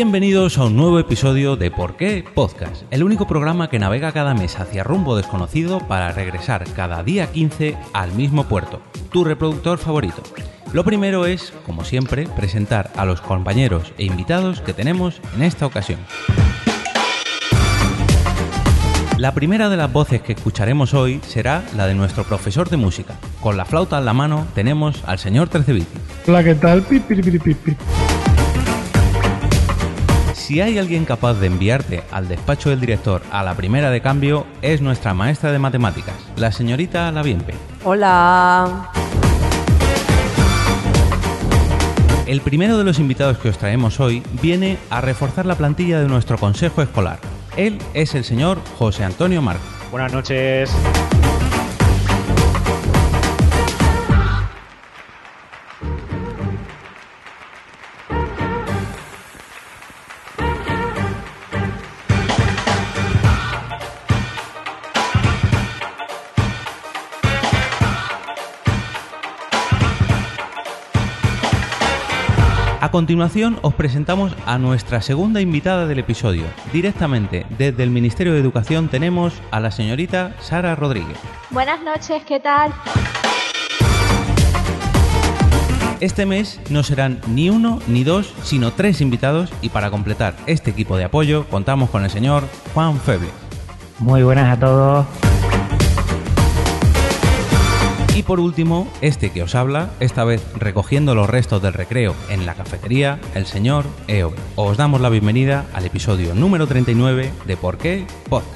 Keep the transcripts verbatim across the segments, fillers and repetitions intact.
Bienvenidos a un nuevo episodio de ¿Por qué Podcast? El único programa que navega cada mes hacia rumbo desconocido para regresar cada día quince al mismo puerto, tu reproductor favorito. Lo primero es, como siempre, presentar a los compañeros e invitados que tenemos en esta ocasión. La primera de las voces que escucharemos hoy será la de nuestro profesor de música. Con la flauta en la mano tenemos al señor Treceviti. Hola, ¿qué tal? Pi, pi, pi, pi, pi. Si hay alguien capaz de enviarte al despacho del director a la primera de cambio, es nuestra maestra de matemáticas, la señorita Laviempe. Hola. El primero de los invitados que os traemos hoy viene a reforzar la plantilla de nuestro consejo escolar. Él es el señor José Antonio Marco. Buenas noches. A continuación os presentamos a nuestra segunda invitada del episodio. Directamente desde el Ministerio de Educación tenemos a la señorita Sara Rodríguez. Buenas noches, ¿qué tal? Este mes no serán ni uno ni dos, sino tres invitados y para completar este equipo de apoyo contamos con el señor Juan Feble. Muy buenas a todos. Y por último, este que os habla, esta vez recogiendo los restos del recreo en la cafetería, el señor Eo. Os damos la bienvenida al episodio número treinta y nueve de ¿Por qué Podcast?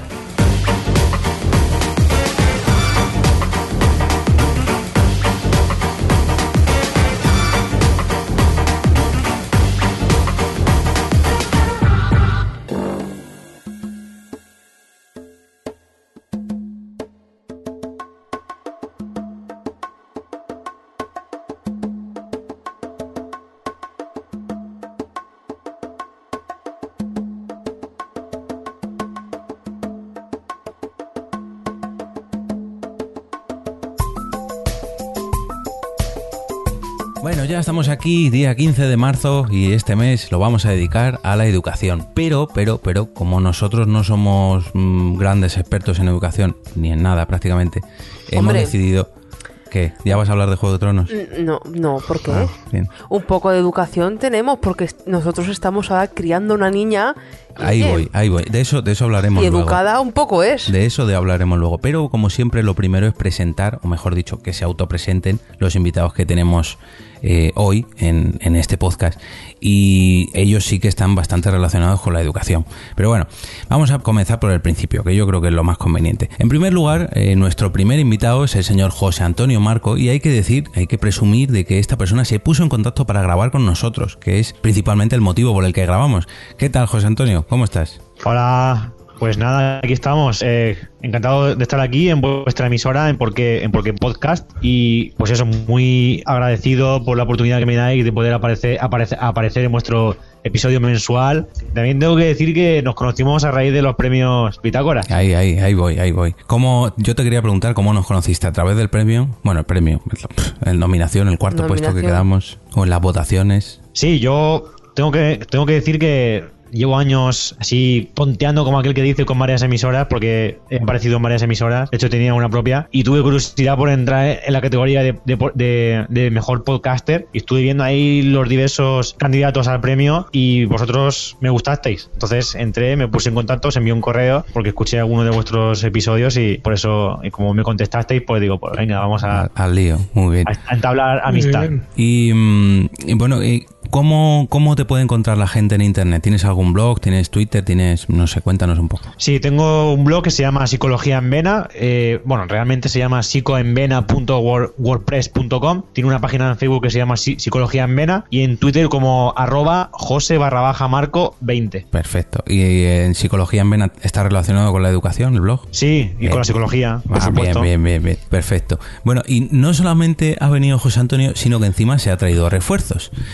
Bueno, ya estamos aquí, día quince de marzo, y este mes lo vamos a dedicar a la educación. Pero, pero, pero, como nosotros no somos mmm, grandes expertos en educación, ni en nada prácticamente, hemos Hombre. decidido... ¿Qué? ¿Ya vas a hablar de Juego de Tronos? No, no, ¿por qué? Ah, bien. Un poco de educación tenemos porque nosotros estamos ahora criando una niña. Ahí oye, voy, ahí voy. De eso, de eso hablaremos Y luego. educada un poco es. De eso de hablaremos luego. Pero como siempre, lo primero es presentar, o mejor dicho, que se autopresenten los invitados que tenemos eh, hoy en, en este podcast. Y ellos sí que están bastante relacionados con la educación. Pero bueno, vamos a comenzar por el principio, que yo creo que es lo más conveniente. En primer lugar, eh, nuestro primer invitado es el señor José Antonio Marco, y hay que decir, hay que presumir de que esta persona se puso en contacto para grabar con nosotros, que es principalmente el motivo por el que grabamos. ¿Qué tal, José Antonio? ¿Cómo estás? Hola, pues nada, aquí estamos. Eh, encantado de estar aquí en vuestra emisora, en Porque, en Porque Podcast. Y pues eso, muy agradecido por la oportunidad que me dais de poder aparecer, aparecer, aparecer en vuestro episodio mensual. También tengo que decir que nos conocimos a raíz de los premios Pitágora. Ahí, ahí, ahí voy, ahí voy. ¿Cómo, yo te quería preguntar cómo nos conociste, a través del premio, bueno, el premio, en nominación, el cuarto Nominación. puesto que quedamos, o en las votaciones. Sí, yo tengo que, tengo que decir que llevo años así tonteando, como aquel que dice, con varias emisoras, porque he aparecido en varias emisoras. De hecho, tenía una propia y tuve curiosidad por entrar en la categoría de, de, de, de mejor podcaster, y estuve viendo ahí los diversos candidatos al premio y vosotros me gustasteis. Entonces entré, me puse en contacto, os envié un correo porque escuché alguno de vuestros episodios y por eso, y como me contestasteis, pues digo, pues venga, vamos a, Al, al lío, muy bien. a entablar amistad. Y, mm, y bueno, y ¿cómo, ¿cómo te puede encontrar la gente en internet? ¿Tienes algún blog? ¿Tienes Twitter? ¿Tienes, no sé, cuéntanos un poco? Sí, tengo un blog que se llama Psicología en Vena. Eh, bueno, realmente se llama psicoenvena punto wordpress punto com. Tiene una página en Facebook que se llama Psicología en Vena, y en Twitter como arroba José barra baja Marco veinte. Perfecto. ¿Y en Psicología en Vena está relacionado con la educación, el blog? Sí, y Bien. con la psicología, por Ah, supuesto. bien, bien, bien, bien. Perfecto. Bueno, y no solamente ha venido José Antonio, sino que encima se ha traído refuerzos. Y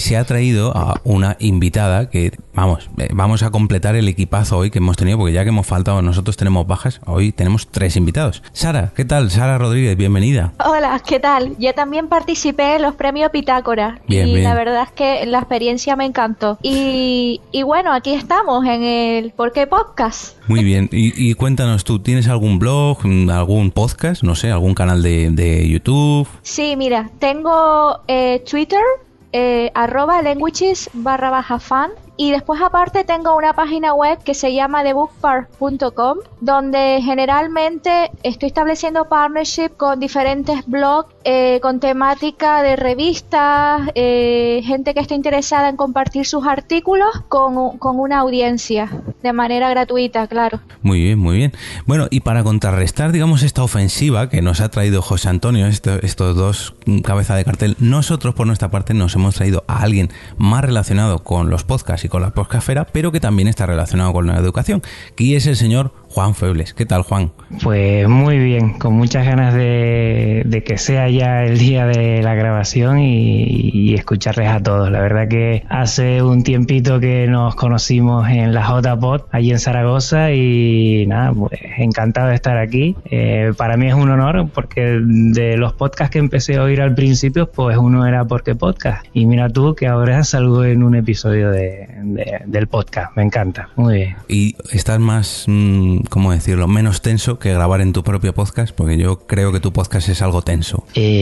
se ha traído a una invitada que, vamos, eh, vamos a completar el equipazo hoy que hemos tenido, porque ya que hemos faltado, nosotros tenemos bajas, hoy tenemos tres invitados. Sara, ¿qué tal? Sara Rodríguez, bienvenida. Hola, ¿qué tal? Yo también participé en los premios Pitágora Bien, y bien. la verdad es que la experiencia me encantó. Y, y bueno, aquí estamos en el ¿Por qué Podcast? Muy bien, y, y cuéntanos tú, ¿tienes algún blog, algún podcast, no sé, algún canal de, de YouTube? Sí, mira, tengo eh, Twitter, eh, arroba languages barra baja fan. Y después aparte tengo una página web que se llama the book park punto com, donde generalmente estoy estableciendo partnership con diferentes blogs eh, con temática de revistas, eh, gente que esté interesada en compartir sus artículos con, con una audiencia, de manera gratuita, claro. Muy bien, muy bien. Bueno, y para contrarrestar, digamos, esta ofensiva que nos ha traído José Antonio, esto, estos dos cabeza de cartel, nosotros por nuestra parte nos hemos traído a alguien más relacionado con los podcasts y con la podcastfera, pero que también está relacionado con la educación, que es el señor Juan Febles. ¿Qué tal, Juan? Pues muy bien, con muchas ganas de, de que sea ya el día de la grabación y, y escucharles a todos. La verdad que hace un tiempito que nos conocimos en la J-Pod, allí en Zaragoza, y nada, pues encantado de estar aquí. Eh, para mí es un honor, porque de los podcasts que empecé a oír al principio, pues uno era Porque Podcast. Y mira tú que ahora salgo en un episodio de, de, del podcast. Me encanta, muy bien. Y estás más... Mmm, ¿cómo decirlo? Menos tenso que grabar en tu propio podcast, porque yo creo que tu podcast es algo tenso.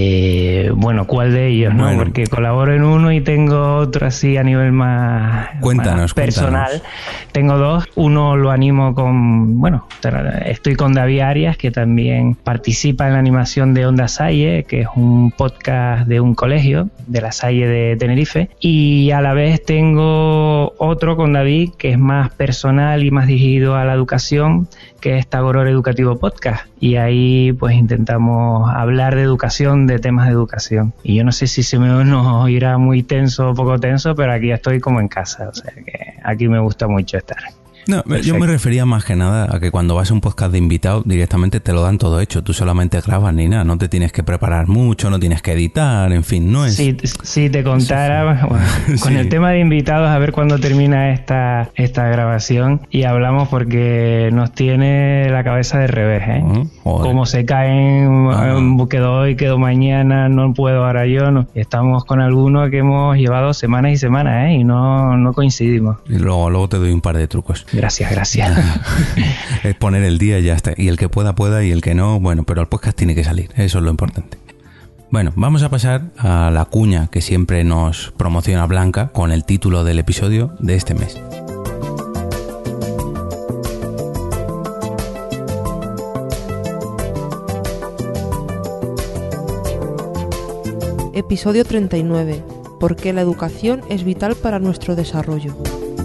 Eh, bueno, ¿cuál de ellos? ¿No? Bueno. Porque colaboro en uno y tengo otro así a nivel más, Cuéntanos, más personal. cuéntanos. Tengo dos. Uno lo animo con, bueno, estoy con David Arias, que también participa en la animación de Onda Salle, que es un podcast de un colegio de la Salle de Tenerife. Y a la vez tengo otro con David, que es más personal y más dirigido a la educación, que es Tagoror Educativo Podcast, y ahí pues intentamos hablar de educación, de temas de educación. Y yo no sé si se me nos oirá muy tenso o poco tenso, pero aquí estoy como en casa, o sea que aquí me gusta mucho estar. No, Perfecto. Yo me refería más que nada a que cuando vas a un podcast de invitado directamente te lo dan todo hecho, tú solamente grabas ni nada, no te tienes que preparar mucho, no tienes que editar, en fin, no es... Si, si te contara, sí. Bueno, con sí. El tema de invitados, a ver cuándo termina esta, esta grabación y hablamos, porque nos tiene la cabeza de revés, ¿eh? Uh, Como se caen, uh, quedó hoy, quedó mañana, no puedo ahora yo, no. Estamos con algunos que hemos llevado semanas y semanas, ¿eh? Y no, no coincidimos. Y luego, luego te doy un par de trucos. Gracias, gracias. Es poner el día y ya está. Y el que pueda, pueda, y el que no, bueno, pero el podcast tiene que salir. Eso es lo importante. Bueno, vamos a pasar a la cuña que siempre nos promociona Blanca con el título del episodio de este mes. Episodio treinta y nueve. ¿Por qué la educación es vital para nuestro desarrollo?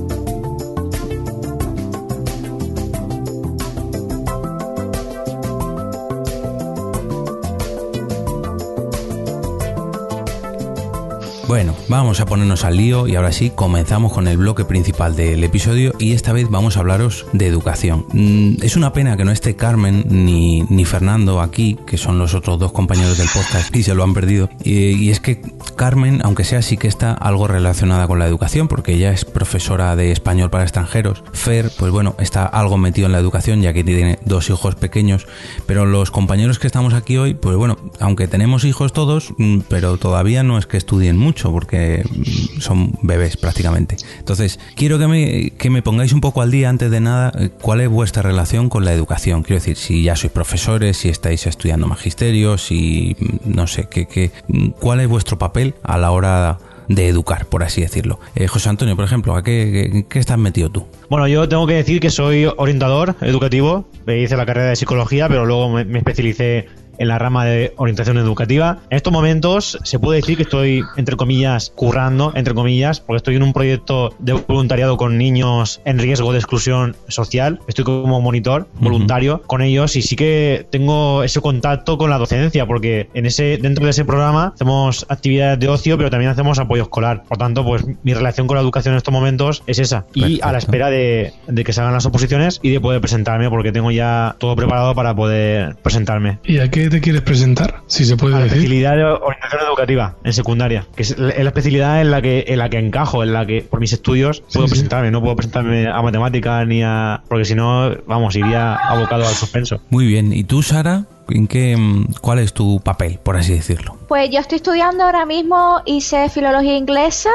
Bueno, vamos a ponernos al lío y ahora sí comenzamos con el bloque principal del episodio, y esta vez vamos a hablaros de educación. Es una pena que no esté Carmen ni, ni Fernando aquí, que son los otros dos compañeros del podcast y se lo han perdido. Y, y es que Carmen, aunque sea, sí que está algo relacionada con la educación, porque ella es profesora de español para extranjeros. Fer, pues bueno, está algo metido en la educación ya que tiene dos hijos pequeños, pero los compañeros que estamos aquí hoy, pues bueno, aunque tenemos hijos todos, pero todavía no es que estudien mucho, porque son bebés prácticamente. Entonces, quiero que me, que me pongáis un poco al día, antes de nada, cuál es vuestra relación con la educación. Quiero decir, si ya sois profesores, si estáis estudiando magisterio, si no sé, qué, qué, cuál es vuestro papel a la hora de educar, por así decirlo. Eh, José Antonio, por ejemplo, ¿a qué, qué, qué estás metido tú? Bueno, yo tengo que decir que soy orientador educativo, hice la carrera de psicología, pero luego me, me especialicé en la rama de orientación educativa. En estos momentos se puede decir que estoy, entre comillas, currando, entre comillas, porque estoy en un proyecto de voluntariado con niños en riesgo de exclusión social. Estoy como monitor voluntario uh-huh. con ellos, y sí que tengo ese contacto con la docencia, porque en ese dentro de ese programa hacemos actividades de ocio, pero también hacemos apoyo escolar. Por tanto, pues mi relación con la educación en estos momentos es esa. Y Perfecto. A la espera de, de que salgan las oposiciones y de poder presentarme, porque tengo ya todo preparado para poder presentarme. ¿Y a qué que te quieres presentar? Si se puede a la decir. especialidad de orientación educativa en secundaria, que es la es la especialidad en la que en la que encajo, en la que por mis estudios puedo Sí, sí. presentarme. No puedo presentarme a matemáticas ni a... porque si no, vamos, iría abocado al suspenso. Muy bien. ¿Y tú, Sara? ¿En qué, cuál es tu papel, por así decirlo? Pues yo estoy estudiando ahora mismo, hice filología inglesa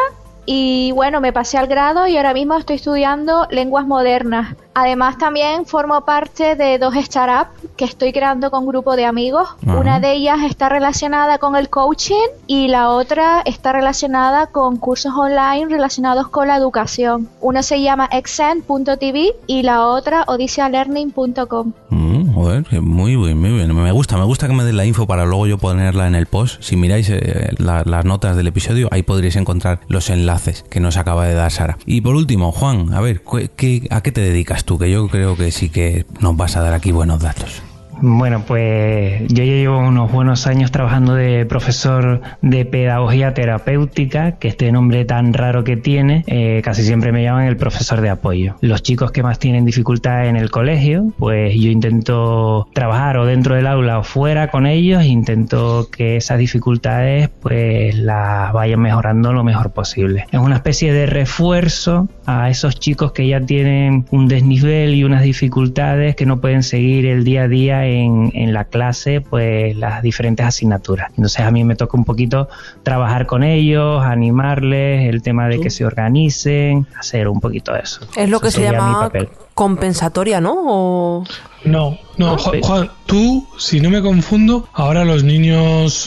y bueno, me pasé al grado y ahora mismo estoy estudiando lenguas modernas. Además también formo parte de dos startups que estoy creando con un grupo de amigos. Ajá. Una de ellas está relacionada con el coaching y la otra está relacionada con cursos online relacionados con la educación. Una se llama exen punto t v y la otra odisea learning punto com. Mm, joder, que muy bien, muy bien. Me gusta, me gusta que me den la info para luego yo ponerla en el post. Si miráis eh, la- las notas del episodio, ahí podréis encontrar los enlaces que nos acaba de dar Sara. Y por último, Juan, a ver, ¿qué, qué- ¿a qué te dedicas tú? Que yo creo que sí que nos vas a dar aquí buenos datos. Bueno, pues yo ya llevo unos buenos años trabajando de profesor de pedagogía terapéutica, que este nombre tan raro que tiene, eh, casi siempre me llaman el profesor de apoyo. Los chicos que más tienen dificultad en el colegio, pues yo intento trabajar o dentro del aula o fuera con ellos, intento que esas dificultades pues las vayan mejorando lo mejor posible. Es una especie de refuerzo a esos chicos que ya tienen un desnivel y unas dificultades que no pueden seguir el día a día en, en la clase, pues las diferentes asignaturas. Entonces a mí me toca un poquito trabajar con ellos, animarles, el tema de que se organicen, hacer un poquito eso. Es lo que Eso se sería mi llama papel. compensatoria, ¿no? O... No, no, Juan, Sí. Juan, tú, si no me confundo, ahora los niños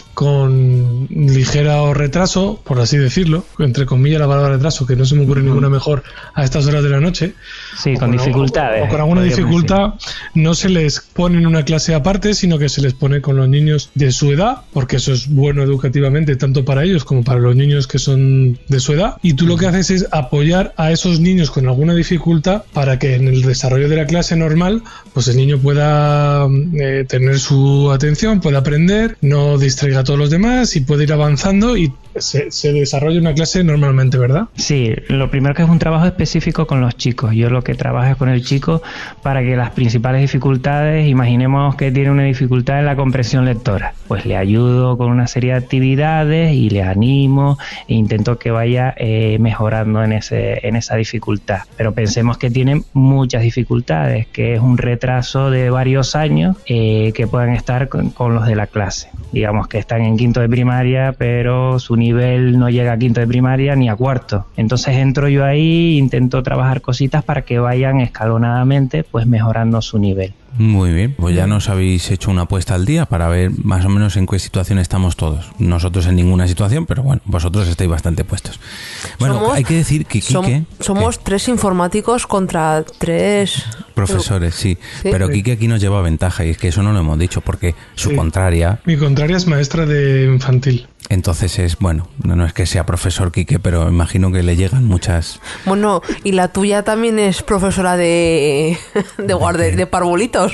con ligero retraso, por así decirlo, entre comillas la palabra retraso, que no se me ocurre ninguna mejor a estas horas de la noche, Sí, o con dificultades. o, o con alguna podríamos dificultad, no se les pone en una clase aparte, sino que se les pone con los niños de su edad, porque eso es bueno educativamente, tanto para ellos como para los niños que son de su edad, y tú lo que haces es apoyar a esos niños con alguna dificultad para que en el desarrollo de la clase normal, pues el niño pueda eh, tener su atención, pueda aprender, no distraiga a todos los demás y puede ir avanzando y se, se desarrolla una clase normalmente, ¿verdad? Sí, lo primero que es un trabajo específico con los chicos. Yo lo que trabajo es con el chico para que las principales dificultades, imaginemos que tiene una dificultad en la comprensión lectora, pues le ayudo con una serie de actividades y le animo e intento que vaya eh, mejorando en, ese, en esa dificultad. Pero pensemos que tienen muchas dificultades, que es un retraso de varios años eh, que puedan estar con, con los de la clase. Digamos que están en quinto de primaria, pero su nivel no llega a quinto de primaria ni a cuarto. Entonces entro yo ahí, intento trabajar cositas para que vayan escalonadamente pues mejorando su nivel. Muy bien, pues ya nos habéis hecho una apuesta al día para ver más o menos en qué situación estamos todos. Nosotros en ninguna situación, pero bueno, vosotros estáis bastante puestos. Bueno, Somos- hay que decir que som- Quique... somos ¿qué? tres informáticos contra tres... Profesores, sí. Sí. Pero Quique aquí nos lleva ventaja y es que eso no lo hemos dicho porque su Sí. contraria, Mi contraria es maestra de infantil. entonces es, bueno, no, no es que sea profesor Quique, pero imagino que le llegan muchas... Bueno, y la tuya también es profesora de... de guarde, de parvulitos.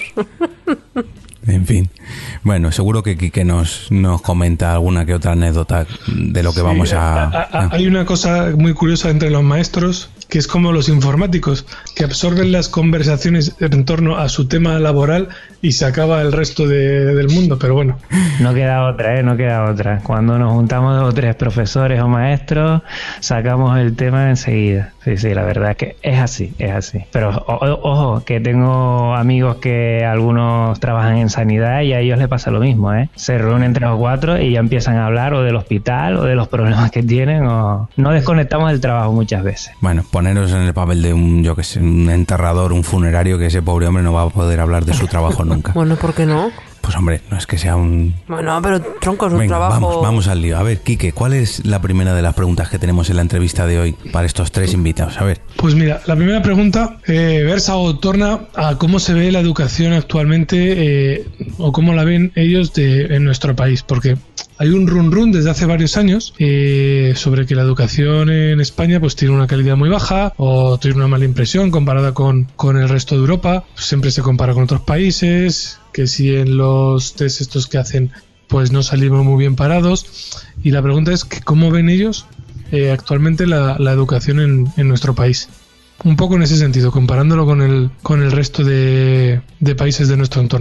En fin. Bueno, seguro que Quique nos, nos comenta alguna que otra anécdota de lo que Sí, vamos a... a- a- Hay una cosa muy curiosa entre los maestros, que es como los informáticos, que absorben las conversaciones en torno a su tema laboral y se acaba el resto de- del mundo, pero bueno. No queda otra, ¿eh? No queda otra. Cuando nos juntamos dos o tres profesores o maestros, sacamos el tema enseguida. Sí, sí, la verdad es que es así, es así. Pero o- o- ojo, que tengo amigos que algunos trabajan en sanidad y a ellos les pasa lo mismo, ¿eh? Se reúnen tres o cuatro y ya empiezan a hablar o del hospital o de los problemas que tienen o... No desconectamos del trabajo muchas veces. Bueno, poneros en el papel de un, yo que sé, un enterrador, un funerario, que ese pobre hombre no va a poder hablar de su trabajo nunca. Bueno, ¿por qué no? Pues hombre, no es que sea un... Bueno, pero tronco, es un Venga, trabajo... vamos, vamos al lío. A ver, Quique, ¿cuál es la primera de las preguntas que tenemos en la entrevista de hoy para estos tres invitados? A ver. Pues mira, la primera pregunta eh, versa o torna a cómo se ve la educación actualmente eh, o cómo la ven ellos de, en nuestro país, porque hay un run run desde hace varios años eh, sobre que la educación en España pues tiene una calidad muy baja o tiene una mala impresión comparada con, con el resto de Europa. Siempre se compara con otros países, que si en los test estos que hacen pues no salimos muy bien parados. Y la pregunta es que cómo ven ellos eh, actualmente la, la educación en, en nuestro país. Un poco en ese sentido, comparándolo con el, con el resto de, de países de nuestro entorno.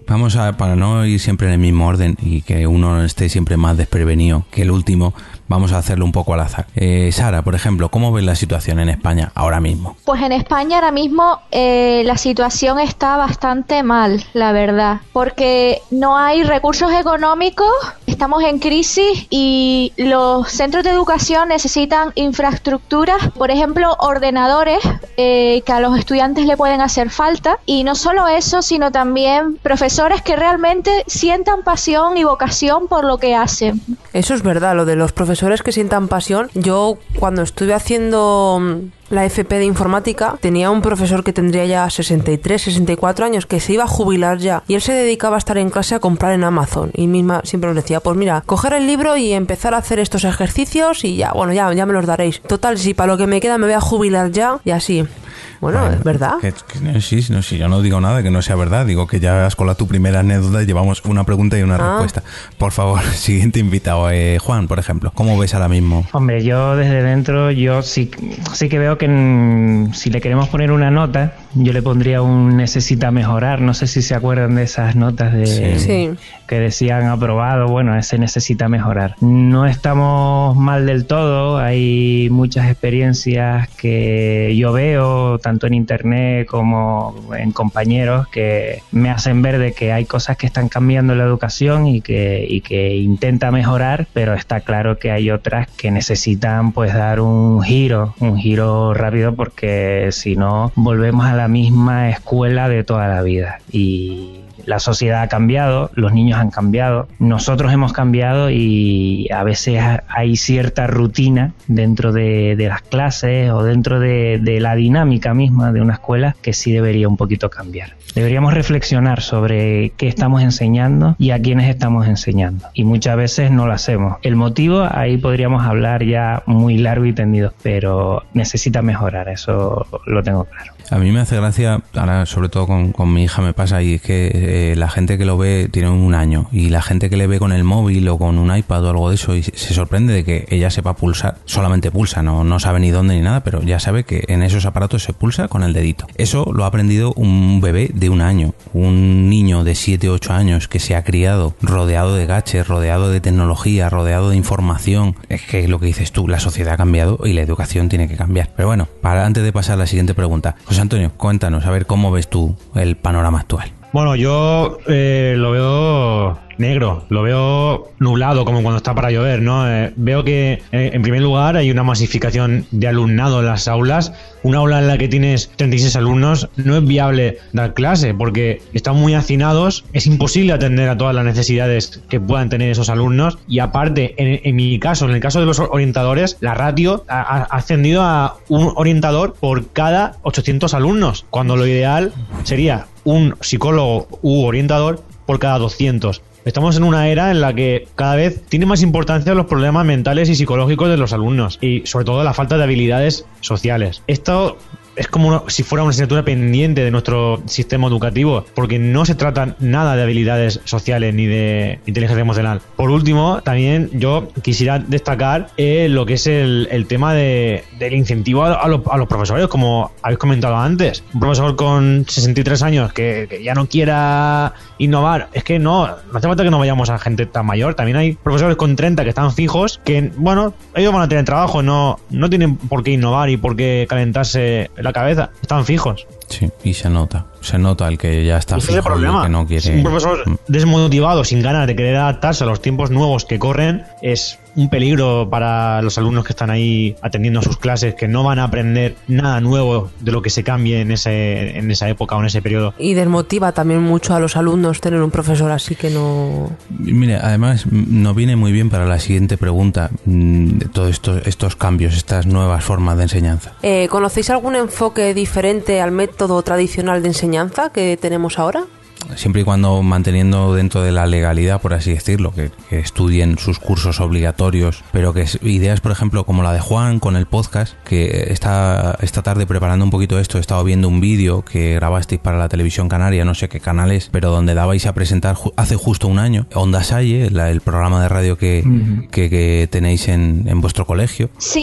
Vamos a, para no ir siempre en el mismo orden y que uno esté siempre más desprevenido que el último, vamos a hacerlo un poco al azar. Eh, Sara, por ejemplo, ¿cómo ves la situación en España ahora mismo? Pues en España ahora mismo eh, la situación está bastante mal, la verdad, porque no hay recursos económicos, estamos en crisis y los centros de educación necesitan infraestructuras, por ejemplo, ordenadores eh, que a los estudiantes le pueden hacer falta, y no solo eso, sino también profesores que realmente sientan pasión y vocación por lo que hacen. Eso es verdad, lo de los profesores que sientan pasión. Yo cuando estuve haciendo la F P de informática tenía un profesor que tendría ya sesenta y tres, sesenta y cuatro años, que se iba a jubilar ya, y él se dedicaba a estar en clase a comprar en Amazon, y misma siempre nos decía, pues mira, coger el libro y empezar a hacer estos ejercicios y ya, bueno, ya, ya me los daréis. Total, si para lo que me queda me voy a jubilar ya, y así. Bueno, bueno, es verdad. Que, que, sí, no, sí, yo no digo nada que no sea verdad. Digo que ya has colado tu primera anécdota y llevamos una pregunta y una ah. respuesta. Por favor, siguiente invitado. Eh, Juan, por ejemplo, ¿cómo ves ahora mismo? Hombre, yo desde dentro, yo sí, sí que veo que en, si le queremos poner una nota, yo le pondría un necesita mejorar. No sé si se acuerdan de esas notas de sí. Sí. que decían aprobado. Bueno, ese necesita mejorar. No estamos mal del todo. Hay muchas experiencias que yo veo tanto en internet como en compañeros que me hacen ver de que hay cosas que están cambiando en la educación y que, y que intenta mejorar, pero está claro que hay otras que necesitan pues dar un giro, un giro rápido, porque si no volvemos a la misma escuela de toda la vida. Y la sociedad ha cambiado, los niños han cambiado, nosotros hemos cambiado, y a veces hay cierta rutina dentro de, de las clases o dentro de, de la dinámica misma de una escuela que sí debería un poquito cambiar. Deberíamos reflexionar sobre qué estamos enseñando y a quiénes estamos enseñando, y muchas veces no lo hacemos. El motivo, ahí podríamos hablar ya muy largo y tendido, pero necesita mejorar, eso lo tengo claro. A mí me hace gracia, ahora sobre todo con, con mi hija me pasa, y es que eh, la gente que lo ve tiene un año, y la gente que le ve con el móvil o con un iPad o algo de eso, y se sorprende de que ella sepa pulsar, solamente pulsa, no, no sabe ni dónde ni nada, pero ya sabe que en esos aparatos se pulsa con el dedito. Eso lo ha aprendido un bebé de un año, un niño de siete u ocho años que se ha criado rodeado de gadgets, rodeado de tecnología, rodeado de información. Es que lo que dices tú, la sociedad ha cambiado y la educación tiene que cambiar. Pero bueno, para antes de pasar a la siguiente pregunta, José Antonio, cuéntanos, a ver cómo ves tú el panorama actual. Bueno, yo eh, lo veo negro, lo veo nublado, como cuando está para llover, ¿no? Eh, veo que, eh, en primer lugar, hay una masificación de alumnado en las aulas. Una aula en la que tienes treinta y seis alumnos no es viable dar clase, porque están muy hacinados, es imposible atender a todas las necesidades que puedan tener esos alumnos, y aparte, en, en mi caso, en el caso de los orientadores, la ratio ha, ha ascendido a un orientador por cada ochocientos alumnos, cuando lo ideal sería un psicólogo u orientador por cada doscientos. Estamos en una era en la que cada vez tiene más importancia los problemas mentales y psicológicos de los alumnos, y sobre todo la falta de habilidades sociales. Esto es como una, si fuera una asignatura pendiente de nuestro sistema educativo, porque no se trata nada de habilidades sociales ni de inteligencia emocional. Por último, también yo quisiera destacar eh, lo que es el, el tema de, del incentivo a, a, los, a los profesores, como habéis comentado antes. Un profesor con sesenta y tres años que, que ya no quiera innovar, es que no, no hace falta que no vayamos a gente tan mayor. También hay profesores con treinta que están fijos, que bueno, ellos van a tener trabajo, no, no tienen por qué innovar y por qué calentarse la cabeza, están fijos. Sí, y se nota, se nota el que ya está fijo, el que no quiere. Un profesor desmotivado, sin ganas de querer adaptarse a los tiempos nuevos que corren, es un peligro para los alumnos que están ahí atendiendo a sus clases, que no van a aprender nada nuevo de lo que se cambie en ese en esa época o en ese periodo. Y desmotiva también mucho a los alumnos tener un profesor así que no... Mire, además nos viene muy bien para la siguiente pregunta de todos estos, estos cambios, estas nuevas formas de enseñanza. Eh, ¿Conocéis algún enfoque diferente al método tradicional de enseñanza que tenemos ahora? Siempre y cuando manteniendo dentro de la legalidad, por así decirlo, que, que estudien sus cursos obligatorios, pero que ideas, por ejemplo, como la de Juan con el podcast, que esta, esta tarde preparando un poquito esto, he estado viendo un vídeo que grabasteis para la televisión canaria, no sé qué canal es, pero donde dabais a presentar ju- hace justo un año, Onda Salle, la, el programa de radio que, uh-huh. que, que tenéis en, en vuestro colegio. Sí.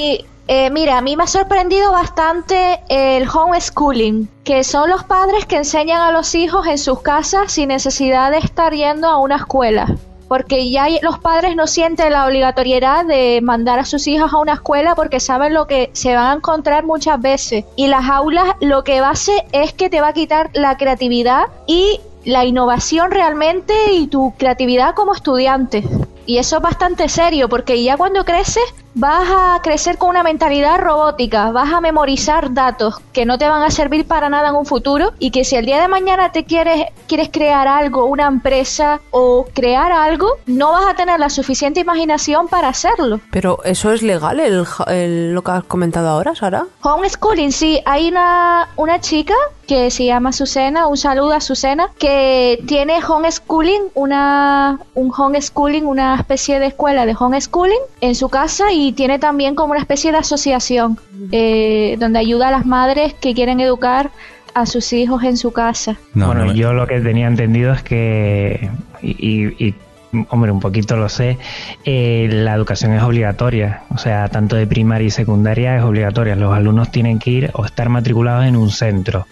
Eh, mira, a mí me ha sorprendido bastante el homeschooling, que son los padres que enseñan a los hijos en sus casas sin necesidad de estar yendo a una escuela. Porque ya los padres no sienten la obligatoriedad de mandar a sus hijos a una escuela porque saben lo que se van a encontrar muchas veces. Y las aulas lo que va a hacer es que te va a quitar la creatividad y la innovación realmente y tu creatividad como estudiante. Y eso es bastante serio porque ya cuando creces vas a crecer con una mentalidad robótica, vas a memorizar datos que no te van a servir para nada en un futuro y que si el día de mañana te quieres, quieres crear algo, una empresa o crear algo, no vas a tener la suficiente imaginación para hacerlo. Pero ¿eso es legal, el, el, lo que has comentado ahora, Sara? Homeschooling, sí. Hay una, una chica que se llama Susana, un saludo a Susana, que tiene homeschooling, una, un homeschooling, una especie de escuela de homeschooling en su casa y tiene también como una especie de asociación eh, donde ayuda a las madres que quieren educar a sus hijos en su casa. No, bueno, no me... yo lo que tenía entendido es que, y, y, y hombre, un poquito lo sé, eh, la educación es obligatoria, o sea, tanto de primaria y secundaria es obligatoria. Los alumnos tienen que ir o estar matriculados en un centro,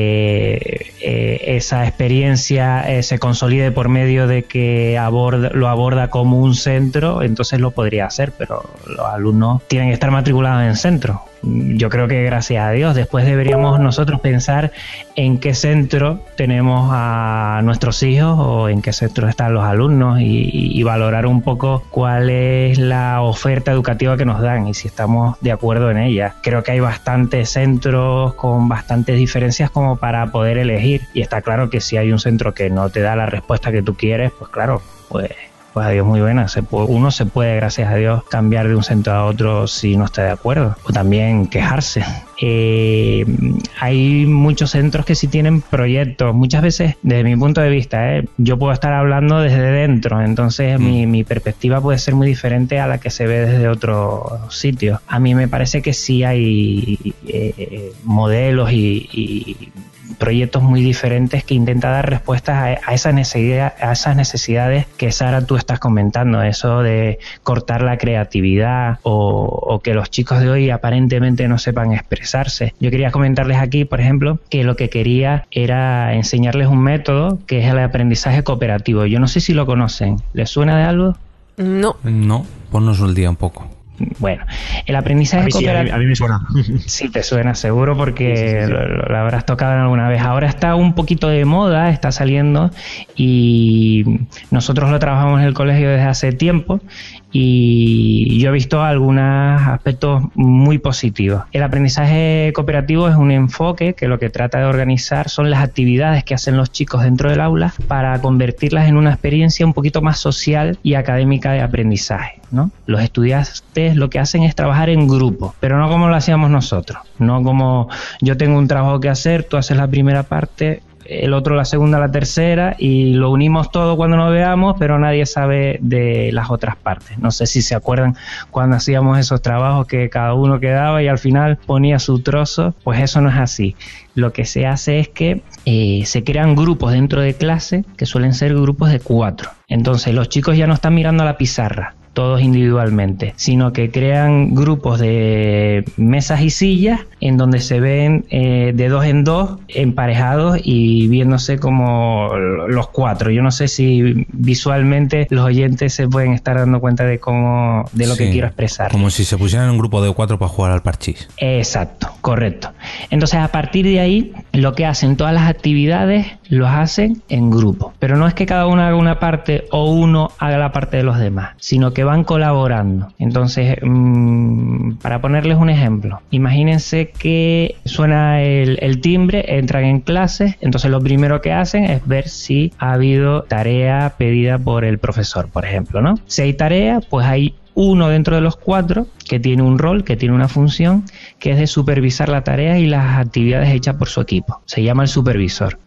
que eh, esa experiencia eh, se consolide por medio de que aborda, lo aborda como un centro, entonces lo podría hacer, pero los alumnos tienen que estar matriculados en centro. Yo creo que gracias a Dios después deberíamos nosotros pensar en qué centro tenemos a nuestros hijos o en qué centro están los alumnos y, y valorar un poco cuál es la oferta educativa que nos dan y si estamos de acuerdo en ella. Creo que hay bastantes centros con bastantes diferencias como para poder elegir y está claro que si hay un centro que no te da la respuesta que tú quieres, pues claro, pues... pues adiós, muy buena. Se puede, uno se puede, gracias a Dios, cambiar de un centro a otro si no está de acuerdo. O también quejarse. Eh, hay muchos centros que sí tienen proyectos. Muchas veces, desde mi punto de vista, eh, yo puedo estar hablando desde dentro. Entonces, mm. mi, mi perspectiva puede ser muy diferente a la que se ve desde otro sitio. A mí me parece que sí hay eh, modelos y... y proyectos muy diferentes que intentan dar respuestas a, a, esa necesidad, a esas necesidades que, Sara, tú estás comentando, eso de cortar la creatividad o, o que los chicos de hoy aparentemente no sepan expresarse. Yo quería comentarles aquí, por ejemplo, que lo que quería era enseñarles un método que es el aprendizaje cooperativo. Yo no sé si lo conocen. ¿Les suena de algo? No. No, ponnos el día un poco. Bueno, el aprendizaje a mí sí, cooperativo... a mí me suena. Sí, te suena seguro porque sí, sí, sí. Lo, lo habrás tocado alguna vez. Ahora está un poquito de moda, está saliendo y nosotros lo trabajamos en el colegio desde hace tiempo y yo he visto algunos aspectos muy positivos. El aprendizaje cooperativo es un enfoque que lo que trata de organizar son las actividades que hacen los chicos dentro del aula para convertirlas en una experiencia un poquito más social y académica de aprendizaje, ¿no? Los estudiantes lo que hacen es trabajar en grupo, pero no como lo hacíamos nosotros, no como yo tengo un trabajo que hacer, tú haces la primera parte, el otro la segunda, la tercera y lo unimos todo cuando nos veamos, pero nadie sabe de las otras partes. No sé si se acuerdan cuando hacíamos esos trabajos que cada uno quedaba y al final ponía su trozo, pues eso no es así. Lo que se hace es que eh, se crean grupos dentro de clase que suelen ser grupos de cuatro. Entonces los chicos ya no están mirando a la pizarra, todos individualmente, sino que crean grupos de mesas y sillas en donde se ven eh, de dos en dos emparejados y viéndose como los cuatro. Yo no sé si visualmente los oyentes se pueden estar dando cuenta de cómo de lo sí, que quiero expresar. Como si se pusieran en un grupo de cuatro para jugar al parchís. Exacto, correcto. Entonces a partir de ahí lo que hacen todas las actividades los hacen en grupo, pero no es que cada uno haga una parte o uno haga la parte de los demás, sino que van colaborando. Entonces, mmm, para ponerles un ejemplo, imagínense que suena el, el timbre, entran en clase, entonces lo primero que hacen es ver si ha habido tarea pedida por el profesor, por ejemplo, ¿no? Si hay tarea, pues hay uno dentro de los cuatro que tiene un rol, que tiene una función, que es de supervisar la tarea y las actividades hechas por su equipo. Se llama el supervisor.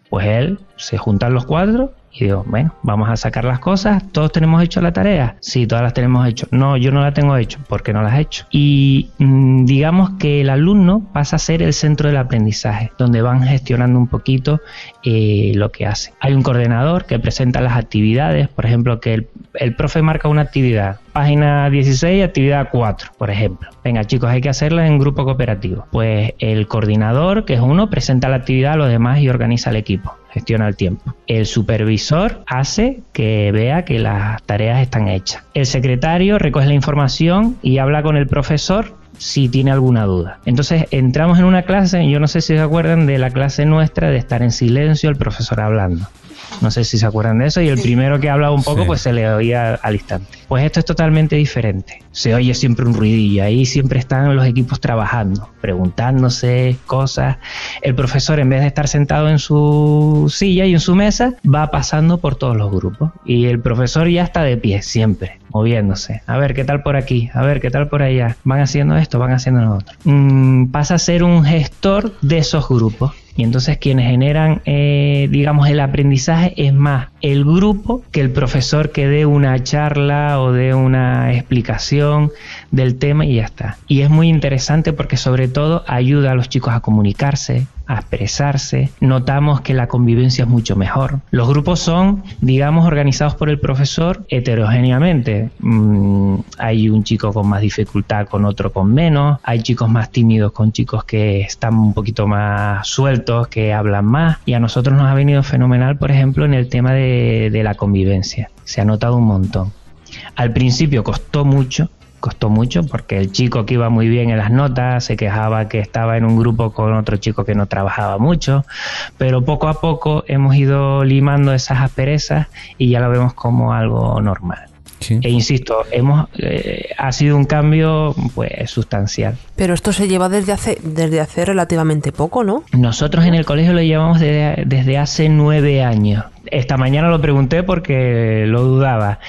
Pues él, se juntan los cuatro y digo, bueno, vamos a sacar las cosas. ¿Todos tenemos hecho la tarea? Sí, todas las tenemos hecho. No, yo no la tengo hecho. ¿Por qué no la has hecho? Y mmm, digamos que el alumno pasa a ser el centro del aprendizaje, donde van gestionando un poquito eh, lo que hace. Hay un coordinador que presenta las actividades, por ejemplo, que el, el profe marca una actividad. Página dieciséis, actividad cuatro, por ejemplo. Venga, chicos, hay que hacerla en grupo cooperativo. Pues el coordinador, que es uno, presenta la actividad a los demás y organiza el equipo, gestiona el tiempo. El supervisor hace que vea que las tareas están hechas. El secretario recoge la información y habla con el profesor si tiene alguna duda. Entonces entramos en una clase, yo no sé si se acuerdan de la clase nuestra de estar en silencio, el profesor hablando. No sé si se acuerdan de eso, y el primero que hablaba un poco, sí, pues se le oía al instante. Pues esto es totalmente diferente. Se oye siempre un ruidillo, ahí siempre están los equipos trabajando, preguntándose cosas. El profesor, en vez de estar sentado en su silla y en su mesa, va pasando por todos los grupos. Y el profesor ya está de pie, siempre, moviéndose. A ver, ¿qué tal por aquí? A ver, ¿qué tal por allá? Van haciendo esto, van haciendo lo otro. Mm, pasa a ser un gestor de esos grupos. Y entonces quienes generan, eh, digamos, el aprendizaje es más el grupo que el profesor que dé una charla o dé una explicación del tema y ya está. Y es muy interesante porque sobre todo ayuda a los chicos a comunicarse, a expresarse. Notamos que la convivencia es mucho mejor. Los grupos son, digamos, organizados por el profesor heterogéneamente. Mm, hay un chico con más dificultad, con otro con menos. Hay chicos más tímidos con chicos que están un poquito más sueltos, que hablan más. Y a nosotros nos ha venido fenomenal, por ejemplo, en el tema de, de la convivencia. Se ha notado un montón. Al principio costó mucho, Costó mucho porque el chico que iba muy bien en las notas se quejaba que estaba en un grupo con otro chico que no trabajaba mucho, pero poco a poco hemos ido limando esas asperezas y ya lo vemos como algo normal. Sí. E insisto, hemos eh, ha sido un cambio pues sustancial. Pero esto se lleva desde hace desde hace relativamente poco, ¿no? Nosotros en el colegio lo llevamos desde, desde hace nueve años. Esta mañana lo pregunté porque lo dudaba.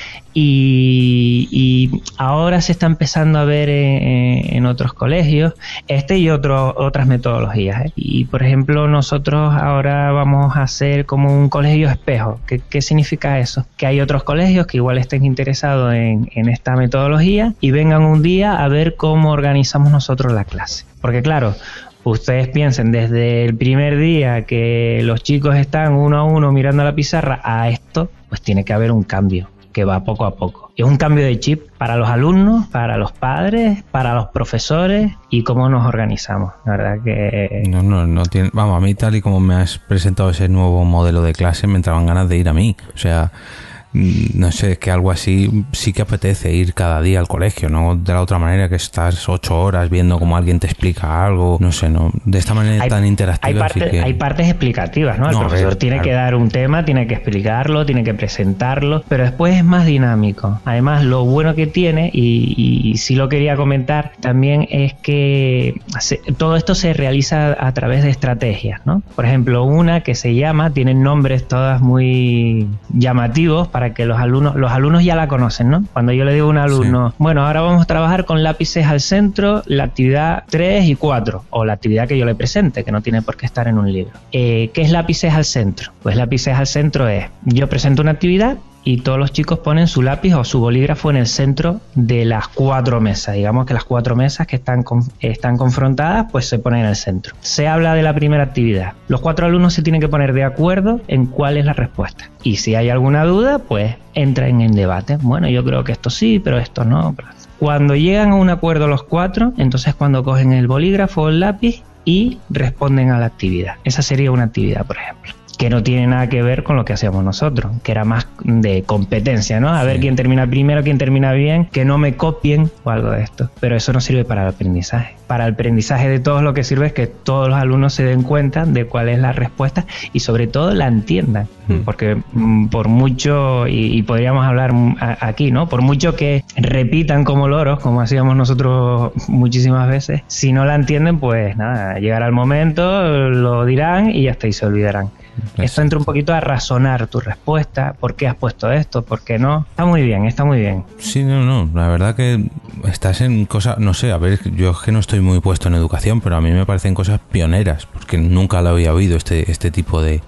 Y, y ahora se está empezando a ver en, en otros colegios este y otro, otras metodologías, ¿eh? Y por ejemplo nosotros ahora vamos a hacer como un colegio espejo. ¿Qué, qué significa eso? Que hay otros colegios que igual estén interesados en, en esta metodología y vengan un día a ver cómo organizamos nosotros la clase. Porque claro, ustedes piensen, desde el primer día que los chicos están uno a uno mirando la pizarra a esto, pues tiene que haber un cambio que va poco a poco. Es un cambio de chip para los alumnos, para los padres, para los profesores y cómo nos organizamos. La verdad que... No, no, no tiene... Vamos, a mí tal y como me has presentado ese nuevo modelo de clase, me entraban ganas de ir a mí. O sea... No sé, es que algo así sí que apetece ir cada día al colegio, no de la otra manera que estás ocho horas viendo cómo alguien te explica algo, no sé, no de esta manera hay, tan interactiva. Hay, parte, sí que... hay partes explicativas, ¿no? El no, profesor ver, tiene claro. que dar un tema, tiene que explicarlo, tiene que presentarlo, pero después es más dinámico. Además, lo bueno que tiene, y, y, y sí lo quería comentar, también es que se, todo esto se realiza a través de estrategias, ¿no? Por ejemplo, una que se llama, tienen nombres todas muy llamativos para que los alumnos, los alumnos ya la conocen, ¿no? Cuando yo le digo a un alumno, sí. bueno, ahora vamos a trabajar con lápices al centro, la actividad tres y cuatro, o la actividad que yo le presente, que no tiene por qué estar en un libro. Eh, ¿Qué es lápices al centro? Pues lápices al centro es, yo presento una actividad y todos los chicos ponen su lápiz o su bolígrafo en el centro de las cuatro mesas. Digamos que las cuatro mesas que están, con, están confrontadas, pues se ponen en el centro. Se habla de la primera actividad. Los cuatro alumnos se tienen que poner de acuerdo en cuál es la respuesta. Y si hay alguna duda, pues entran en debate. Bueno, yo creo que esto sí, pero esto no. Cuando llegan a un acuerdo los cuatro, entonces cuando cogen el bolígrafo o el lápiz y responden a la actividad. Esa sería una actividad, por ejemplo, que no tiene nada que ver con lo que hacíamos nosotros, que era más de competencia, ¿no? A sí. ver quién termina primero, quién termina bien, que no me copien o algo de esto. Pero eso no sirve para el aprendizaje. Para el aprendizaje de todos lo que sirve es que todos los alumnos se den cuenta de cuál es la respuesta y sobre todo la entiendan. Mm. Porque mm, por mucho, y, y podríamos hablar a, aquí, ¿no? Por mucho que repitan como loros, como hacíamos nosotros muchísimas veces, si no la entienden, pues nada, llegará el momento, lo dirán y ya está, y se olvidarán. Esto entra un poquito a razonar tu respuesta, por qué has puesto esto, por qué no. Está muy bien, está muy bien. Sí, no, no, la verdad que estás en cosas, no sé, a ver, yo es que no estoy muy puesto en educación, pero a mí me parecen cosas pioneras, porque nunca lo había oído este, este tipo de,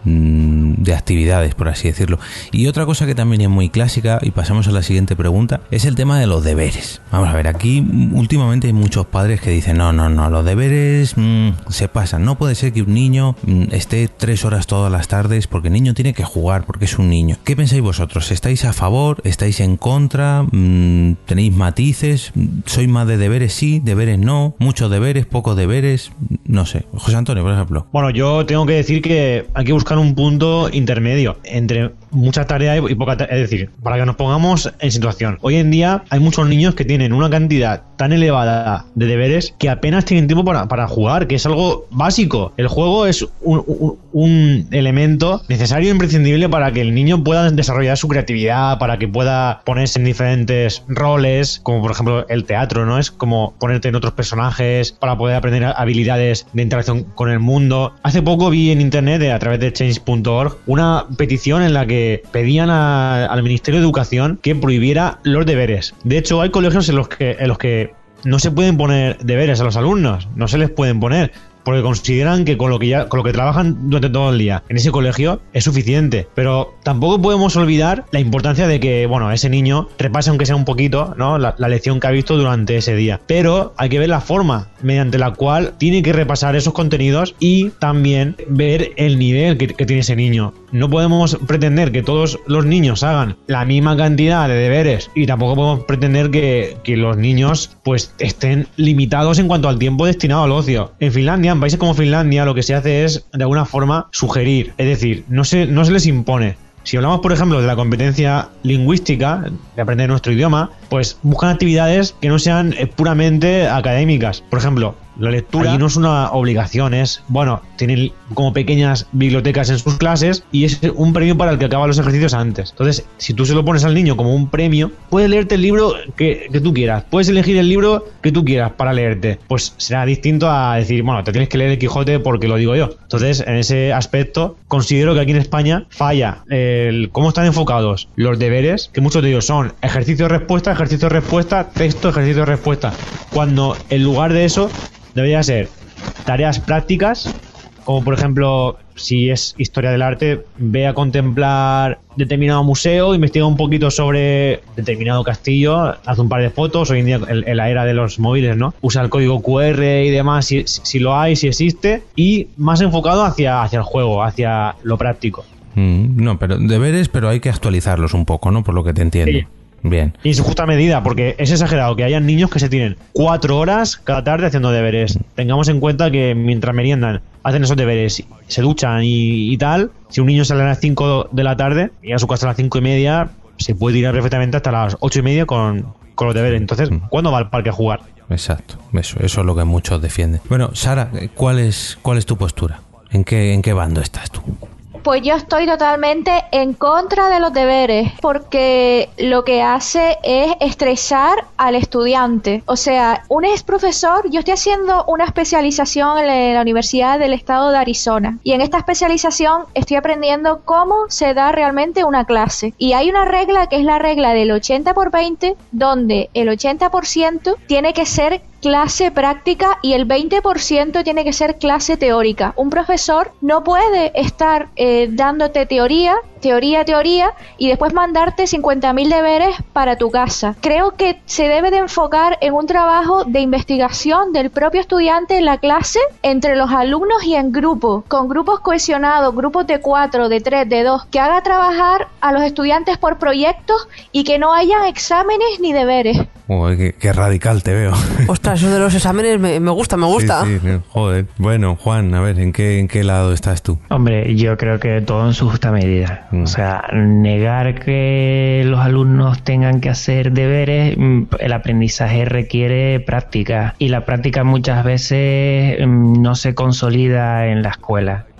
de actividades, por así decirlo. Y otra cosa que también es muy clásica, y pasamos a la siguiente pregunta, es el tema de los deberes. Vamos a ver, aquí últimamente hay muchos padres que dicen, no, no, no, los deberes mmm, se pasan, no puede ser que un niño mmm, esté tres horas todas las tardes, porque el niño tiene que jugar, porque es un niño. ¿Qué pensáis vosotros? ¿Estáis a favor? ¿Estáis en contra? Mmm, ¿Tenéis matices? ¿Sois más de deberes sí, deberes no? ¿Muchos deberes, pocos deberes? No sé. José Antonio, por ejemplo. Bueno, yo tengo que decir que hay que buscar un punto intermedio entre mucha tarea y poca tarea. Es decir, para que nos pongamos en situación. Hoy en día hay muchos niños que tienen una cantidad tan elevada de deberes que apenas tienen tiempo para, para jugar, que es algo básico. El juego es un, un, un elemento necesario e imprescindible para que el niño pueda desarrollar su creatividad, para que pueda ponerse en diferentes roles, como por ejemplo el teatro, ¿no? Es como ponerte en otros personajes para poder aprender habilidades de interacción con el mundo. Hace poco vi en internet, a través de change punto org, una petición en la que pedían a, al Ministerio de Educación que prohibiera los deberes. De hecho, hay colegios en los que, en los que no se pueden poner deberes a los alumnos, no se les pueden poner, porque consideran que con lo que ya con lo que trabajan durante todo el día en ese colegio es suficiente. Pero tampoco podemos olvidar la importancia de que, bueno, ese niño repase aunque sea un poquito, ¿no? la, la lección que ha visto durante ese día. Pero hay que ver la forma mediante la cual tiene que repasar esos contenidos y también ver el nivel que, que tiene ese niño. No podemos pretender que todos los niños hagan la misma cantidad de deberes y tampoco podemos pretender que, que los niños pues estén limitados en cuanto al tiempo destinado al ocio. En Finlandia, en países como Finlandia, lo que se hace es de alguna forma sugerir, es decir, no se, no se les impone. Si hablamos, por ejemplo, de la competencia lingüística, de aprender nuestro idioma, pues buscan actividades que no sean puramente académicas. Por ejemplo, la lectura no es una obligación, es, bueno, tienen como pequeñas bibliotecas en sus clases y es un premio para el que acaba los ejercicios antes. Entonces, si tú se lo pones al niño como un premio, puedes leerte el libro que, que tú quieras, puedes elegir el libro que tú quieras para leerte. Pues será distinto a decir, bueno, te tienes que leer el Quijote porque lo digo yo. Entonces, en ese aspecto, considero que aquí en España falla el cómo están enfocados los deberes, que muchos de ellos son ejercicio-respuesta, ejercicio-respuesta, texto, ejercicio-respuesta. Cuando en lugar de eso debería ser tareas prácticas, como por ejemplo, si es historia del arte, ve a contemplar determinado museo, investiga un poquito sobre determinado castillo, hace un par de fotos. Hoy en día, en, en la era de los móviles, ¿no? Usa el código cu erre y demás, si, si lo hay, si existe, y más enfocado hacia, hacia el juego, hacia lo práctico. Mm, no, pero deberes, pero hay que actualizarlos un poco, ¿no? Por lo que te entiendo. Sí. Bien. Y en su justa medida, porque es exagerado que hayan niños que se tienen cuatro horas cada tarde haciendo deberes. Tengamos en cuenta que mientras meriendan, hacen esos deberes, se duchan y, y tal. Si un niño sale a las cinco de la tarde y a su casa a las cinco y media, se puede tirar perfectamente hasta las ocho y media con, con los deberes. Entonces, ¿cuándo va al parque a jugar? Exacto, eso, eso es lo que muchos defienden. Bueno, Sara, ¿cuál es, cuál es tu postura? ¿En qué, en qué bando estás tú? Pues yo estoy totalmente en contra de los deberes, porque lo que hace es estresar al estudiante. O sea, un ex profesor, yo estoy haciendo una especialización en la Universidad del Estado de Arizona, y en esta especialización estoy aprendiendo cómo se da realmente una clase. Y hay una regla que es la regla del ochenta por veinte, donde el ochenta por ciento tiene que ser clase práctica y el veinte por ciento tiene que ser clase teórica. Un profesor no puede estar eh, dándote teoría, teoría, teoría y después mandarte cincuenta mil deberes para tu casa. Creo que se debe de enfocar en un trabajo de investigación del propio estudiante en la clase, entre los alumnos y en grupo, con grupos cohesionados, grupos de cuatro, de tres, de dos, que haga trabajar a los estudiantes por proyectos y que no hayan exámenes ni deberes. Uy, qué, qué radical te veo. Ostras, eso de los exámenes me, me gusta, me gusta. Sí, sí, joder. Bueno, Juan, a ver, ¿en qué, ¿en qué lado estás tú? Hombre, yo creo que todo en su justa medida. Mm. O sea, negar que los alumnos tengan que hacer deberes, el aprendizaje requiere práctica. Y la práctica muchas veces no se consolida en la escuela.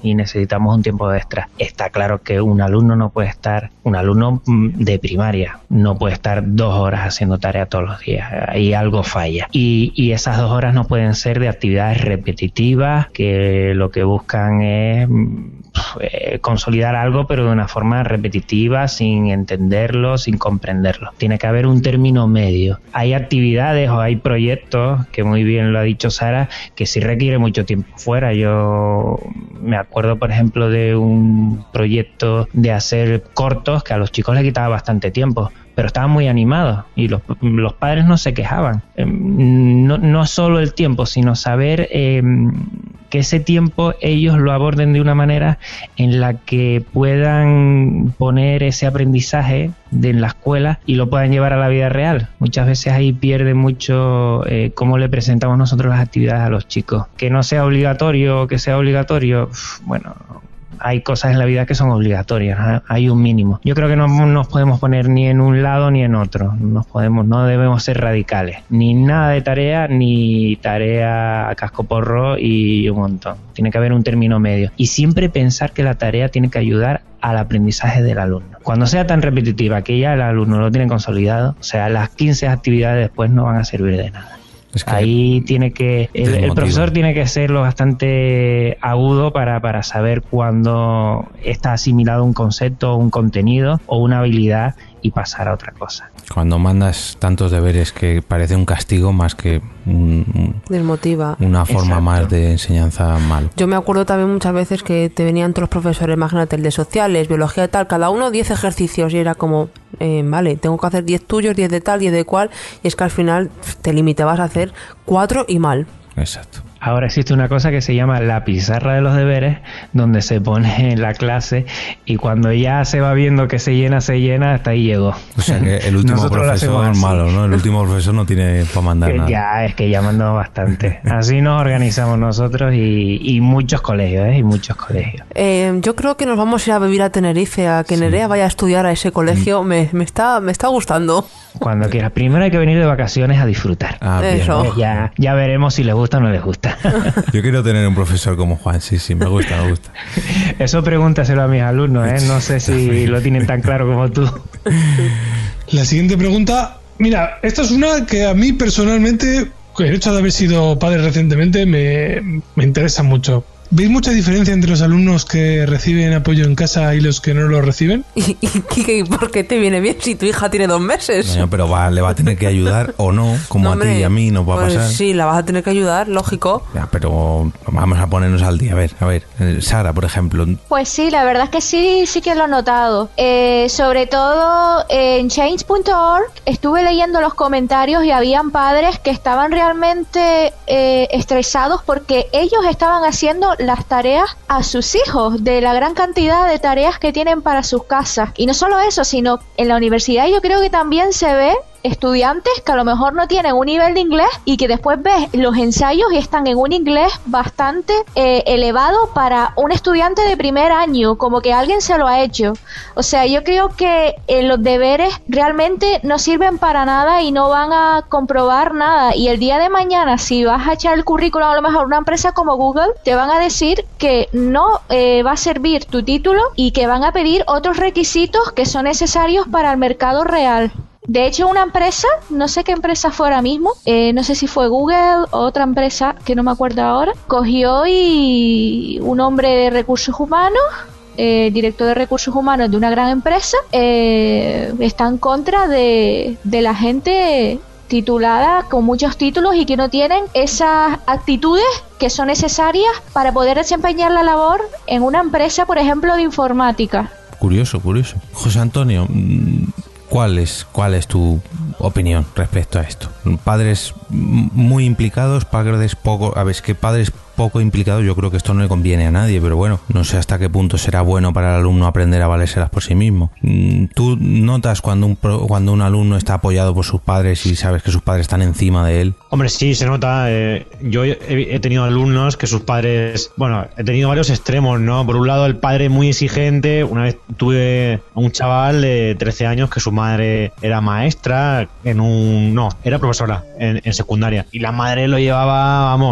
y necesitamos un tiempo extra. Está claro que un alumno no puede estar, un alumno de primaria, no puede estar dos horas haciendo tarea todos los días. Ahí algo falla. Y, y esas dos horas no pueden ser de actividades repetitivas que lo que buscan es eh, consolidar algo, pero de una forma repetitiva, sin entenderlo, sin comprenderlo. Tiene que haber un término medio. Hay actividades o hay proyectos, que muy bien lo ha dicho Sara, que sí requiere mucho tiempo fuera. Yo me acuerdo, por ejemplo, de un proyecto de hacer cortos que a los chicos les quitaba bastante tiempo, pero estaban muy animados y los, los padres no se quejaban. Eh, no, no solo el tiempo, sino saber eh, que ese tiempo ellos lo aborden de una manera en la que puedan poner ese aprendizaje de en la escuela y lo puedan llevar a la vida real. Muchas veces ahí pierde mucho eh, cómo le presentamos nosotros las actividades a los chicos. Que no sea obligatorio, que sea obligatorio, bueno... Hay cosas en la vida que son obligatorias, ¿no? Hay un mínimo. Yo creo que no nos podemos poner ni en un lado ni en otro. Nos podemos, no debemos ser radicales. Ni nada de tarea, ni tarea a cascoporro y un montón. Tiene que haber un término medio. Y siempre pensar que la tarea tiene que ayudar al aprendizaje del alumno. Cuando sea tan repetitiva que ya el alumno lo tiene consolidado, o sea, las quince actividades después no van a servir de nada. Es que ahí tiene que el, el profesor tiene que ser lo bastante agudo para, para saber cuándo está asimilado un concepto, un contenido o una habilidad y pasar a otra cosa. Cuando mandas tantos deberes que parece un castigo más que un, desmotiva. Una forma Exacto. más de enseñanza mal. Yo me acuerdo también muchas veces que te venían todos los profesores, imagínate, el de sociales, biología y tal, cada uno diez ejercicios y era como, eh, vale, tengo que hacer diez tuyos, diez de tal, diez de cual, y es que al final te limitabas a hacer cuatro y mal. Exacto. Ahora existe una cosa que se llama la pizarra de los deberes, donde se pone la clase y cuando ya se va viendo que se llena, se llena, hasta ahí llegó. O sea que el último Nosotros profesor es malo, ¿no? El último profesor no tiene para mandar que nada. Ya, es que ya mandamos bastante. Así nos organizamos nosotros y, y muchos colegios, ¿eh? Y muchos colegios. Eh, yo creo que nos vamos a ir a vivir a Tenerife, a que Sí. Nerea vaya a estudiar a ese colegio. Me, me, está, me está gustando. Cuando quieras. Primero hay que venir de vacaciones a disfrutar. Ah, bien. Eso. Eh, Ya, ya veremos si les gusta o no les gusta. Yo quiero tener un profesor como Juan, sí, sí, me gusta, me gusta. Eso pregúntaselo a mis alumnos, ¿eh? No sé si lo tienen tan claro como tú. La siguiente pregunta, mira, esta es una que a mí personalmente, el hecho de haber sido padre recientemente, me, me interesa mucho. ¿Veis mucha diferencia entre los alumnos que reciben apoyo en casa y los que no lo reciben? ¿Y, y, y por qué te viene bien si tu hija tiene dos meses? Bueno, pero va, le va a tener que ayudar o no, como No, a hombre, ti y a mí nos va a pues pasar. sí, la vas a tener que ayudar, lógico. Ya, pero vamos a ponernos al día. A ver, a ver, eh, Sara, por ejemplo. Pues sí, la verdad es que sí, sí que lo he notado. Eh, sobre todo en change punto org estuve leyendo los comentarios y habían padres que estaban realmente eh, estresados porque ellos estaban haciendo las tareas a sus hijos, de la gran cantidad de tareas que tienen para sus casas. Y no solo eso, sino en la universidad yo creo que también se ve estudiantes que a lo mejor no tienen un nivel de inglés y que después ves los ensayos y están en un inglés bastante eh, elevado para un estudiante de primer año, como que alguien se lo ha hecho. O sea, yo creo que eh, los deberes realmente no sirven para nada y no van a comprobar nada. Y el día de mañana, si vas a echar el currículum a lo mejor a una empresa como Google, te van a decir que no eh, va a servir tu título y que van a pedir otros requisitos que son necesarios para el mercado real. De hecho, una empresa, no sé qué empresa fue ahora mismo, eh, no sé si fue Google o otra empresa que no me acuerdo ahora, cogió y un hombre de recursos humanos, eh, director de recursos humanos de una gran empresa, eh, está en contra de, de la gente titulada con muchos títulos y que no tienen esas actitudes que son necesarias para poder desempeñar la labor en una empresa, por ejemplo, de informática. Curioso, curioso. José Antonio, ¿cuál es, cuál es tu opinión respecto a esto? Padres muy implicados, padres poco... A ver, es que padres poco implicados, yo creo que esto no le conviene a nadie, pero bueno, no sé hasta qué punto será bueno para el alumno aprender a valérselas por sí mismo. ¿Tú notas cuando un, pro, cuando un alumno está apoyado por sus padres y sabes que sus padres están encima de él? Hombre, sí, se nota. Eh, yo he, he tenido alumnos que sus padres... Bueno, he tenido varios extremos, ¿no? Por un lado, el padre muy exigente. Una vez tuve a un chaval de trece años que su madre era maestra en un... No, era profesora en, en secundaria. Y la madre lo llevaba, vamos...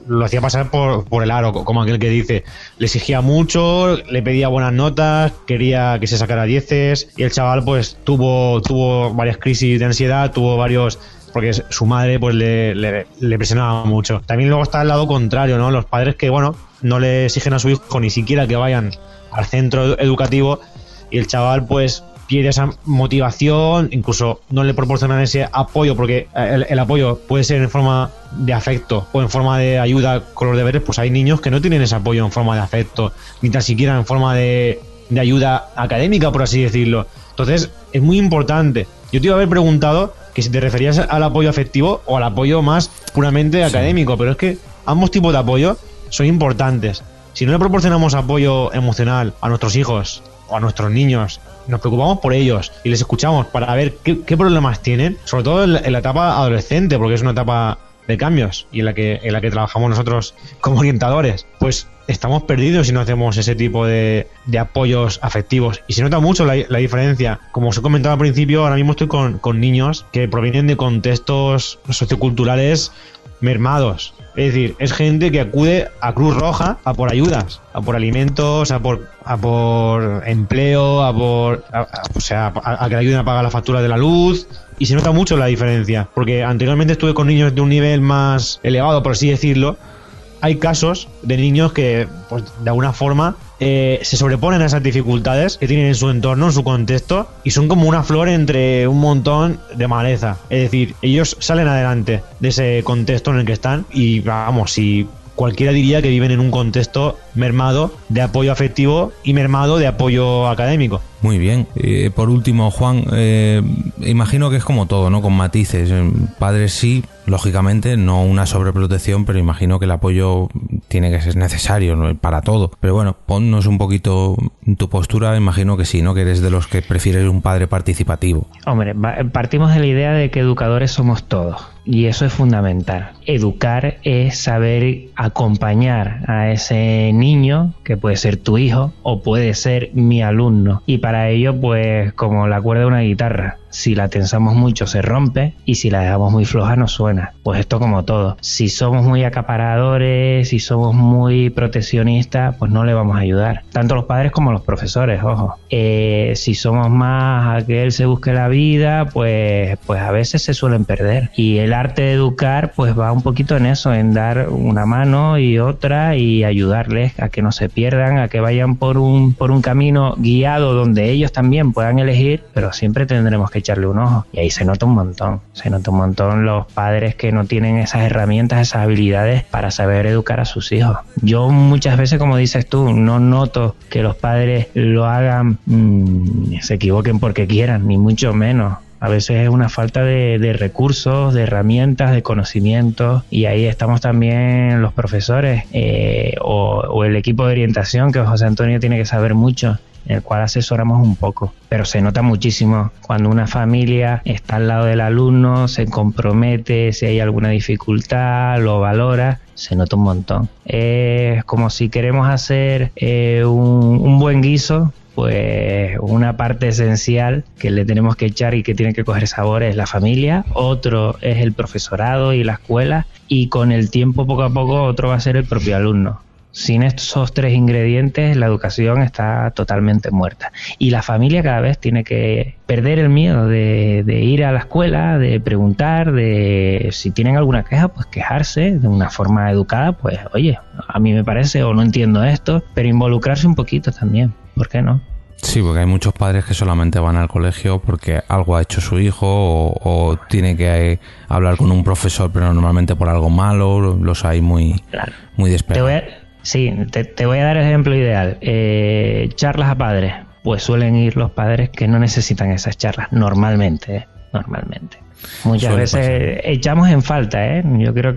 lo hacía pasar por, por el aro, como aquel que dice. Le exigía mucho, le pedía buenas notas, quería que se sacara dieces, y el chaval pues tuvo, tuvo varias crisis de ansiedad, tuvo varios... porque su madre pues le, le, le presionaba mucho. También luego está el lado contrario, ¿no? Los padres que, bueno, no le exigen a su hijo ni siquiera que vayan al centro educativo, y el chaval pues pierde esa motivación, incluso no le proporcionan ese apoyo, porque el, el apoyo puede ser en forma de afecto o en forma de ayuda con los deberes. Pues hay niños que no tienen ese apoyo en forma de afecto, ni tan siquiera en forma de, de ayuda académica, por así decirlo. Entonces es muy importante. Yo te iba a haber preguntado que si te referías al apoyo afectivo o al apoyo más puramente sí. académico, pero es que ambos tipos de apoyo son importantes. Si no le proporcionamos apoyo emocional a nuestros hijos o a nuestros niños, nos preocupamos por ellos y les escuchamos para ver qué, qué problemas tienen, sobre todo en la, en la etapa adolescente, porque es una etapa de cambios y en la que en la que trabajamos nosotros como orientadores, pues estamos perdidos si no hacemos ese tipo de, de apoyos afectivos. Y se nota mucho la, la diferencia. Como os he comentado al principio, ahora mismo estoy con, con niños que provienen de contextos socioculturales mermados. Es decir, es gente que acude a Cruz Roja a por ayudas, a por alimentos, a por a por empleo, a por a, a, o sea, a, a que le ayuden a pagar la factura de la luz. Y se nota mucho la diferencia, porque anteriormente estuve con niños de un nivel más elevado, por así decirlo. Hay casos de niños que, pues, de alguna forma eh, se sobreponen a esas dificultades que tienen en su entorno, en su contexto, y son como una flor entre un montón de maleza. Es decir, ellos salen adelante de ese contexto en el que están, y vamos, si cualquiera diría que viven en un contexto mermado de apoyo afectivo y mermado de apoyo académico. Muy bien. Eh, por último, Juan, eh, imagino que es como todo, ¿no? Con matices. Padres sí, lógicamente, no una sobreprotección, pero imagino que el apoyo tiene que ser necesario, ¿no? Para todo. Pero bueno, ponnos un poquito tu postura. Imagino que sí, ¿no? Que eres de los que prefieres un padre participativo. Hombre, partimos de la idea de que educadores somos todos. Y eso es fundamental. Educar es saber acompañar a ese niño, que puede ser tu hijo o puede ser mi alumno. Y para ello, pues como la cuerda de una guitarra, si la tensamos mucho se rompe y si la dejamos muy floja no suena. Pues esto como todo. Si somos muy acaparadores, si somos muy proteccionistas, pues no le vamos a ayudar. Tanto los padres como los profesores, ojo. Eh, si somos más a que él se busque la vida, pues, pues a veces se suelen perder. Y el arte de educar pues va un poquito en eso, en dar una mano y otra y ayudarles a que no se pierdan, a que vayan por un, por un camino guiado donde ellos también puedan elegir, pero siempre tendremos que echarle un ojo. Y ahí se nota un montón, se nota un montón los padres que no tienen esas herramientas, esas habilidades para saber educar a sus hijos. Yo muchas veces, como dices tú, no noto que los padres lo hagan, mmm, se equivoquen porque quieran, ni mucho menos. A veces es una falta de, de recursos, de herramientas, de conocimientos, y ahí estamos también los profesores eh, o, o el equipo de orientación, que José Antonio tiene que saber mucho, en el cual asesoramos un poco. Pero se nota muchísimo cuando una familia está al lado del alumno, se compromete, si hay alguna dificultad, lo valora, se nota un montón. Es como si queremos hacer eh, un, un buen guiso, pues una parte esencial que le tenemos que echar y que tiene que coger sabor es la familia, otro es el profesorado y la escuela, y con el tiempo, poco a poco, otro va a ser el propio alumno. Sin estos tres ingredientes, la educación está totalmente muerta. Y la familia cada vez tiene que perder el miedo de, de ir a la escuela, de preguntar, de si tienen alguna queja, pues quejarse de una forma educada, pues oye, a mí me parece o no entiendo esto, pero involucrarse un poquito también. ¿Por qué no? Sí, porque hay muchos padres que solamente van al colegio porque algo ha hecho su hijo o, o tiene que eh, hablar con un profesor, pero normalmente por algo malo. Los hay muy, claro. muy despegados. Sí, te, te voy a dar el ejemplo ideal. Eh, charlas a padres. Pues suelen ir los padres que no necesitan esas charlas, normalmente, ¿eh? Normalmente. Muchas Suele veces pasar. Echamos en falta, ¿eh? Yo creo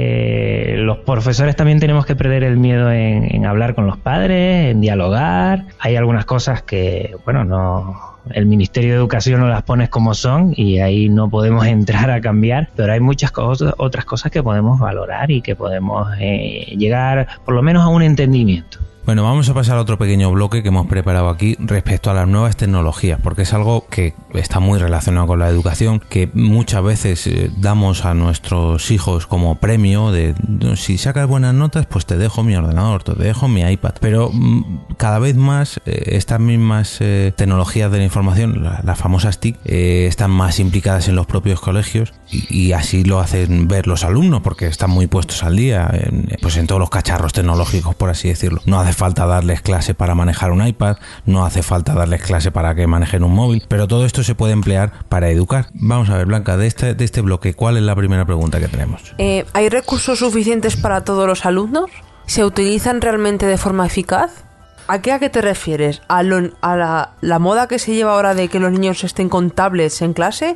que los profesores también tenemos que perder el miedo en, en hablar con los padres, en dialogar. Hay algunas cosas que, bueno, no... El Ministerio de Educación no las pone como son y ahí no podemos entrar a cambiar, pero hay muchas cosas, otras cosas que podemos valorar y que podemos eh, llegar por lo menos a un entendimiento. Bueno, vamos a pasar a otro pequeño bloque que hemos preparado aquí respecto a las nuevas tecnologías, porque es algo que está muy relacionado con la educación, que muchas veces eh, damos a nuestros hijos como premio de si sacas buenas notas, pues te dejo mi ordenador, te dejo mi iPad. Pero mm, cada vez más eh, estas mismas eh, tecnologías de la información, la, las famosas T I C, eh, están más implicadas en los propios colegios y, y así lo hacen ver los alumnos, porque están muy puestos al día, en, pues en todos los cacharros tecnológicos, por así decirlo. No hace falta darles clase para manejar un iPad, no hace falta darles clase para que manejen un móvil, pero todo esto se puede emplear para educar. Vamos a ver, Blanca, de este, de este bloque, ¿cuál es la primera pregunta que tenemos? Eh, ¿Hay recursos suficientes para todos los alumnos? ¿Se utilizan realmente de forma eficaz? ¿A qué a qué te refieres? ¿A, lo, a la, la moda que se lleva ahora de que los niños estén con tablets en clase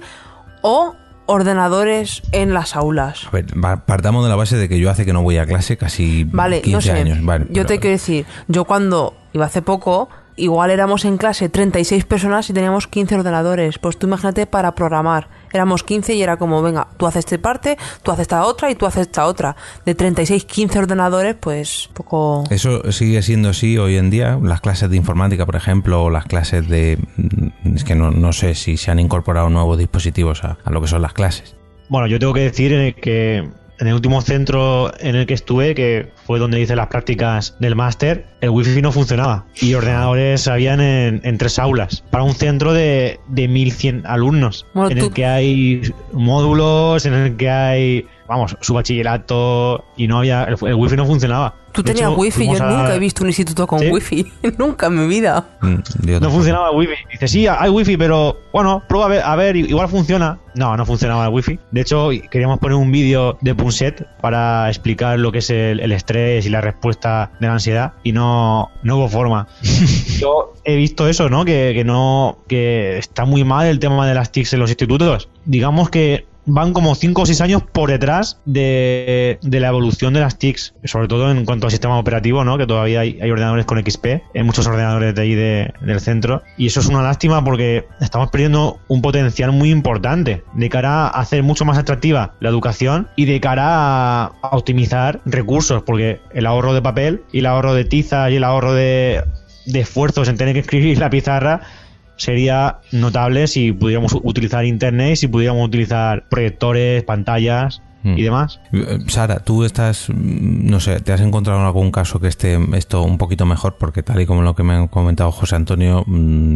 o ordenadores en las aulas? A ver, partamos de la base de que yo hace que no voy a clase casi vale, quince no sé. años. Vale, yo pero... te quiero decir, yo cuando iba hace poco, igual éramos en clase treinta y seis personas y teníamos quince ordenadores. Pues tú imagínate para programar. Éramos quince y era como, venga, tú haces esta parte, tú haces esta otra y tú haces esta otra. De treinta y seis, quince ordenadores, pues poco... Eso sigue siendo así hoy en día. Las clases de informática, por ejemplo, o las clases de... Es que no, no sé si se han incorporado nuevos dispositivos a, a lo que son las clases. Bueno, yo tengo que decir que en el último centro en el que estuve, que fue donde hice las prácticas del máster, el wifi no funcionaba y ordenadores habían en, en tres aulas para un centro de, de mil cien alumnos, bueno, en tú... el que hay módulos, en el que hay, vamos, su bachillerato, y no había, el, el wifi no funcionaba. Tú de tenías hecho, wifi, yo a... nunca he visto un instituto con ¿Sí? wifi, nunca en mi vida. Mm, no funcionaba el wifi. Dice, sí, hay wifi, pero bueno, prueba a ver, a ver, igual funciona. No, no funcionaba el wifi. De hecho, queríamos poner un vídeo de Punset para explicar lo que es el, el estrés y la respuesta de la ansiedad, y no, no hubo forma. Yo he visto eso, ¿no? Que, que no, que está muy mal el tema de las T I Cs en los institutos. Digamos que van como cinco o seis años por detrás de, de la evolución de las T I Cs, sobre todo en cuanto al sistema operativo, ¿no? Que todavía hay, hay ordenadores con X P, hay muchos ordenadores de ahí de, del centro, y eso es una lástima porque estamos perdiendo un potencial muy importante de cara a hacer mucho más atractiva la educación y de cara a, a optimizar recursos, porque el ahorro de papel y el ahorro de tiza y el ahorro de, de esfuerzos en tener que escribir la pizarra sería notable si pudiéramos utilizar internet, si pudiéramos utilizar proyectores, pantallas y demás. Sara, tú estás, no sé, ¿te has encontrado en algún caso que esté esto un poquito mejor? Porque tal y como lo que me ha comentado José Antonio,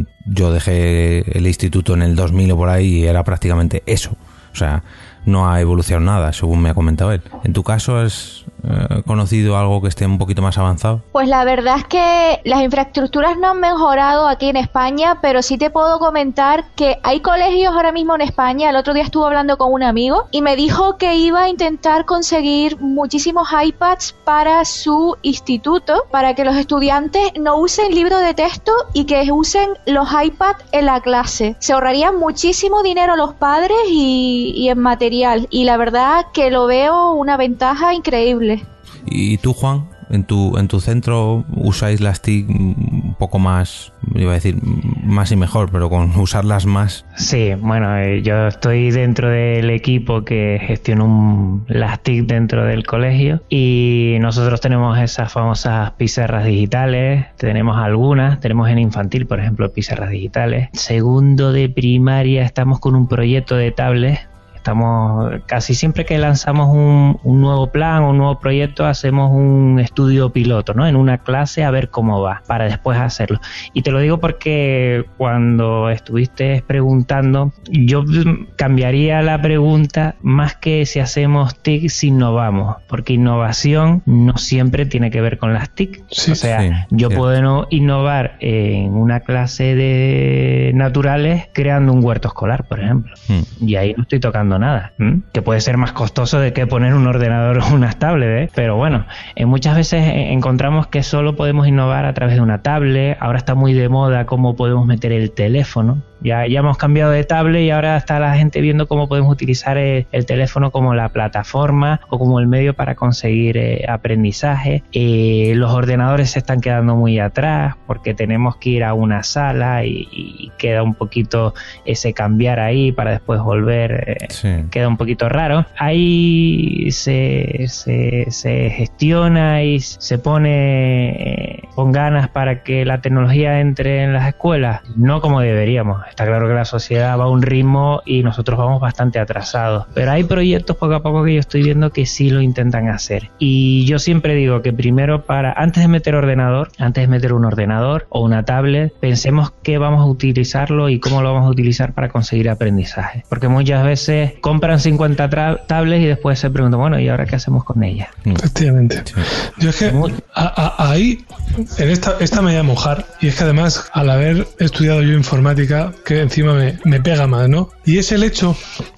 yo dejé el instituto en el dos mil o por ahí y era prácticamente eso. O sea, no ha evolucionado nada, según me ha comentado él. ¿En tu caso has eh, conocido algo que esté un poquito más avanzado? Pues la verdad es que las infraestructuras no han mejorado aquí en España, pero sí te puedo comentar que hay colegios ahora mismo en España. El otro día estuve hablando con un amigo y me dijo que iba a intentar conseguir muchísimos iPads para su instituto, para que los estudiantes no usen libros de texto y que usen los iPads en la clase. Se ahorrarían muchísimo dinero los padres y, y en materia. Y la verdad que lo veo una ventaja increíble. ¿Y tú, Juan? ¿En tu, en tu centro usáis las T I C un poco más, iba a decir, más y mejor, pero con usarlas más? Sí, bueno, eh, yo estoy dentro del equipo que gestiona un, las T I C dentro del colegio, y nosotros tenemos esas famosas pizarras digitales, tenemos algunas, tenemos en infantil, por ejemplo, pizarras digitales. Segundo de primaria estamos con un proyecto de tablets. Estamos casi siempre que lanzamos un, un nuevo plan o un nuevo proyecto, hacemos un estudio piloto, ¿no? En una clase a ver cómo va, para después hacerlo. Y te lo digo porque cuando estuviste preguntando, yo cambiaría la pregunta, más que si hacemos T I C, si innovamos, porque innovación no siempre tiene que ver con las T I C. Sí, o sea, sí, yo sí. puedo no innovar en una clase de naturales creando un huerto escolar, por ejemplo. Mm. Y ahí no estoy tocando nada, ¿m? Que puede ser más costoso de que poner un ordenador o unas tablets, ¿eh? Pero bueno, eh, muchas veces encontramos que solo podemos innovar a través de una tablet. Ahora está muy de moda cómo podemos meter el teléfono Ya, ya hemos cambiado de tablet y ahora está la gente viendo cómo podemos utilizar el, el teléfono como la plataforma o como el medio para conseguir eh, aprendizaje. Eh, los ordenadores se están quedando muy atrás porque tenemos que ir a una sala y, y queda un poquito ese cambiar ahí para después volver, eh, sí. Queda un poquito raro. Ahí se, se, se gestiona y se pone eh, con ganas para que la tecnología entre en las escuelas, no como deberíamos. Está claro que la sociedad va a un ritmo y nosotros vamos bastante atrasados, pero hay proyectos poco a poco que yo estoy viendo que sí lo intentan hacer. Y yo siempre digo que primero, para antes de meter ordenador, antes de meter un ordenador o una tablet, pensemos qué vamos a utilizarlo y cómo lo vamos a utilizar para conseguir aprendizaje, porque muchas veces compran cincuenta tra- tablets y después se preguntan, bueno, ¿y ahora qué hacemos con ellas? Efectivamente. Sí. Yo es que a, a, ahí en esta, esta me voy a mojar, y es que además, al haber estudiado yo informática, que encima me, me pega más, ¿no? Y es el hecho,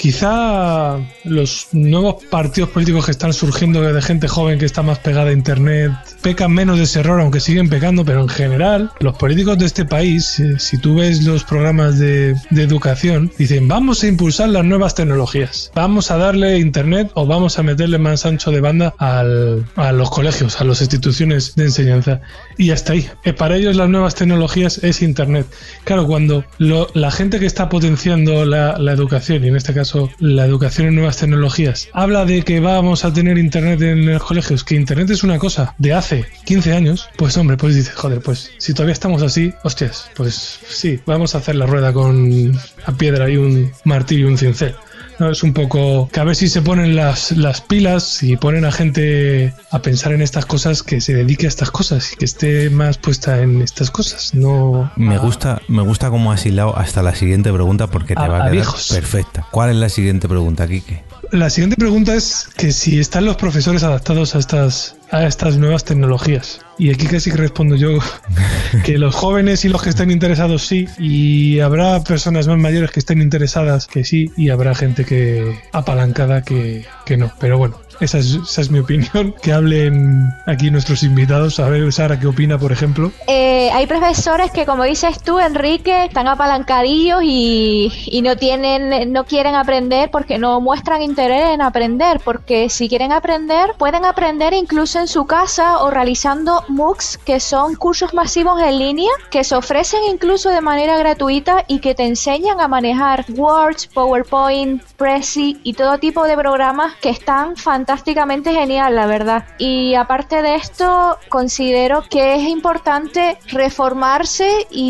quizá los nuevos partidos políticos que están surgiendo de gente joven que está más pegada a internet pecan menos de ese error, aunque siguen pecando, pero en general los políticos de este país, eh, si tú ves los programas de, de educación, dicen vamos a impulsar las nuevas tecnologías, vamos a darle internet o vamos a meterle más ancho de banda al, a los colegios, a las instituciones de enseñanza, y hasta ahí. Eh, para ellos las nuevas tecnologías es internet. Claro, cuando lo, la gente que está potenciando la, la educación, y en este caso la educación en nuevas tecnologías, habla de que vamos a tener internet en los colegios, que internet es una cosa de hace quince años, pues hombre, pues dices, joder, pues si todavía estamos así, hostias, pues sí, vamos a hacer la rueda con a piedra y un martillo y un cincel. No, es un poco que a ver si se ponen las, las pilas y ponen a gente a pensar en estas cosas, que se dedique a estas cosas y que esté más puesta en estas cosas. No me a, gusta me gusta cómo has hilado hasta la siguiente pregunta, porque te a, va a, a quedar viejos. Perfecta. ¿Cuál es la siguiente pregunta, Quique? La siguiente pregunta es que si están los profesores adaptados a estas a estas nuevas tecnologías. Y aquí casi que respondo yo que los jóvenes y los que estén interesados sí, y habrá personas más mayores que estén interesadas que sí, y habrá gente que apalancada que, que no. Pero bueno, esa es, esa es mi opinión. Que hablen aquí nuestros invitados. A ver, Sara, ¿qué opina, por ejemplo? Eh, hay profesores que, como dices tú, Enrique, están apalancadillos y, y no tienen, no quieren aprender porque no muestran interés en aprender, porque si quieren aprender, pueden aprender incluso en su casa o realizando MOOCs, que son cursos masivos en línea, que se ofrecen incluso de manera gratuita y que te enseñan a manejar Word, PowerPoint, Prezi y todo tipo de programas que están fantásticamente genial, la verdad. Y aparte de esto, considero que es importante reformarse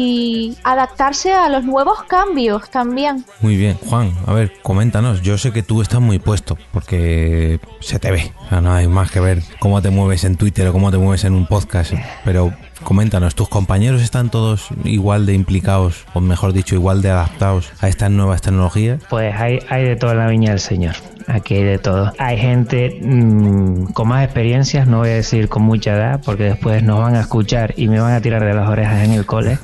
y adaptarse a los nuevos cambios también. Muy bien, Juan, a ver, coméntanos. Yo sé que tú estás muy puesto porque se te ve, o sea, no hay más que ver cómo te mueves en Twitter o cómo te mueves en un podcast, pero coméntanos, ¿tus compañeros están todos igual de implicados, o mejor dicho, igual de adaptados a estas nuevas tecnologías? Pues hay, hay de todo en la viña del Señor. Aquí hay de todo. Hay gente mmm, con más experiencias, no voy a decir con mucha edad, porque después nos van a escuchar y me van a tirar de las orejas en el cole.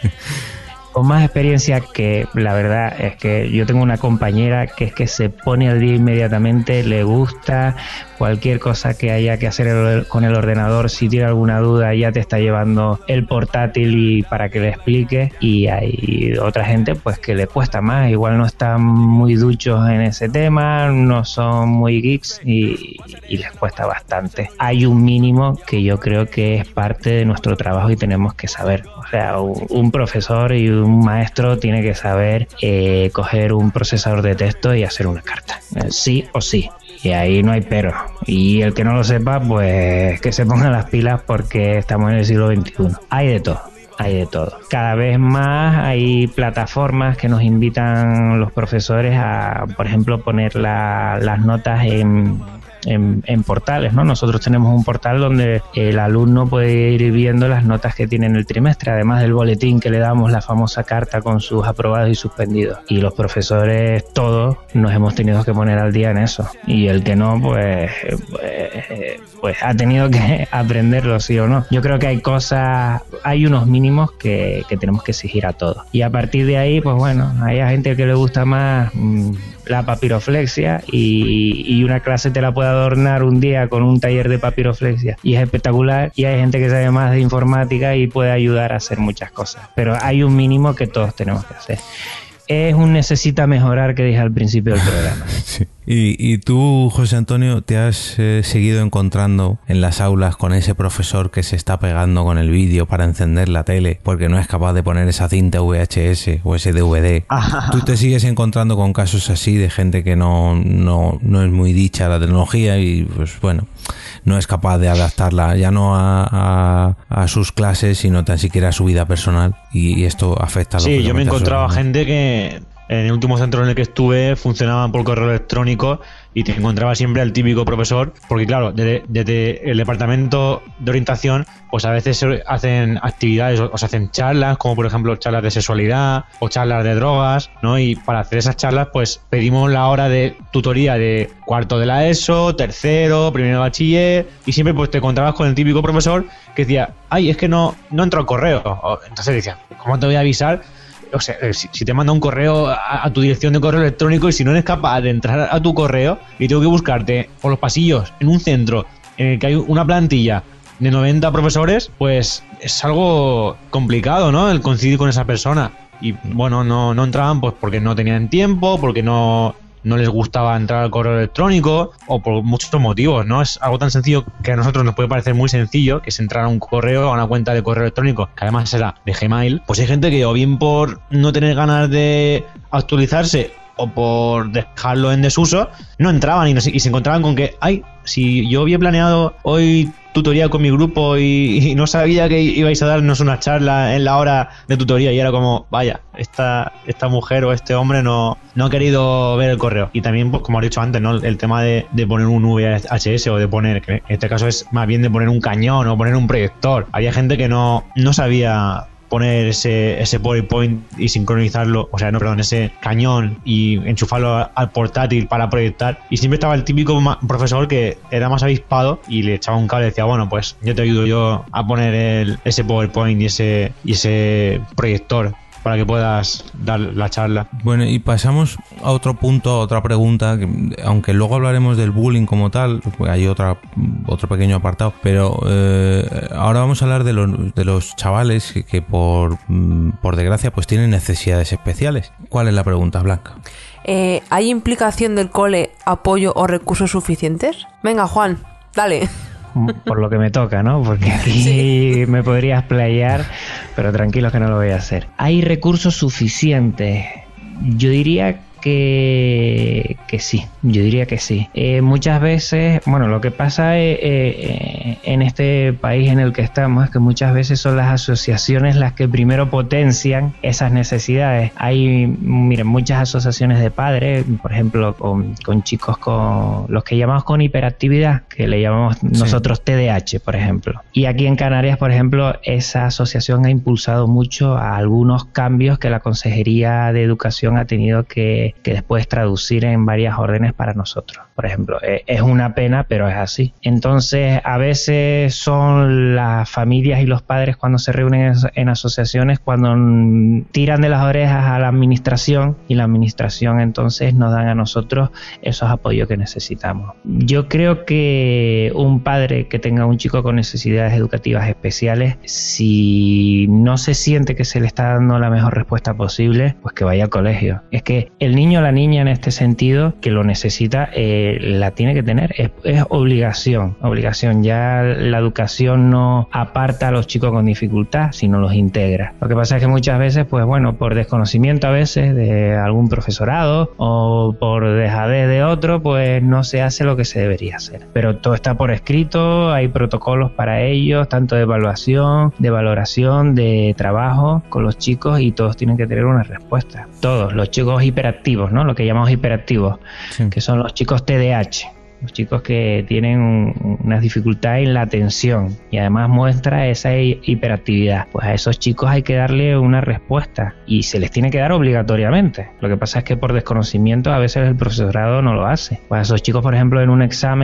Con más experiencia, que la verdad es que yo tengo una compañera que es que se pone al día inmediatamente, le gusta cualquier cosa que haya que hacer el, con el ordenador. Si tiene alguna duda, ya te está llevando el portátil y para que le explique. Y hay otra gente pues que le cuesta más, igual no están muy duchos en ese tema, no son muy geeks y, y les cuesta bastante. Hay un mínimo que yo creo que es parte de nuestro trabajo y tenemos que saber. O sea, un, un profesor y un maestro tiene que saber eh, coger un procesador de texto y hacer una carta, eh, sí o sí. Y ahí no hay pero. Y el que no lo sepa, pues que se ponga las pilas, porque estamos en el siglo veintiuno. Hay de todo. Hay de todo. Cada vez más hay plataformas que nos invitan los profesores a, por ejemplo, poner la, las notas en, en, en portales, ¿no? Nosotros tenemos un portal donde el alumno puede ir viendo las notas que tiene en el trimestre, además del boletín que le damos, la famosa carta con sus aprobados y suspendidos. Y los profesores todos nos hemos tenido que poner al día en eso. Y el que no, pues, pues, pues ha tenido que aprenderlo, sí o no. Yo creo que hay cosas, hay unos mínimos que, que tenemos que exigir a todos. Y a partir de ahí, pues bueno, hay gente que le gusta más mmm, la papiroflexia y, y una clase te la puede adornar un día con un taller de papiroflexia y es espectacular, y hay gente que sabe más de informática y puede ayudar a hacer muchas cosas, pero hay un mínimo que todos tenemos que hacer. Es un necesita mejorar que dije al principio del programa. Sí. Y, y tú, José Antonio, ¿te has eh, seguido encontrando en las aulas con ese profesor que se está pegando con el vídeo para encender la tele porque no es capaz de poner esa cinta V H S o ese D V D? ¿Tú te sigues encontrando con casos así de gente que no, no, no es muy dicha la tecnología y, pues bueno, no es capaz de adaptarla ya no a, a, a sus clases, sino tan siquiera a su vida personal, y, y esto afecta a lo Sí, que yo me encontraba sobre, ¿no? gente que en el último centro en el que estuve funcionaban por correo electrónico y te encontraba siempre al típico profesor, porque claro, desde, desde el departamento de orientación pues a veces se hacen actividades o se hacen charlas, como por ejemplo charlas de sexualidad o charlas de drogas, ¿no? Y para hacer esas charlas pues pedimos la hora de tutoría de cuarto de la ESO, tercero, primero de bachiller, y siempre pues te encontrabas con el típico profesor que decía, ay, es que no, no entró el correo. Entonces decía, ¿cómo te voy a avisar? O sea, si, si te manda un correo a, a tu dirección de correo electrónico y si no eres capaz de entrar a tu correo y tengo que buscarte por los pasillos en un centro en el que hay una plantilla de noventa profesores, pues es algo complicado, ¿no? El coincidir con esa persona. Y bueno, no, no entraban pues porque no tenían tiempo, porque no, no les gustaba entrar al correo electrónico o por muchos motivos, ¿no? Es algo tan sencillo que a nosotros nos puede parecer muy sencillo, que es entrar a un correo, a una cuenta de correo electrónico, que además será de Gmail. Pues hay gente que o bien por no tener ganas de actualizarse o por dejarlo en desuso, no entraban y, no, y se encontraban con que, ay, si yo había planeado hoy tutoría con mi grupo y, y no sabía que ibais a darnos una charla en la hora de tutoría, y era como, vaya, esta, esta mujer o este hombre no, no ha querido ver el correo. Y también, pues como has dicho antes, ¿no? El tema de, de poner un V H S o de poner, que en este caso es más bien de poner un cañón o poner un proyector. Había gente que no, no sabía poner ese, ese PowerPoint y sincronizarlo, o sea, no, perdón, ese cañón y enchufarlo al portátil para proyectar, y siempre estaba el típico profesor que era más avispado y le echaba un cable y decía, bueno, pues yo te ayudo yo a poner el, ese PowerPoint y ese, y ese proyector para que puedas dar la charla. Bueno, y pasamos a otro punto, a otra pregunta, que, aunque luego hablaremos del bullying como tal, hay otra, otro pequeño apartado, pero eh, ahora vamos a hablar de los, de los chavales que, que por, por desgracia pues tienen necesidades especiales. ¿Cuál es la pregunta, Blanca? Eh, ¿Hay implicación del cole, apoyo o recursos suficientes? Venga, Juan, dale. Por lo que me toca, ¿no? Porque aquí sí me podría explayar, pero tranquilos que no lo voy a hacer. ¿Hay recursos suficientes? Yo diría que, que sí, yo diría que sí. Eh, muchas veces, bueno, lo que pasa eh, eh, en este país en el que estamos es que muchas veces son las asociaciones las que primero potencian esas necesidades. Hay, miren, muchas asociaciones de padres, por ejemplo, con, con chicos con los que llamamos con hiperactividad, que le llamamos sí. nosotros T D A H, por ejemplo. Y aquí en Canarias, por ejemplo, esa asociación ha impulsado mucho a algunos cambios que la Consejería de Educación ha tenido que que después traducir en varias órdenes para nosotros. Por ejemplo, es una pena, pero es así. Entonces, a veces son las familias y los padres cuando se reúnen en asociaciones, cuando tiran de las orejas a la administración, y la administración entonces nos dan a nosotros esos apoyos que necesitamos. Yo creo que un padre que tenga un chico con necesidades educativas especiales, si no se siente que se le está dando la mejor respuesta posible, pues que vaya al colegio. Es que el niño o la niña en este sentido que lo necesita, eh, la tiene que tener, es, es obligación, obligación. Ya la educación no aparta a los chicos con dificultad, sino los integra. Lo que pasa es que muchas veces, pues bueno, por desconocimiento a veces de algún profesorado o por dejadez de otro, pues no se hace lo que se debería hacer. Pero todo está por escrito, hay protocolos para ellos, tanto de evaluación, de valoración, de trabajo con los chicos, y todos tienen que tener una respuesta. Todos, los chicos hiperactivos, ¿no? Lo que llamamos hiperactivos, sí. que son los chicos T D A H, los chicos que tienen un, una dificultad en la atención y además muestra esa hiperactividad. Pues a esos chicos hay que darle una respuesta y se les tiene que dar obligatoriamente. Lo que pasa es que por desconocimiento a veces el profesorado no lo hace. Pues a esos chicos, por ejemplo, en un examen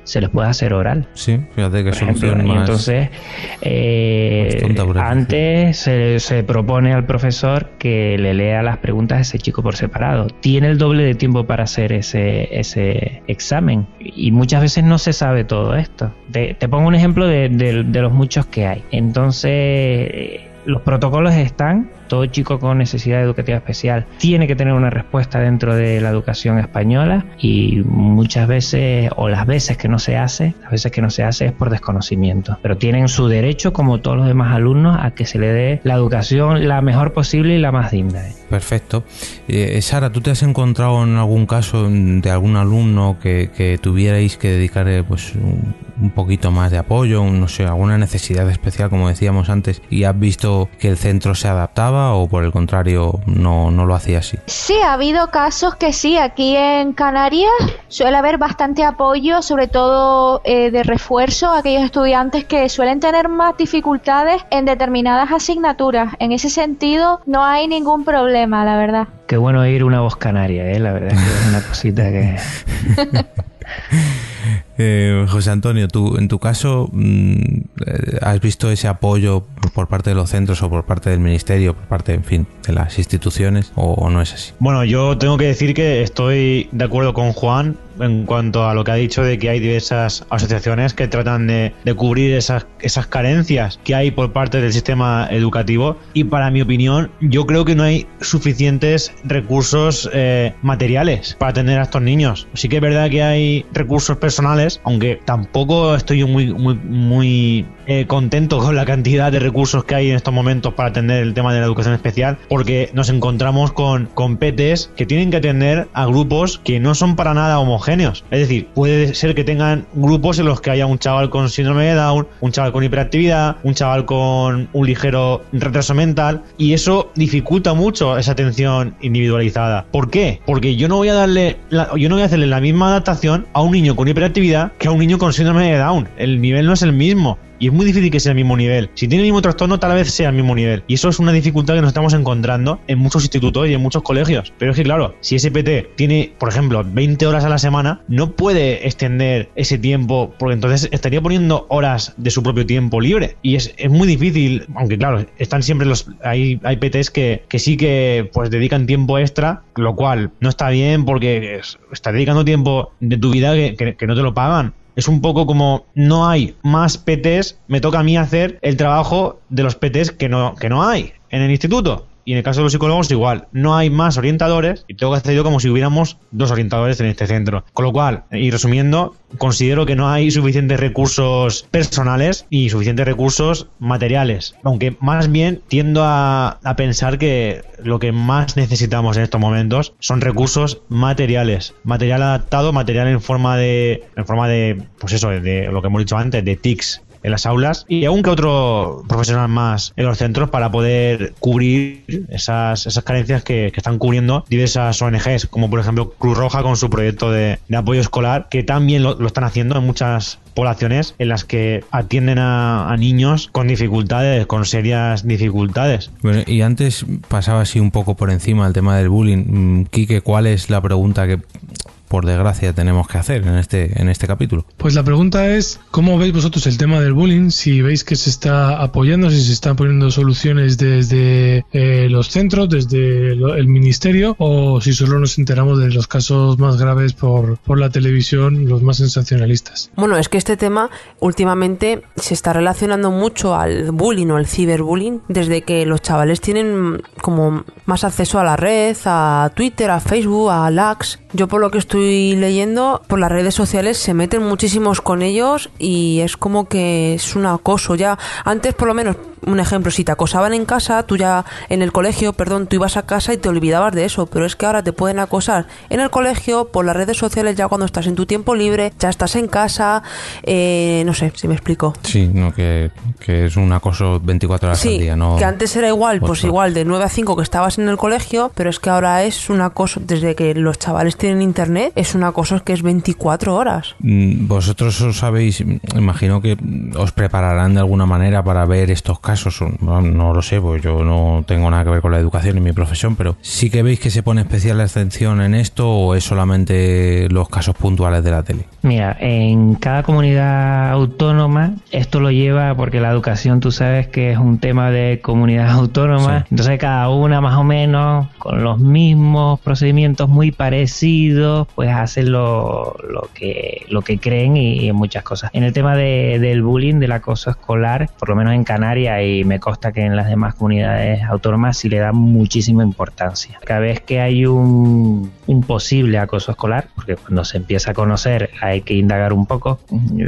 se les puede hacer oral. Sí, fíjate que solución ejemplo. más. Y entonces, eh, tonta, por antes se, se propone al profesor que le lea las preguntas a ese chico por separado. Tiene el doble de tiempo para hacer ese, ese examen y muchas veces no se sabe todo esto. Te, te pongo un ejemplo de, de, de los muchos que hay. Entonces, los protocolos están. Todo chico con necesidad educativa especial tiene que tener una respuesta dentro de la educación española y muchas veces, o las veces que no se hace, las veces que no se hace es por desconocimiento. Pero tienen su derecho, como todos los demás alumnos, a que se le dé la educación la mejor posible y la más digna. Perfecto. Eh, Sara, ¿tú te has encontrado en algún caso de algún alumno que, que tuvierais que dedicarle pues un, un poquito más de apoyo, un, no sé, alguna necesidad especial, como decíamos antes, y has visto que el centro se adaptaba o por el contrario no, no lo hacía así? Sí, ha habido casos que sí, aquí en Canarias suele haber bastante apoyo, sobre todo eh, de refuerzo a aquellos estudiantes que suelen tener más dificultades en determinadas asignaturas. En ese sentido no hay ningún problema, la verdad. Qué bueno oír una voz canaria, ¿eh? La verdad es que es una cosita que... Eh, José Antonio, tú, en tu caso, ¿has visto ese apoyo por parte de los centros o por parte del ministerio, por parte, en fin, de las instituciones, o, o no es así? Bueno, yo tengo que decir que estoy de acuerdo con Juan en cuanto a lo que ha dicho de que hay diversas asociaciones que tratan de, de cubrir esas, esas carencias que hay por parte del sistema educativo, y para mi opinión yo creo que no hay suficientes recursos eh, materiales para atender a estos niños. Sí que es verdad que hay recursos personales, aunque tampoco estoy muy, muy, muy eh, contento con la cantidad de recursos que hay en estos momentos para atender el tema de la educación especial, porque nos encontramos con, con P Ts que tienen que atender a grupos que no son para nada homogéneos. Es decir, puede ser que tengan grupos en los que haya un chaval con síndrome de Down, un chaval con hiperactividad, un chaval con un ligero retraso mental, y eso dificulta mucho esa atención individualizada. ¿Por qué? Porque yo no voy a darle la, yo no voy a hacerle la misma adaptación a un niño con hiperactividad que a un niño con síndrome de Down. El nivel no es el mismo. Y es muy difícil que sea el mismo nivel. Si tiene el mismo trastorno, tal vez sea el mismo nivel. Y eso es una dificultad que nos estamos encontrando en muchos institutos y en muchos colegios. Pero es que, claro, si ese P T tiene, por ejemplo, veinte horas a la semana, no puede extender ese tiempo, porque entonces estaría poniendo horas de su propio tiempo libre. Y es, es muy difícil, aunque claro, están siempre los... Hay, hay P Ts que, que sí que pues dedican tiempo extra, lo cual no está bien porque estás dedicando tiempo de tu vida que, que, que no te lo pagan. Es un poco como no hay más P Ts, me toca a mí hacer el trabajo de los P Ts que no, que no hay en el instituto. Y en el caso de los psicólogos igual, no hay más orientadores y tengo que hacer yo como si hubiéramos dos orientadores en este centro. Con lo cual, y resumiendo, considero que no hay suficientes recursos personales y suficientes recursos materiales. Aunque más bien tiendo a, a pensar que lo que más necesitamos en estos momentos son recursos materiales. Material adaptado, material en forma de, en forma de, pues eso, de lo que hemos dicho antes, de T I Cs en las aulas, y algún que otro profesional más en los centros para poder cubrir esas, esas carencias que, que están cubriendo diversas O N Ges, como por ejemplo Cruz Roja con su proyecto de, de apoyo escolar, que también lo, lo están haciendo en muchas poblaciones en las que atienden a, a niños con dificultades, con serias dificultades. Bueno, y antes pasaba así un poco por encima el tema del bullying. Quique, ¿cuál es la pregunta que por desgracia tenemos que hacer en este en este capítulo? Pues la pregunta es, ¿cómo veis vosotros el tema del bullying? Si veis que se está apoyando, si se están poniendo soluciones desde eh, los centros, desde lo, el ministerio, o si solo nos enteramos de los casos más graves por, por la televisión, los más sensacionalistas. Bueno, es que este tema últimamente se está relacionando mucho al bullying o al ciberbullying desde que los chavales tienen como más acceso a la red, a Twitter, a Facebook, a Lax. Yo por lo que estoy leyendo, por las redes sociales se meten muchísimos con ellos y es como que es un acoso ya. Antes, por lo menos, un ejemplo, si te acosaban en casa, tú ya en el colegio, perdón, tú ibas a casa y te olvidabas de eso, pero es que ahora te pueden acosar en el colegio, por las redes sociales, ya cuando estás en tu tiempo libre, ya estás en casa, eh, no sé si me explico. Sí, no, que, que es un acoso veinticuatro horas sí, al día, ¿no? Que antes era igual, pues ocho. Igual de nueve a cinco que estabas en el colegio, pero es que ahora es un acoso desde que los chavales tienen internet. Internet es una cosa que es veinticuatro horas. Vosotros os sabéis, imagino que os prepararán de alguna manera para ver estos casos. No, no lo sé, pues yo no tengo nada que ver con la educación ni mi profesión, pero sí que veis que se pone especial atención en esto, o es solamente los casos puntuales de la tele. Mira, en cada comunidad autónoma esto lo lleva, porque la educación tú sabes que es un tema de comunidad autónoma, sí. Entonces cada una más o menos con los mismos procedimientos muy parecidos, pues hacen lo, lo que lo que creen y, y en muchas cosas. En el tema de, del bullying, del acoso escolar, por lo menos en Canarias, y me consta que en las demás comunidades autónomas sí le dan muchísima importancia. Cada vez que hay un, un posible acoso escolar, porque cuando se empieza a conocer hay que indagar un poco,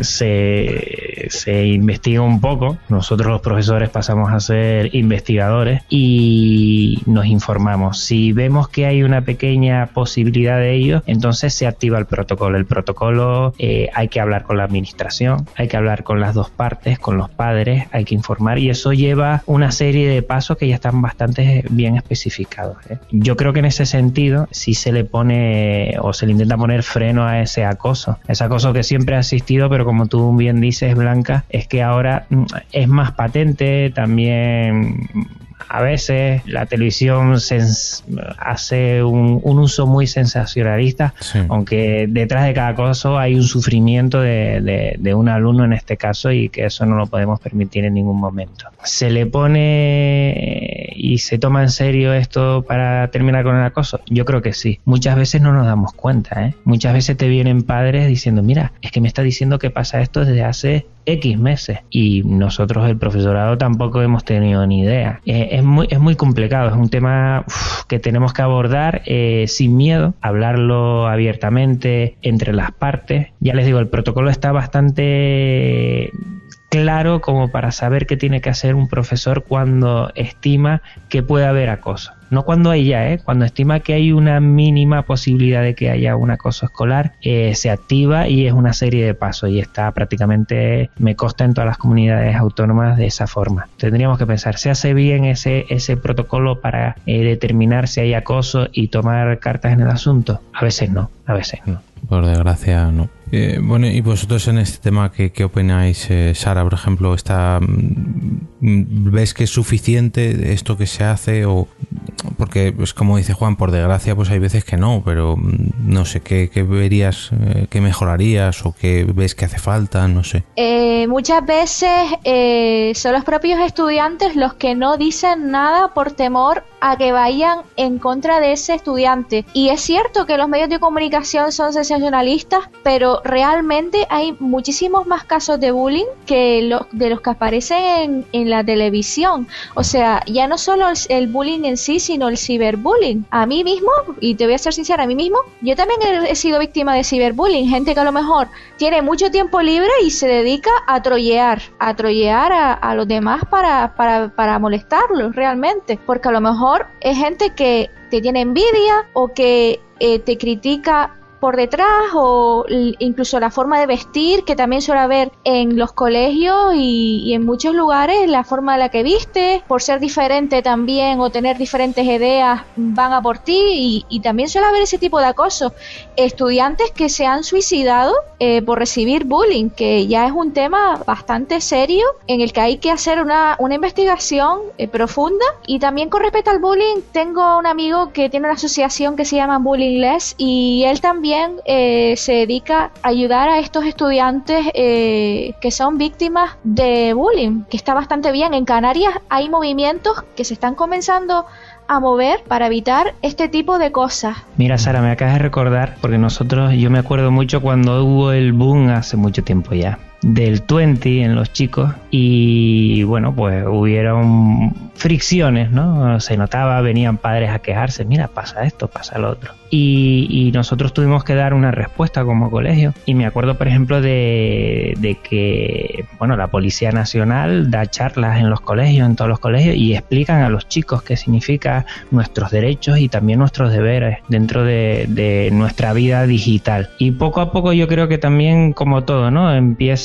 se, se investiga un poco, nosotros los profesores pasamos a ser investigadores y nos informamos. Si vemos que hay una pequeña posibilidad de ello, entonces se activa el protocolo. El protocolo eh, hay que hablar con la administración, hay que hablar con las dos partes, con los padres, hay que informar, y eso lleva una serie de pasos que ya están bastante bien especificados, ¿eh? Yo creo que en ese sentido sí se le pone o se le intenta poner freno a ese acoso, ese acoso que siempre ha existido, pero como tú bien dices, Blanca, es que ahora es más patente. También a veces la televisión sens- hace un, un uso muy sensacionalista, sí. Aunque detrás de cada acoso hay un sufrimiento de, de, de un alumno en este caso, y que eso no lo podemos permitir en ningún momento. ¿Se le pone y se toma en serio esto para terminar con el acoso? Yo creo que sí. Muchas veces no nos damos cuenta, ¿eh? Muchas veces te vienen padres diciendo, mira, es que me está diciendo que pasa esto desde hace X meses, y nosotros, el profesorado, tampoco hemos tenido ni idea. Eh, es muy es muy complicado, es un tema uf, que tenemos que abordar eh, sin miedo, hablarlo abiertamente entre las partes. Ya les digo, el protocolo está bastante claro como para saber qué tiene que hacer un profesor cuando estima que puede haber acoso. No cuando hay ya, ¿eh? Cuando estima que hay una mínima posibilidad de que haya un acoso escolar, eh, se activa y es una serie de pasos, y está prácticamente, me consta, en todas las comunidades autónomas de esa forma. Tendríamos que pensar, ¿se hace bien ese, ese protocolo para eh, determinar si hay acoso y tomar cartas en el asunto? A veces no, a veces no. Por desgracia, no. Eh, bueno, y vosotros en este tema, ¿qué, qué opináis, eh, Sara, por ejemplo? Está, ¿ves que es suficiente esto que se hace? O porque, pues como dice Juan, por desgracia, pues hay veces que no, pero no sé, ¿qué, qué verías, eh, qué mejorarías o qué ves que hace falta? No sé. Eh, muchas veces eh, son los propios estudiantes los que no dicen nada por temor a que vayan en contra de ese estudiante. Y es cierto que los medios de comunicación son sensacionalistas, pero realmente hay muchísimos más casos de bullying que los, de los que aparecen en, en la televisión. O sea, ya no solo el, el bullying en sí, sino el ciberbullying. A mí mismo, y te voy a ser sincera, a mí mismo, yo también he, he sido víctima de ciberbullying. Gente que a lo mejor tiene mucho tiempo libre y se dedica a trollear, a trollear a, a los demás para, para, para molestarlos realmente. Porque a lo mejor es gente que te tiene envidia o que eh, te critica por detrás, o incluso la forma de vestir, que también suele haber en los colegios y, y en muchos lugares, la forma en la que viste, por ser diferente también o tener diferentes ideas, van a por ti, y, y también suele haber ese tipo de acoso. Estudiantes que se han suicidado eh, por recibir bullying, que ya es un tema bastante serio en el que hay que hacer una, una investigación eh, profunda. Y también con respecto al bullying, tengo un amigo que tiene una asociación que se llama Bullyingless, y él también Eh, se dedica a ayudar a estos estudiantes eh, que son víctimas de bullying, que está bastante bien. En Canarias hay movimientos que se están comenzando a mover para evitar este tipo de cosas. Mira, Sara, me acabas de recordar, porque nosotros, yo me acuerdo mucho cuando hubo el boom hace mucho tiempo ya, del veinte en los chicos, y bueno, pues hubieron fricciones, ¿no? Se notaba, venían padres a quejarse, mira, pasa esto, pasa lo otro. Y, y nosotros tuvimos que dar una respuesta como colegio. Y me acuerdo, por ejemplo, de, de que, bueno, la Policía Nacional da charlas en los colegios, en todos los colegios, y explican a los chicos qué significa nuestros derechos y también nuestros deberes dentro de, de nuestra vida digital. Y poco a poco yo creo que también, como todo, ¿no? Empieza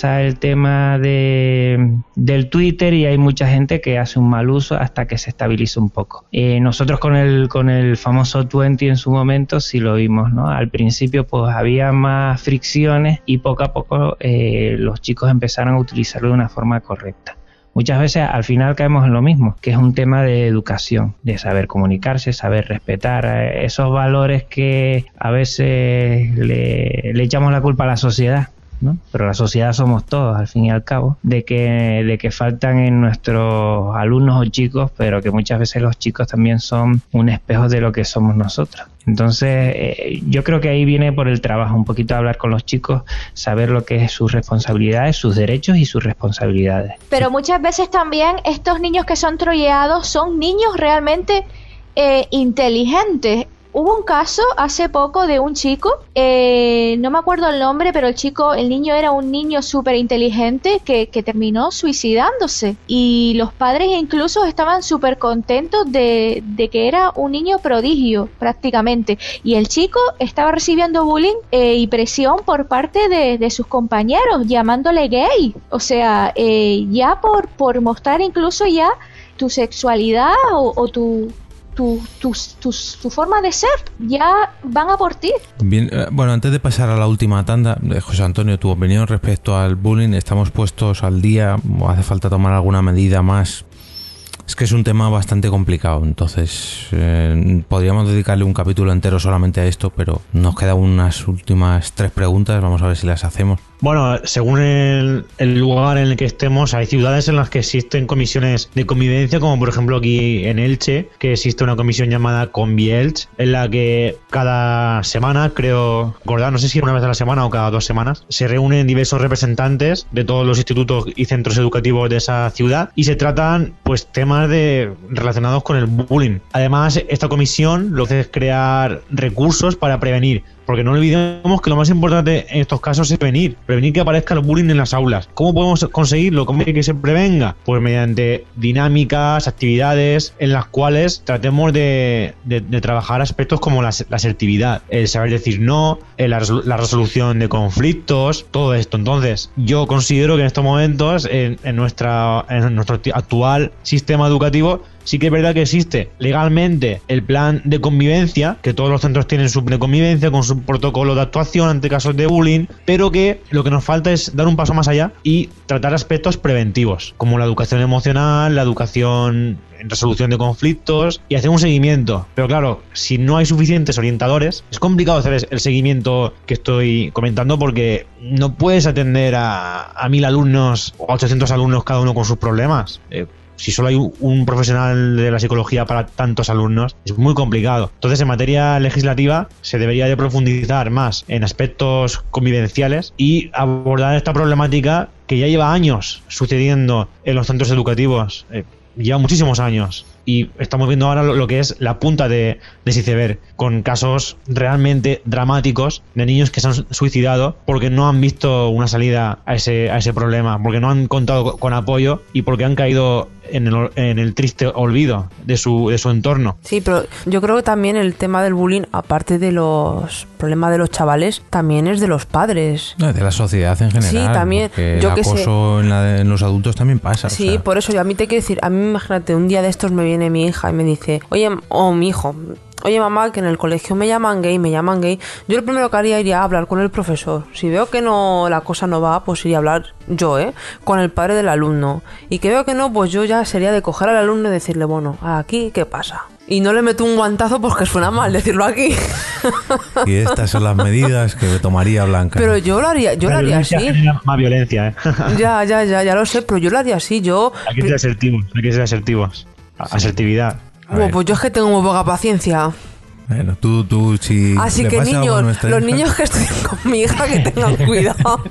empieza el tema de, del Twitter y hay mucha gente que hace un mal uso hasta que se estabiliza un poco. Eh, nosotros con el, con el famoso veinte en su momento sí lo vimos, ¿no? Al principio pues había más fricciones y poco a poco eh, los chicos empezaron a utilizarlo de una forma correcta. Muchas veces al final caemos en lo mismo, que es un tema de educación, de saber comunicarse, saber respetar eh, esos valores que a veces le, le echamos la culpa a la sociedad, ¿no? Pero la sociedad somos todos, al fin y al cabo, de que, de que faltan en nuestros alumnos o chicos, pero que muchas veces los chicos también son un espejo de lo que somos nosotros. Entonces, eh, yo creo que ahí viene por el trabajo, un poquito hablar con los chicos, saber lo que es sus responsabilidades, sus derechos y sus responsabilidades. Pero muchas veces también estos niños que son trolleados son niños realmente eh, inteligentes. Hubo un caso hace poco de un chico, eh, no me acuerdo el nombre, pero el chico, el niño era un niño súper inteligente que, que terminó suicidándose. Y los padres incluso estaban súper contentos de, de que era un niño prodigio, prácticamente. Y el chico estaba recibiendo bullying eh, y presión por parte de, de sus compañeros, llamándole gay. O sea, eh, ya por, por mostrar incluso ya tu sexualidad o, o tu... Tu, tu, tu, tu forma de ser, ya van a por ti. Bien, eh, bueno, antes de pasar a la última tanda, eh, José Antonio, tu opinión respecto al bullying, ¿estamos puestos al día o hace falta tomar alguna medida más? Es que es un tema bastante complicado, entonces eh, podríamos dedicarle un capítulo entero solamente a esto, pero nos quedan unas últimas tres preguntas, vamos a ver si las hacemos. Bueno, según el, el lugar en el que estemos, hay ciudades en las que existen comisiones de convivencia, como por ejemplo aquí en Elche, que existe una comisión llamada Convielch, en la que cada semana, creo, recordar, no sé si una vez a la semana o cada dos semanas, se reúnen diversos representantes de todos los institutos y centros educativos de esa ciudad y se tratan pues temas de relacionados con el bullying. Además, esta comisión lo que hace es crear recursos para prevenir. Porque no olvidemos que lo más importante en estos casos es prevenir, prevenir que aparezca el bullying en las aulas. ¿Cómo podemos conseguirlo? ¿Cómo que se prevenga? Pues mediante dinámicas, actividades en las cuales tratemos de, de, de trabajar aspectos como la, la asertividad, el saber decir no, la, la resolución de conflictos, todo esto. Entonces, yo considero que en estos momentos, en, en, nuestra, en nuestro actual sistema educativo, sí que es verdad que existe legalmente el plan de convivencia, que todos los centros tienen su plan de convivencia con su protocolo de actuación ante casos de bullying, pero que lo que nos falta es dar un paso más allá y tratar aspectos preventivos, como la educación emocional, la educación en resolución de conflictos y hacer un seguimiento. Pero claro, si no hay suficientes orientadores, es complicado hacer el seguimiento que estoy comentando porque no puedes atender a, a mil alumnos o a ochocientos alumnos cada uno con sus problemas. Eh, Si solo hay un profesional de la psicología para tantos alumnos, es muy complicado. Entonces, en materia legislativa, se debería de profundizar más en aspectos convivenciales y abordar esta problemática que ya lleva años sucediendo en los centros educativos. Eh, lleva muchísimos años. Y estamos viendo ahora lo, lo que es la punta de, de ese iceberg, con casos realmente dramáticos de niños que se han suicidado porque no han visto una salida a ese, a ese problema, porque no han contado con apoyo y porque han caído en el, en el triste olvido de su, de su entorno. Sí, pero yo creo que también el tema del bullying, aparte de los problemas de los chavales, también es de los padres. No, de la sociedad en general. Sí, también. Yo el que acoso en, la de, en los adultos también pasa. Sí, o sea. Por eso yo a mí te quiero decir, a mí imagínate, un día de estos me viene mi hija y me dice, oye, o oh, mi hijo, oye mamá, que en el colegio me llaman gay, me llaman gay. Yo lo primero que haría iría a hablar con el profesor. Si veo que no, la cosa no va, pues iría a hablar yo, ¿eh? Con el padre del alumno. Y que veo que no, pues yo ya sería de coger al alumno y decirle, bueno, aquí, ¿qué pasa? Y no le meto un guantazo porque suena mal decirlo aquí. Y estas son las medidas que tomaría Blanca. Pero yo lo haría, yo la lo haría así. Más violencia, ¿eh? Ya, ya, ya, ya lo sé, pero yo lo haría así. Yo. Hay que ser asertivos, hay que ser asertivos. Asertividad. Bueno, pues yo es que tengo muy poca paciencia. Bueno, tú, tú, si Así le que pasa algo a niños, nuestra los hija- niños que estudien con mi hija que tengan cuidado.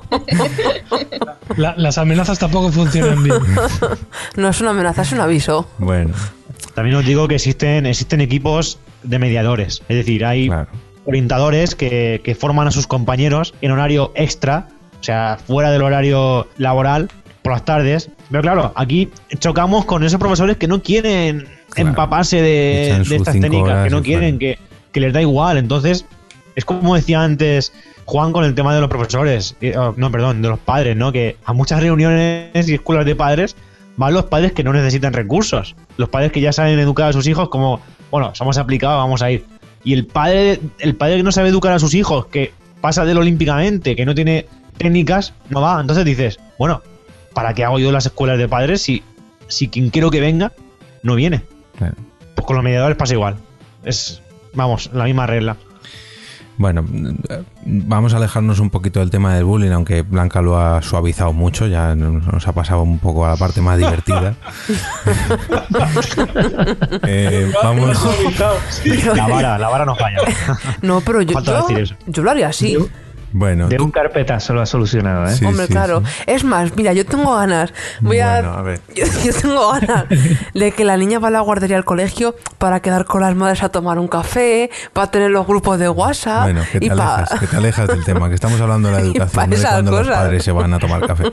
La- las amenazas tampoco funcionan bien. No es una amenaza, es un aviso. Bueno, También os digo que existen, existen equipos de mediadores. Es decir, hay claro. orientadores que, que forman a sus compañeros en horario extra, o sea, fuera del horario laboral, por las tardes. Pero claro, aquí chocamos con esos profesores que no quieren Claro. empaparse de, Echan de sus estas cinco técnicas, horas que no y quieren, fuera. que, que les da igual. Entonces, Es como decía antes Juan con el tema de los profesores, eh, oh, no, perdón, de los padres, ¿no? Que a muchas reuniones y escuelas de padres van los padres que no necesitan recursos. Los padres que ya saben educar a sus hijos como, bueno, somos aplicados, vamos a ir. Y el padre, el padre que no sabe educar a sus hijos, que pasa del olímpicamente, que no tiene técnicas, no va. Entonces dices, bueno, ¿para qué hago yo las escuelas de padres si, si quien quiero que venga no viene? Claro. Pues con los mediadores pasa igual. Es, vamos, la misma regla. Bueno, vamos a alejarnos un poquito del tema del bullying, aunque Blanca lo ha suavizado mucho, ya nos ha pasado un poco a la parte más divertida. eh, vamos. La vara, la vara no falla. No, pero yo, Falta yo, decir eso. yo lo haría así. Bueno, De un carpetazo lo ha solucionado, ¿eh? Sí, Hombre, sí, claro. sí. Es más, mira, yo tengo ganas. Voy Bueno, a. a ver. Yo, yo tengo ganas de que la niña va a la guardería al colegio para quedar con las madres a tomar un café, para tener los grupos de WhatsApp. Bueno, que te, y pa- alejas, que te alejas del tema, que estamos hablando de la Y educación, pa' no de esas cuando los cosas. padres se van a tomar café.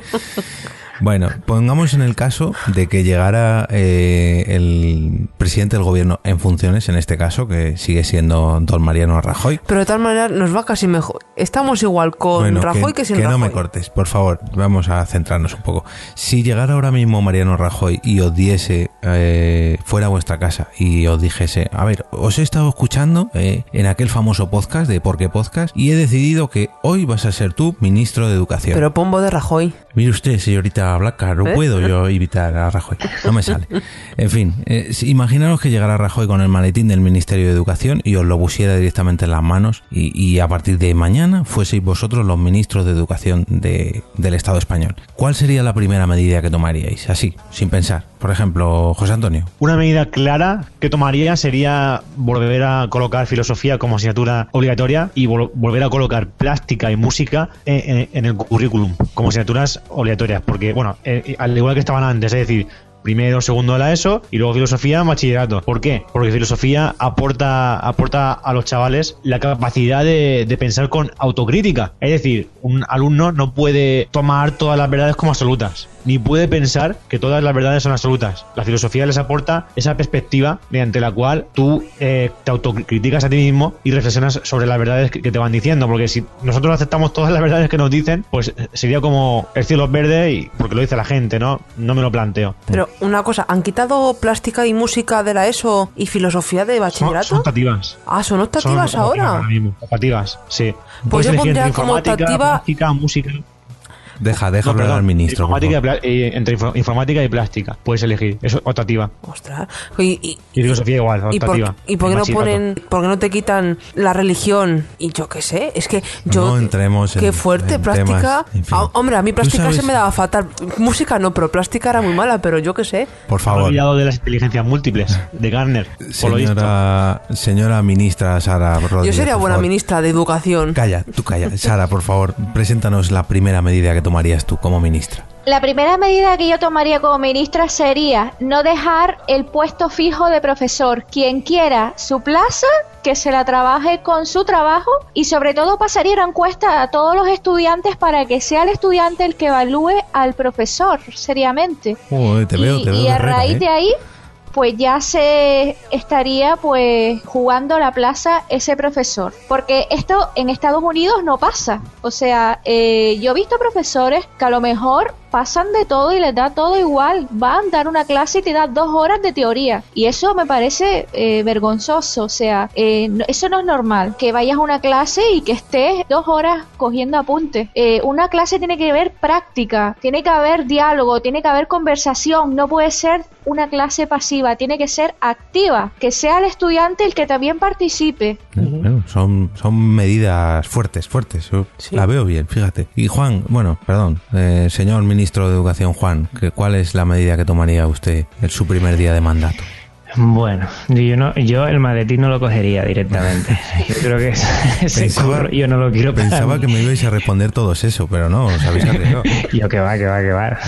Bueno, pongamos en el caso de que llegara eh, el presidente del gobierno en funciones, en este caso, que sigue siendo don Mariano Rajoy. Pero de tal manera nos va casi mejor. Estamos igual con Bueno, Rajoy que, sin que Rajoy. no me cortes, por favor, vamos a centrarnos un poco. Si llegara ahora mismo Mariano Rajoy y os diese, eh, fuera a vuestra casa y os dijese, a ver, os he estado escuchando eh, en aquel famoso podcast de Por qué Podcast y he decidido que hoy vas a ser tú ministro de Educación. Pero pombo de Rajoy. Mire usted, señorita Blanca, no ¿Eh? puedo yo invitar a Rajoy. No me sale. En fin, eh, si- imaginaros que llegara Rajoy con el maletín del Ministerio de Educación y os lo pusiera directamente en las manos y, y a partir de mañana fueseis vosotros los ministros de Educación de, del Estado español. ¿Cuál sería la primera medida que tomaríais? Así, sin pensar. Por ejemplo, José Antonio. Una medida clara que tomaría sería volver a colocar filosofía como asignatura obligatoria y vol- volver a colocar plástica y música en, en- en el currículum como asignaturas obligatorias. Porque, bueno, eh, al igual que estaban antes, es decir, primero, segundo de la ESO y luego filosofía en bachillerato. ¿Por qué? Porque filosofía aporta, aporta a los chavales la capacidad de, de pensar con autocrítica. Es decir, un alumno no puede tomar todas las verdades como absolutas, ni puede pensar que todas las verdades son absolutas. La filosofía les aporta esa perspectiva mediante la cual tú eh, te autocriticas a ti mismo y reflexionas sobre las verdades que, que te van diciendo. Porque si nosotros aceptamos todas las verdades que nos dicen, pues sería como el cielo es verde y porque lo dice la gente, ¿no? No me lo planteo. Pero una cosa, ¿han quitado plástica y música de la ESO y filosofía de Son, bachillerato? son optativas. Ah, son optativas Son ahora. mismo, optativas, sí. Pues Puedes yo elegir pondría entre como informática, optativa- plástica, música. Deja, deja No, hablar perdón, al ministro. por informática y favor. pla- eh, entre info- informática y plástica. Puedes elegir. Es optativa. Ostras. Y, y, Y filosofía igual, ¿Y por, optativa. ¿y por qué En no bachillerato. ponen, por qué no te quitan la religión? Y yo qué sé, es que yo... No entremos en- Qué fuerte, en plástica... temas, en fin. Ah, hombre, a mí Tú plástica sabes- se me daba fatal. Música no, pero plástica era muy mala, pero yo qué sé. Por Me he favor. olvidado de las inteligencias múltiples de Garner. Por lo visto. Señora, señora ministra Sara Rodríguez. Yo sería por buena favor. ministra de educación. Calla, tú calla. Sara, por favor, preséntanos la primera medida que tomarías tú como ministra. La primera medida que yo tomaría como ministra sería no dejar el puesto fijo de profesor. Quien quiera su plaza, que se la trabaje con su trabajo y sobre todo pasaría una encuesta a todos los estudiantes para que sea el estudiante el que evalúe al profesor seriamente. Uy, te veo, y, te veo y a guerrera, raíz ¿eh? de ahí pues ya se estaría pues jugando la plaza ese profesor, porque esto en Estados Unidos no pasa. O sea, eh, yo he visto profesores que a lo mejor pasan de todo y les da todo igual, van a dar una clase y te dan dos horas de teoría, y eso me parece eh, vergonzoso. O sea, eh, no- eso no es normal, que vayas a una clase y que estés dos horas cogiendo apuntes. Eh, una clase tiene que haber práctica, tiene que haber diálogo, tiene que haber conversación, no puede ser una clase pasiva, tiene que ser activa, que sea el estudiante el que también participe. Bueno, son, son medidas fuertes, fuertes. Yo Sí. La veo bien, fíjate. Y Juan, bueno, perdón, eh, señor ministro de Educación, Juan, que ¿cuál es la medida que tomaría usted en su primer día de mandato? Bueno, yo no, yo el maletín no lo cogería directamente. Yo creo que ese, ese Pensaba- curro yo no lo quiero para Pensaba mí. que me ibais a responder todos eso, pero no, os habéis arriesgado. Yo que va, que va, que va.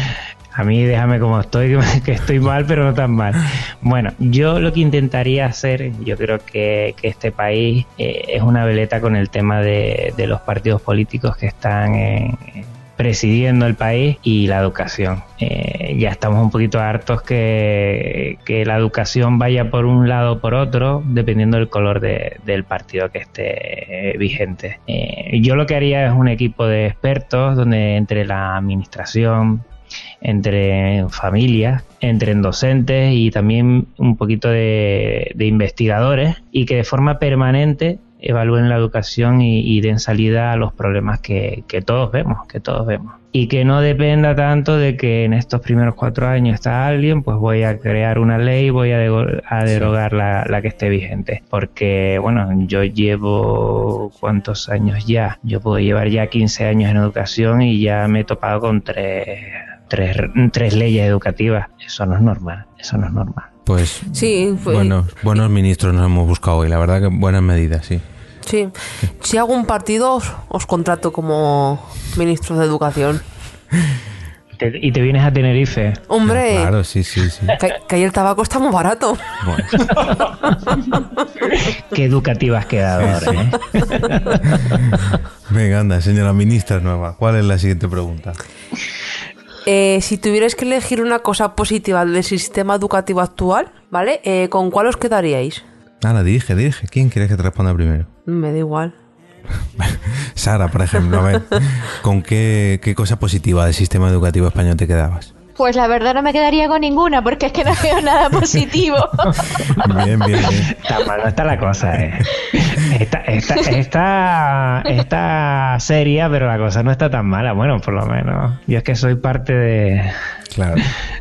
A mí déjame como estoy, que, me- que estoy mal, pero no tan mal. Bueno, yo lo que intentaría hacer, yo creo que, que este país eh, es una veleta con el tema de, de los partidos políticos que están en, presidiendo el país y la educación. Eh, ya estamos un poquito hartos que, que la educación vaya por un lado o por otro, dependiendo del color de, del partido que esté eh, vigente. Eh, yo lo que haría es un equipo de expertos donde entre la administración, entre familias, entre docentes y también un poquito de, de investigadores, y que de forma permanente evalúen la educación y, y den salida a los problemas que, que todos vemos, que todos vemos. Y que no dependa tanto de que en estos primeros cuatro años está alguien, pues voy a crear una ley, voy a, de, a derogar sí. la, la que esté vigente. Porque, bueno, yo llevo, ¿cuántos años ya? Yo puedo llevar ya quince años en educación y ya me he topado con tres, tres, tres leyes educativas. Eso no es normal, eso no es normal. Pues sí, pues, buenos, buenos ministros nos hemos buscado hoy, la verdad que buenas medidas, sí. Sí, si hago un partido os, os contrato como ministro de educación. Te, y te vienes a Tenerife. Hombre, no, claro, sí, sí, sí. Que, que ahí el tabaco está muy barato. Bueno. Qué educativa has quedado ahora, ¿eh? Venga, anda, señora ministra nueva, ¿cuál es la siguiente pregunta? Eh, si tuvierais que elegir una cosa positiva del sistema educativo actual, ¿vale? Eh, ¿Con cuál os quedaríais? Ahora, dirige, dirige. ¿Quién quieres que te responda primero? Me da igual. Sara, por ejemplo, a ver, ¿con qué, qué cosa positiva del sistema educativo español te quedabas? Pues la verdad no me quedaría con ninguna, porque es que no veo nada positivo. Bien, bien, bien. Está mal, no está la cosa, eh. Está, está, está, está seria, pero la cosa no está tan mala. Bueno, por lo menos. Yo es que soy parte de... Claro.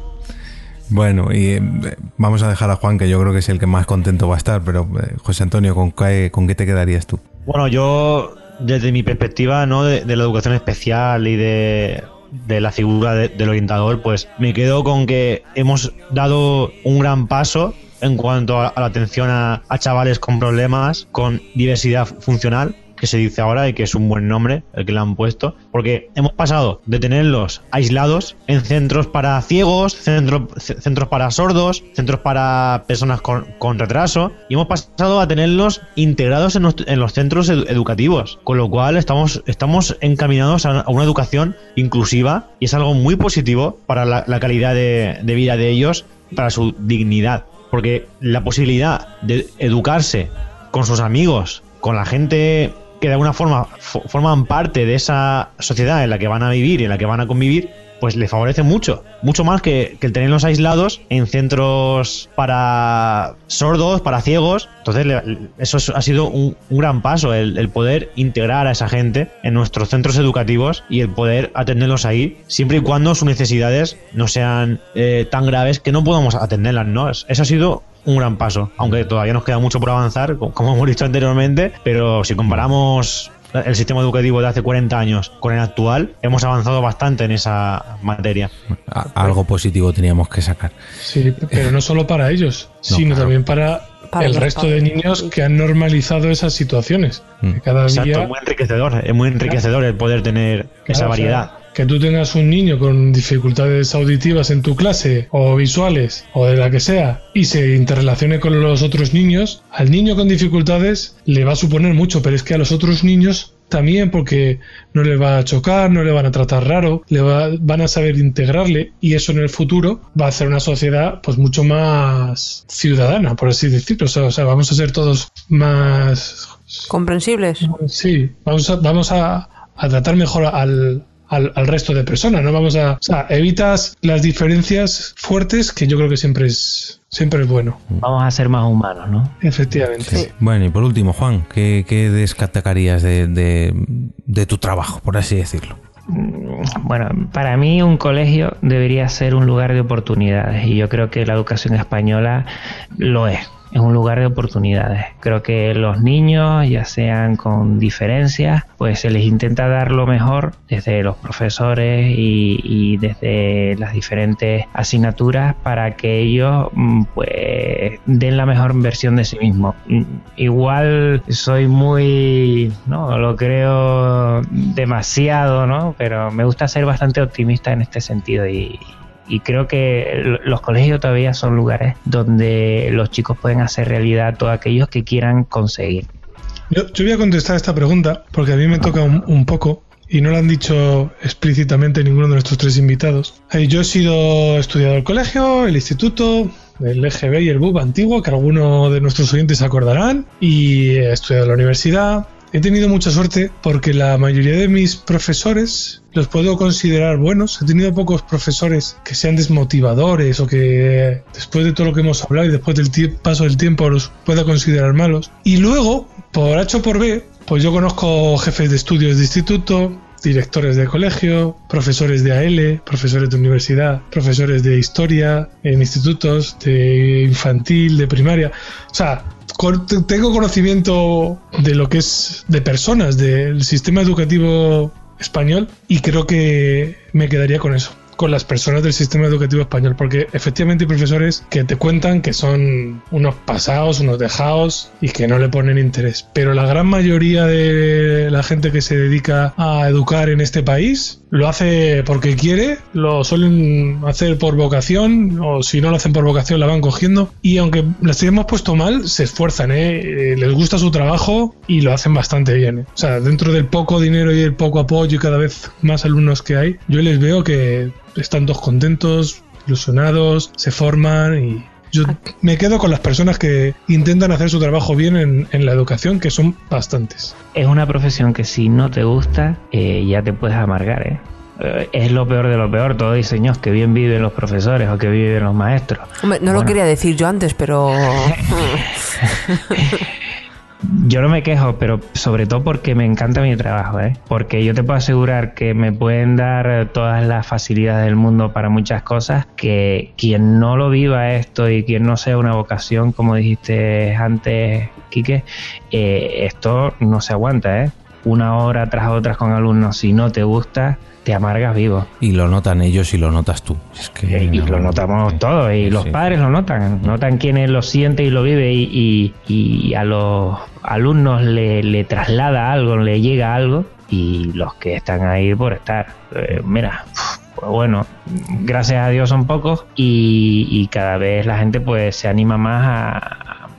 Bueno, y eh, vamos a dejar a Juan, que yo creo que es el que más contento va a estar, pero eh, José Antonio, ¿con qué, ¿con qué te quedarías tú? Bueno, yo, desde mi perspectiva, ¿no? de, de la educación especial y de, de la figura de, del orientador, pues me quedo con que hemos dado un gran paso en cuanto a, a la atención a, a chavales con problemas, con diversidad funcional, que se dice ahora y que es un buen nombre el que le han puesto, porque hemos pasado de tenerlos aislados en centros para ciegos, centros, centros para sordos, centros para personas con, con retraso, y hemos pasado a tenerlos integrados en, los, en los centros ed- educativos, con lo cual estamos, estamos encaminados a, a una educación inclusiva, y es algo muy positivo para la, la calidad de, de vida de ellos, para su dignidad, porque la posibilidad de educarse con sus amigos, con la gente que de alguna forma f- forman parte de esa sociedad en la que van a vivir y en la que van a convivir, pues le favorece mucho, mucho más que, que el tenerlos aislados en centros para sordos, para ciegos. Entonces le, eso es, ha sido un, un gran paso, el, el poder integrar a esa gente en nuestros centros educativos y el poder atenderlos ahí, siempre y cuando sus necesidades no sean eh, tan graves que no podamos atenderlas, ¿no? Eso ha sido un gran paso, aunque todavía nos queda mucho por avanzar, como hemos dicho anteriormente, pero si comparamos el sistema educativo de hace cuarenta años con el actual, hemos avanzado bastante en esa materia. A- algo positivo teníamos que sacar. Sí, pero no solo para ellos, No, sino claro. también para, Para el los resto padres. de niños que han normalizado esas situaciones. Mm. Que cada Exacto, día, es muy enriquecedor, es muy enriquecedor el poder tener esa claro, variedad. o sea, que tú tengas un niño con dificultades auditivas en tu clase o visuales o de la que sea y se interrelacione con los otros niños, al niño con dificultades le va a suponer mucho, pero es que a los otros niños también, porque no le va a chocar, no le van a tratar raro, le va, van a saber integrarle, y eso en el futuro va a hacer una sociedad pues mucho más ciudadana, por así decirlo. O sea, o sea, vamos a ser todos más... ¿Comprensibles? Sí, vamos a, vamos a, a tratar mejor al, al, al resto de personas, ¿no? Vamos a... O sea, evitas las diferencias fuertes, que yo creo que siempre es siempre es bueno. Vamos a ser más humanos, ¿no? Efectivamente. Sí. Bueno, y por último, Juan, ¿qué, qué destacarías de, de, de tu trabajo, por así decirlo? Bueno, para mí un colegio debería ser un lugar de oportunidades, y yo creo que la educación española lo es. Es un lugar de oportunidades. Creo que los niños, ya sean con diferencias, pues se les intenta dar lo mejor desde los profesores y, y desde las diferentes asignaturas para que ellos pues den la mejor versión de sí mismos. Igual soy muy, no lo creo demasiado, ¿no? Pero me gusta ser bastante optimista en este sentido, y Y creo que los colegios todavía son lugares donde los chicos pueden hacer realidad todo aquello que quieran conseguir. Yo, yo voy a contestar esta pregunta porque a mí me toca un, un poco, y no lo han dicho explícitamente ninguno de nuestros tres invitados. Eh, yo he sido estudiado del colegio, el instituto, el E G B y el B U P antiguo, que algunos de nuestros oyentes se acordarán, y he estudiado en la universidad. He tenido mucha suerte porque la mayoría de mis profesores los puedo considerar buenos. He tenido pocos profesores que sean desmotivadores o que después de todo lo que hemos hablado y después del tie- paso del tiempo los pueda considerar malos. Y luego, por H o por B, pues yo conozco jefes de estudios de instituto, directores de colegio, profesores de A L, profesores de universidad, profesores de historia en institutos, de infantil, de primaria. O sea, tengo conocimiento de lo que es de personas del sistema educativo español y creo que me quedaría con eso, con las personas del sistema educativo español, porque efectivamente hay profesores que te cuentan que son unos pasados, unos dejados y que no le ponen interés, pero la gran mayoría de la gente que se dedica a educar en este país lo hace porque quiere, lo suelen hacer por vocación, o si no lo hacen por vocación la van cogiendo, y aunque las hayamos puesto mal, se esfuerzan, ¿eh? Les gusta su trabajo y lo hacen bastante bien, ¿eh? O sea, dentro del poco dinero y el poco apoyo y cada vez más alumnos que hay, yo les veo que están todos contentos, ilusionados, se forman, y yo me quedo con las personas que intentan hacer su trabajo bien en, en la educación, que son bastantes. Es una profesión que si no te gusta, eh, ya te puedes amargar, ¿eh? Eh, Es lo peor de lo peor. Todos dicen, "Ños, que bien viven los profesores o que viven los maestros". Hombre, no Bueno. lo quería decir yo antes, pero... Yo no me quejo, pero sobre todo porque me encanta mi trabajo, ¿eh? Porque yo te puedo asegurar que me pueden dar todas las facilidades del mundo para muchas cosas, que quien no lo viva esto y quien no sea una vocación, como dijiste antes, Quique, eh, esto no se aguanta, ¿eh? Una hora tras otra con alumnos, si no te gusta, te amargas vivo. Y lo notan ellos y lo notas tú. Es que, Eh, y no, lo notamos todos, y sí, los sí. padres lo notan, notan quienes lo siente y lo vive, y, y, y a los alumnos le, le traslada algo, le llega algo, y los que están ahí por estar, eh, mira, pues bueno, gracias a Dios son pocos, y, y cada vez la gente pues se anima más a...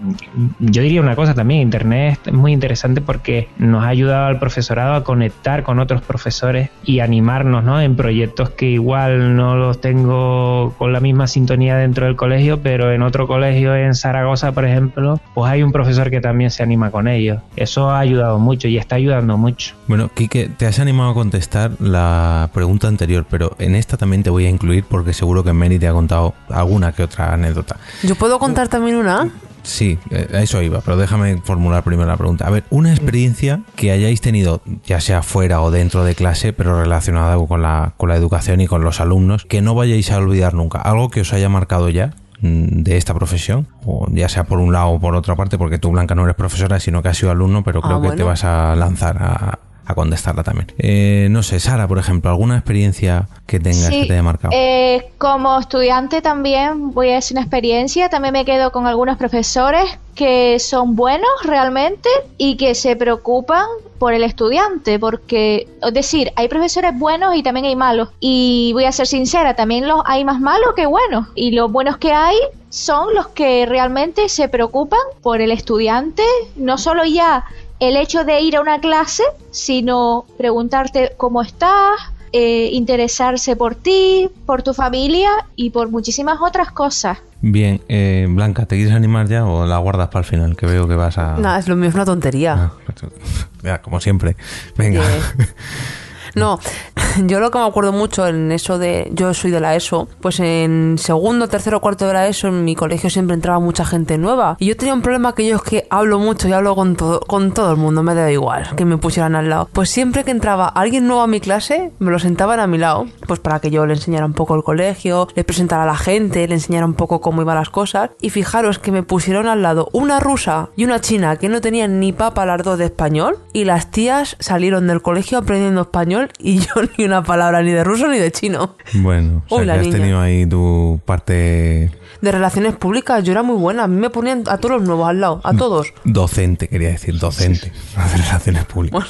Yo diría una cosa también, Internet es muy interesante porque nos ha ayudado al profesorado a conectar con otros profesores y animarnos, ¿no? En proyectos que igual no los tengo con la misma sintonía dentro del colegio, pero en otro colegio en Zaragoza, por ejemplo, pues hay un profesor que también se anima con ellos. Eso ha ayudado mucho y está ayudando mucho. Bueno, Quique, te has animado a contestar la pregunta anterior, pero en esta también te voy a incluir porque seguro que Mary te ha contado alguna que otra anécdota. ¿Yo puedo contar también una? Sí, a eso iba, pero déjame formular primero la pregunta. A ver, una experiencia que hayáis tenido, ya sea fuera o dentro de clase, pero relacionada con la, con la educación y con los alumnos, que no vayáis a olvidar nunca. Algo que os haya marcado ya de esta profesión, o ya sea por un lado o por otra parte, porque tú, Blanca, no eres profesora, sino que has sido alumno, pero creo Ah, que bueno. te vas a lanzar a, a contestarla también. Eh, no sé, Sara, por ejemplo, ¿alguna experiencia que tengas Sí, que te haya marcado? eh, como estudiante también voy a decir una experiencia, también me quedo con algunos profesores que son buenos realmente y que se preocupan por el estudiante, porque, es decir, hay profesores buenos y también hay malos, y voy a ser sincera, también los hay más malos que buenos, y los buenos que hay son los que realmente se preocupan por el estudiante, no solo ya el hecho de ir a una clase, sino preguntarte cómo estás, eh, interesarse por ti, por tu familia y por muchísimas otras cosas. Bien, eh, Blanca, ¿te quieres animar ya o la guardas para el final? Que veo que vas a... Nada, es lo mío, es una tontería. Ah, pues, ya, como siempre. Venga. Bien. No, yo lo que me acuerdo mucho en eso de... Yo soy de la ESO, pues en segundo, tercero, cuarto de la ESO en mi colegio siempre entraba mucha gente nueva. Y yo tenía un problema que yo es que hablo mucho y hablo con todo, con todo el mundo, me da igual que me pusieran al lado. Pues siempre que entraba alguien nuevo a mi clase, me lo sentaban a mi lado, pues para que yo le enseñara un poco el colegio, le presentara a la gente, le enseñara un poco cómo iban las cosas. Y fijaros que me pusieron al lado una rusa y una china que no tenían ni papa las dos de español, y las tías salieron del colegio aprendiendo español y yo ni una palabra ni de ruso ni de chino. Bueno, o sea, Uy, la que has niña. tenido ahí tu parte De relaciones públicas yo era muy buena, a mí me ponían a todos los nuevos al lado, a todos. docente, quería decir, docente de relaciones públicas.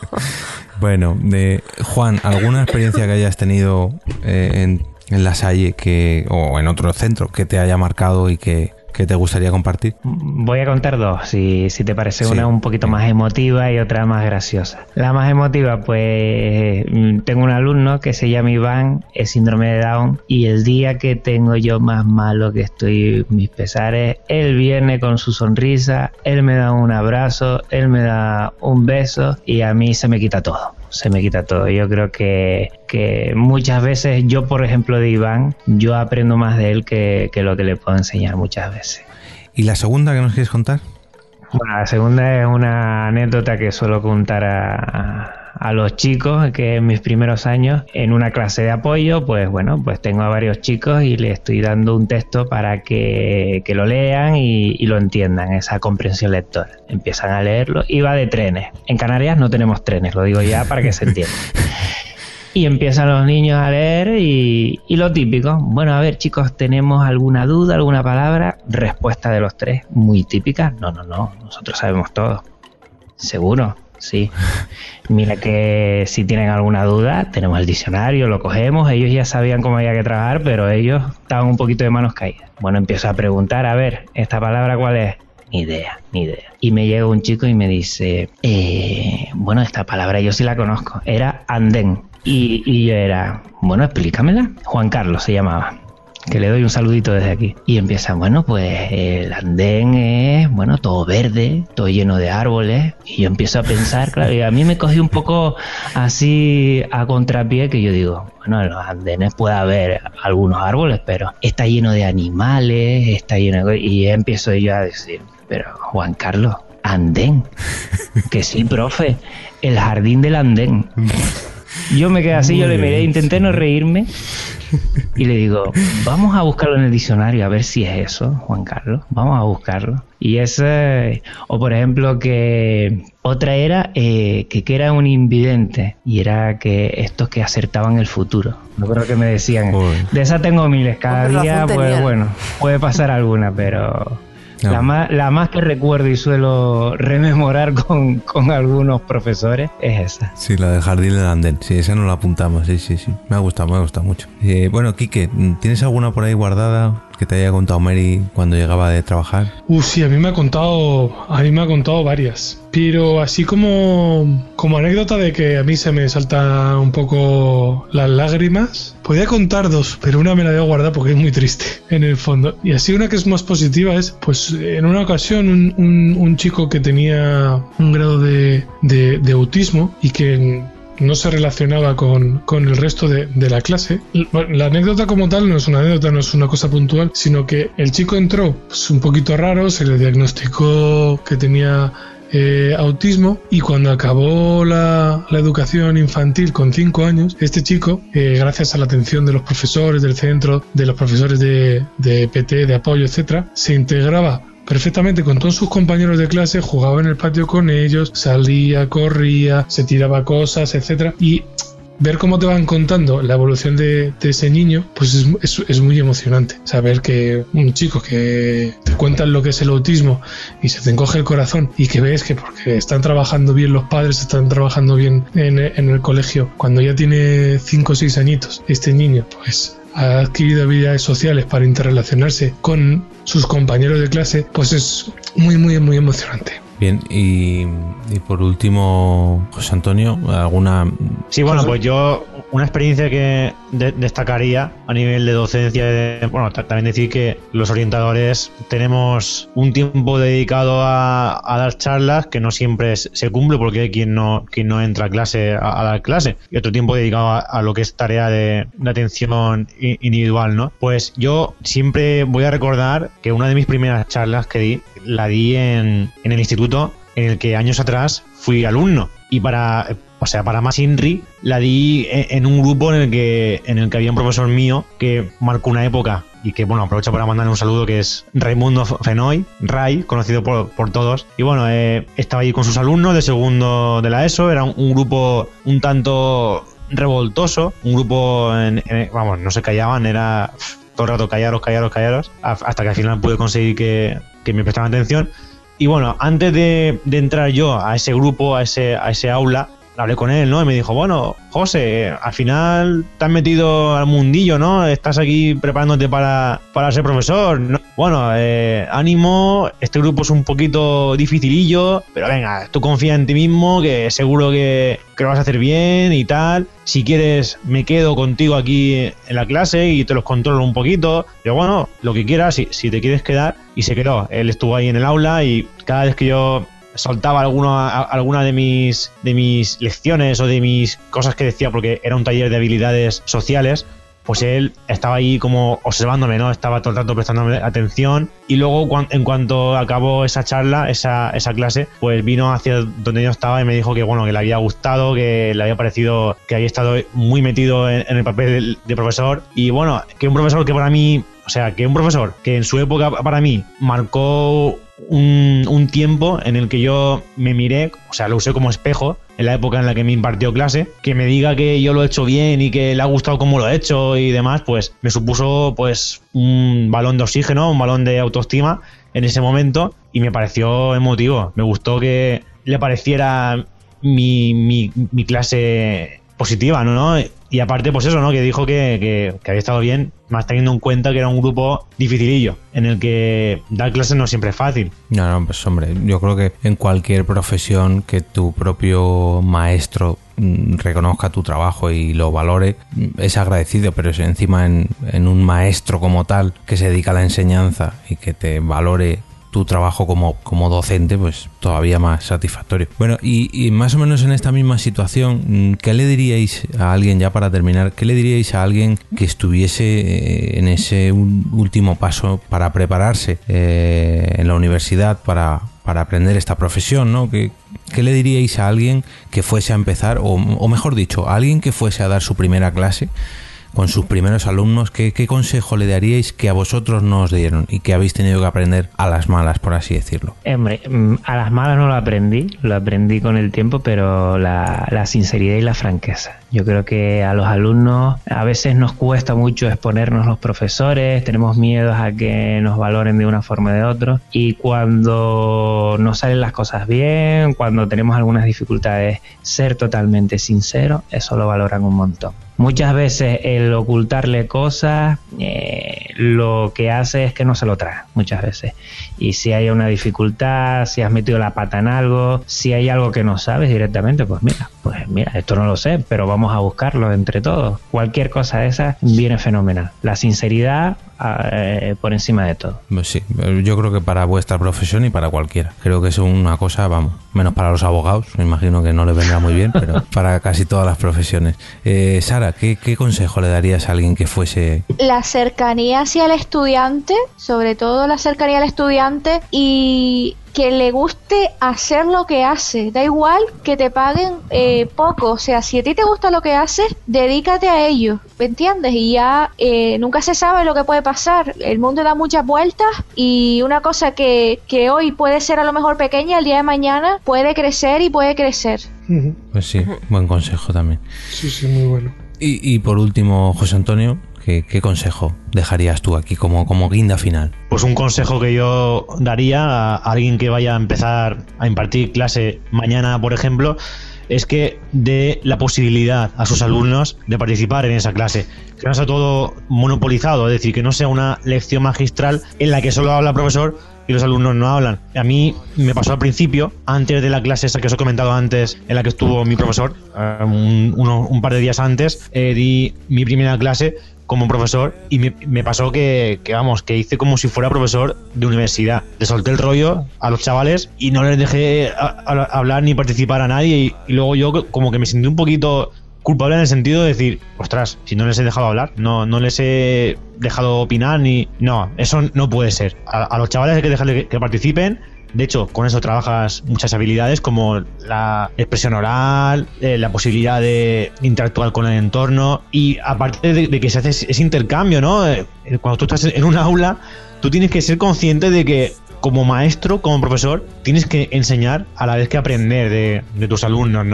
Bueno, de Juan, ¿alguna experiencia que hayas tenido eh, en, en La Salle que, o en otro centro que te haya marcado y que, que te gustaría compartir? Voy a contar dos, si, si te parece, Sí. una un poquito más emotiva y otra más graciosa. La más emotiva, pues tengo un alumno que se llama Iván, es síndrome de Down, y el día que tengo yo más malo, que estoy mis pesares, él viene con su sonrisa, él me da un abrazo, él me da un beso y a mí se me quita todo. Se me quita todo. Yo creo que, que muchas veces yo, por ejemplo, de Iván, yo aprendo más de él que, que lo que le puedo enseñar muchas veces. ¿Y la segunda que nos quieres contar? Bueno, la segunda es una anécdota que suelo contar a, a los chicos, que en mis primeros años, en una clase de apoyo, pues bueno, pues tengo a varios chicos y les estoy dando un texto para que, que lo lean y, y lo entiendan, esa comprensión lectora. Empiezan a leerlo y va de trenes. En Canarias no tenemos trenes, lo digo ya para que se entienda. Y empiezan los niños a leer y, y lo típico. Bueno, a ver, chicos, ¿tenemos alguna duda, alguna palabra? Respuesta de los tres, muy típica. No, no, no, nosotros sabemos todo. ¿Seguro? Sí. Mira que si tienen alguna duda, tenemos el diccionario, lo cogemos. Ellos ya sabían cómo había que trabajar, pero ellos estaban un poquito de manos caídas. Bueno, empiezo a preguntar, a ver, ¿esta palabra cuál es? Ni idea, ni idea. Y me llega un chico y me dice, eh, bueno, esta palabra yo sí la conozco. Era andén. Y, y yo era, bueno, explícamela. Juan Carlos se llamaba, que le doy un saludito desde aquí. Y empieza, bueno, pues el andén es, bueno, todo verde, todo lleno de árboles. Y yo empiezo a pensar, claro, y a mí me cogí un poco así a contrapié, que yo digo, bueno, en los andenes puede haber algunos árboles, pero está lleno de animales, está lleno de... Y empiezo yo a decir, pero Juan Carlos, andén. Que sí, profe, el jardín del andén. Yo me quedé así, Muy yo le miré, bien, intenté sí. no reírme y le digo, vamos a buscarlo en el diccionario a ver si es eso, Juan Carlos, vamos a buscarlo. Y ese, o por ejemplo que otra era eh, que, que era un invidente y era que estos que acertaban el futuro. No creo que me decían, Uy. de esa tengo miles, cada Hombre, día razón pues tenían. bueno, puede pasar alguna, pero... No. La más, la más que recuerdo y suelo rememorar con, con algunos profesores es esa. Sí, la del jardín del andén. Sí, esa nos la apuntamos. Sí, sí, sí. Me ha gustado, me ha gustado mucho. Eh, bueno, Quique, ¿tienes alguna por ahí guardada que te haya contado Mary cuando llegaba de trabajar? Uh, sí, a mí me ha contado, a mí me ha contado varias. Pero así como, como anécdota de que a mí se me saltan un poco las lágrimas, podía contar dos, pero una me la voy a guardar porque es muy triste en el fondo. Y así una que es más positiva es, pues en una ocasión un, un, un chico que tenía un grado de, de, de autismo y que no se relacionaba con, con el resto de, de la clase. La anécdota como tal no es una anécdota, no es una cosa puntual, sino que el chico entró pues, un poquito raro, se le diagnosticó que tenía eh, autismo y cuando acabó la, la educación infantil con cinco años, este chico, eh, gracias a la atención de los profesores del centro, de los profesores de, de P T, de apoyo, etcétera, se integraba perfectamente con todos sus compañeros de clase, jugaba en el patio con ellos, salía, corría, se tiraba cosas, etcétera. Y ver cómo te van contando la evolución de, de ese niño, pues es, es, es muy emocionante. Saber que un chico que te cuentan lo que es el autismo y se te encoge el corazón y que ves que porque están trabajando bien los padres, están trabajando bien en, en el colegio, cuando ya tiene cinco o seis añitos, este niño, pues ha adquirido habilidades sociales para interrelacionarse con sus compañeros de clase, pues es muy, muy, muy emocionante. Bien, y, y por último, José Antonio, ¿alguna...? Sí, bueno, pues yo una experiencia que de- destacaría a nivel de docencia, de- bueno, ta- también decir que los orientadores tenemos un tiempo dedicado a, a dar charlas que no siempre es- se cumple porque hay quien no, quien no entra a clase a, a dar clase y otro tiempo dedicado a, a lo que es tarea de, de atención i- individual, ¿no? Pues yo siempre voy a recordar que una de mis primeras charlas que di, la di en, en el instituto en el que años atrás fui alumno y para, o sea, para más INRI la di en, en un grupo en el que en el que había un profesor mío que marcó una época y que, bueno, aprovecho para mandarle un saludo, que es Raimundo Fenoy, Ray, conocido por, por todos. Y bueno, eh, estaba ahí con sus alumnos de segundo de la ESO, era un, un grupo un tanto revoltoso, un grupo, en, en- vamos, no se callaban, era todo el rato callaros, callaros, callaros, hasta que al final pude conseguir que, que me prestaran atención. Y bueno, antes de, de entrar yo a ese grupo, a ese, a ese aula, hablé con él, ¿no? Y me dijo, bueno, José, al final te has metido al mundillo, ¿no? Estás aquí preparándote para, para ser profesor, ¿no? Bueno, eh, ánimo, este grupo es un poquito dificilillo, pero venga, tú confía en ti mismo, que seguro que, que lo vas a hacer bien y tal. Si quieres, me quedo contigo aquí en la clase y te los controlo un poquito. Pero bueno, lo que quieras, si, si te quieres quedar. Y se quedó. Él estuvo ahí en el aula y cada vez que yo soltaba alguno, a, alguna de mis, de mis lecciones o de mis cosas que decía, porque era un taller de habilidades sociales, pues él estaba ahí como observándome, ¿no? Estaba todo el rato prestándome atención. Y luego, cuan, en cuanto acabó esa charla, esa, esa clase, pues vino hacia donde yo estaba y me dijo que, bueno, que le había gustado, que le había parecido que había estado muy metido en, en el papel de profesor. Y bueno, que un profesor que para mí, o sea, que un profesor que en su época para mí marcó un, un tiempo en el que yo me miré, o sea, lo usé como espejo en la época en la que me impartió clase, que me diga que yo lo he hecho bien y que le ha gustado cómo lo he hecho y demás, pues me supuso pues un balón de oxígeno, un balón de autoestima en ese momento y me pareció emotivo. Me gustó que le pareciera mi, mi, mi clase positiva, ¿no? Y aparte, pues eso, ¿no? Que dijo que, que, que había estado bien, más teniendo en cuenta que era un grupo dificilillo, en el que dar clases no siempre es fácil. No, no, pues hombre, yo creo que en cualquier profesión que tu propio maestro reconozca tu trabajo y lo valore, es agradecido, pero es encima en, en un maestro como tal que se dedica a la enseñanza y que te valore tu trabajo como, como docente, pues todavía más satisfactorio. Bueno, y, y más o menos en esta misma situación, ¿qué le diríais a alguien, ya para terminar, qué le diríais a alguien que estuviese en ese último paso para prepararse eh, en la universidad, para, para aprender esta profesión, ¿no? ¿Qué, qué le diríais a alguien que fuese a empezar, o, o mejor dicho, a alguien que fuese a dar su primera clase con sus primeros alumnos? ¿Qué, qué consejo le daríais que a vosotros no os dieron y que habéis tenido que aprender a las malas, por así decirlo? Hombre, a las malas no lo aprendí, lo aprendí con el tiempo, pero la, la sinceridad y la franqueza. Yo creo que a los alumnos a veces nos cuesta mucho exponernos los profesores, tenemos miedo a que nos valoren de una forma o de otra, y cuando no salen las cosas bien, cuando tenemos algunas dificultades, ser totalmente sincero, eso lo valoran un montón. Muchas veces el ocultarle cosas eh, lo que hace es que no se lo traga, muchas veces. Y si hay una dificultad, si has metido la pata en algo, si hay algo que no sabes directamente, pues mira, pues mira, esto no lo sé, pero vamos a buscarlo entre todos. Cualquier cosa de esas viene fenomenal. La sinceridad eh, por encima de todo. Pues sí, yo creo que para vuestra profesión y para cualquiera. Creo que es una cosa, vamos, menos para los abogados, me imagino que no les vendrá muy bien, pero para casi todas las profesiones. Eh, Sara, ¿qué, ¿qué consejo le darías a alguien que fuese...? La cercanía hacia el estudiante, sobre todo la cercanía al estudiante, y que le guste hacer lo que hace. Da igual que te paguen eh, poco, o sea, si a ti te gusta lo que haces, dedícate a ello, ¿me entiendes? Y ya eh, nunca se sabe lo que puede pasar. El mundo da muchas vueltas y una cosa que, que hoy puede ser a lo mejor pequeña, el día de mañana puede crecer y puede crecer. Pues sí, buen consejo también. Sí, sí, muy bueno. Y, y por último, José Antonio, ¿qué, qué consejo dejarías tú aquí como, como guinda final? Pues un consejo que yo daría a alguien que vaya a empezar a impartir clase mañana, por ejemplo, es que dé la posibilidad a sus alumnos de participar en esa clase. Que no sea todo monopolizado, es decir, que no sea una lección magistral en la que solo habla el profesor y los alumnos no hablan. A mí me pasó al principio, antes de la clase esa que os he comentado antes, en la que estuvo mi profesor, un, uno, un par de días antes, eh, di mi primera clase como profesor y me, me pasó que, que, vamos, que hice como si fuera profesor de universidad. Le solté el rollo a los chavales y no les dejé a, a, hablar ni participar a nadie y, y luego yo como que me sentí un poquito culpable en el sentido de decir, ostras, si no les he dejado hablar, no, no les he dejado opinar ni... No, eso no puede ser. A, a los chavales hay que dejarles que, que participen. De hecho, con eso trabajas muchas habilidades como la expresión oral, eh, la posibilidad de interactuar con el entorno y aparte de, de que se hace ese intercambio, ¿no? Eh, cuando tú estás en un aula, tú tienes que ser consciente de que como maestro, como profesor, tienes que enseñar a la vez que aprender de, de tus alumnos, ¿no?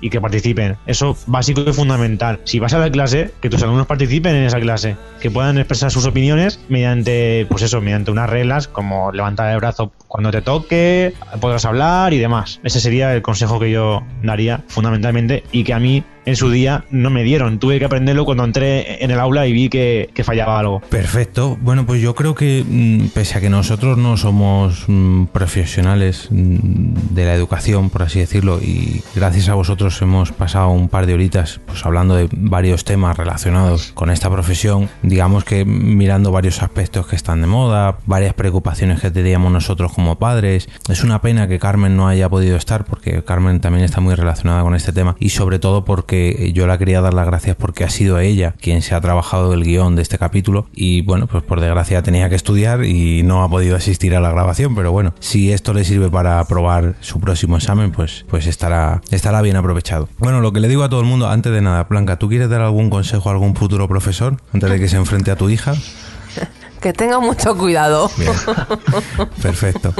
y que participen. Eso básico y fundamental. Si vas a dar clase, que tus alumnos participen en esa clase, que puedan expresar sus opiniones mediante, pues eso, mediante unas reglas como levantar el brazo cuando te toque, podrás hablar y demás. Ese sería el consejo que yo daría fundamentalmente y que a mí en su día no me dieron. Tuve que aprenderlo cuando entré en el aula y vi que, que fallaba algo. Perfecto. Bueno, pues yo creo que mmm, pese a que nosotros no somos mmm, profesionales mmm, de la educación, por así decirlo, y gracias a vosotros hemos pasado un par de horitas pues hablando de varios temas relacionados con esta profesión, digamos que mirando varios aspectos que están de moda, varias preocupaciones que teníamos nosotros como padres. Es una pena que Carmen no haya podido estar porque Carmen también está muy relacionada con este tema y sobre todo porque yo la quería dar las gracias porque ha sido ella quien se ha trabajado el guión de este capítulo y bueno, pues por desgracia tenía que estudiar y no ha podido asistir a la grabación, pero bueno, si esto le sirve para aprobar su próximo examen, pues, pues estará, estará bien aprovechado. Bueno, lo que le digo a todo el mundo, antes de nada, Blanca, ¿tú quieres dar algún consejo a algún futuro profesor antes de que se enfrente a tu hija? Que tenga mucho cuidado. Bien. Perfecto.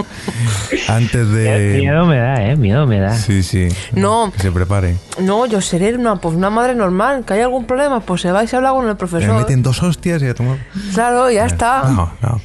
Antes de... Miedo me da, ¿eh? Miedo me da. Sí, sí. No. Que se prepare. No, yo seré una, pues una madre normal. Que hay algún problema, pues se vais a hablar con el profesor. Me meten dos hostias y a tomar... Claro, ya está. No, no.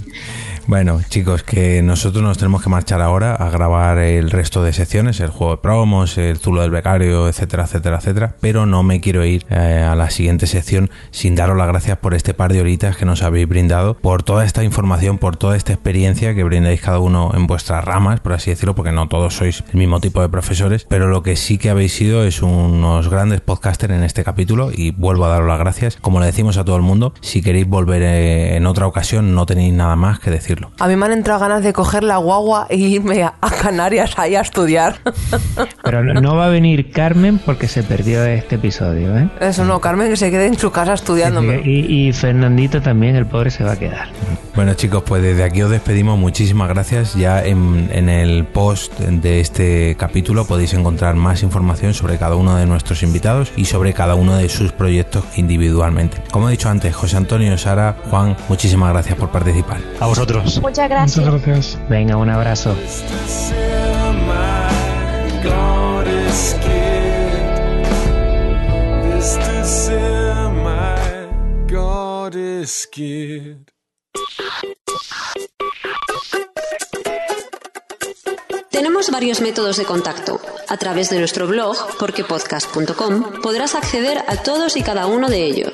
Bueno, chicos, que nosotros nos tenemos que marchar ahora a grabar el resto de secciones, el juego de promos, el zulo del becario, etcétera, etcétera, etcétera, pero no me quiero ir eh, a la siguiente sección sin daros las gracias por este par de horitas que nos habéis brindado, por toda esta información, por toda esta experiencia que brindáis cada uno en vuestras ramas, por así decirlo, porque no todos sois el mismo tipo de profesores, pero lo que sí que habéis sido es unos grandes podcasters en este capítulo y vuelvo a daros las gracias. Como le decimos a todo el mundo, si queréis volver eh, en otra ocasión no tenéis nada más que decir. A mí me han entrado ganas de coger la guagua e irme a, a Canarias ahí a estudiar. Pero no, no va a venir Carmen porque se perdió este episodio, ¿eh? Eso no, Carmen que se quede en su casa estudiándome. Y, y Fernandito también, el pobre, se va a quedar. Bueno, chicos, pues desde aquí os despedimos. Muchísimas gracias. Ya en, en el post de este capítulo podéis encontrar más información sobre cada uno de nuestros invitados y sobre cada uno de sus proyectos individualmente. Como he dicho antes, José Antonio, Sara, Juan, muchísimas gracias por participar. A vosotros. Muchas gracias. Muchas gracias. Venga, un abrazo. Tenemos varios métodos de contacto. A través de nuestro blog, porque podcast punto com, podrás acceder a todos y cada uno de ellos.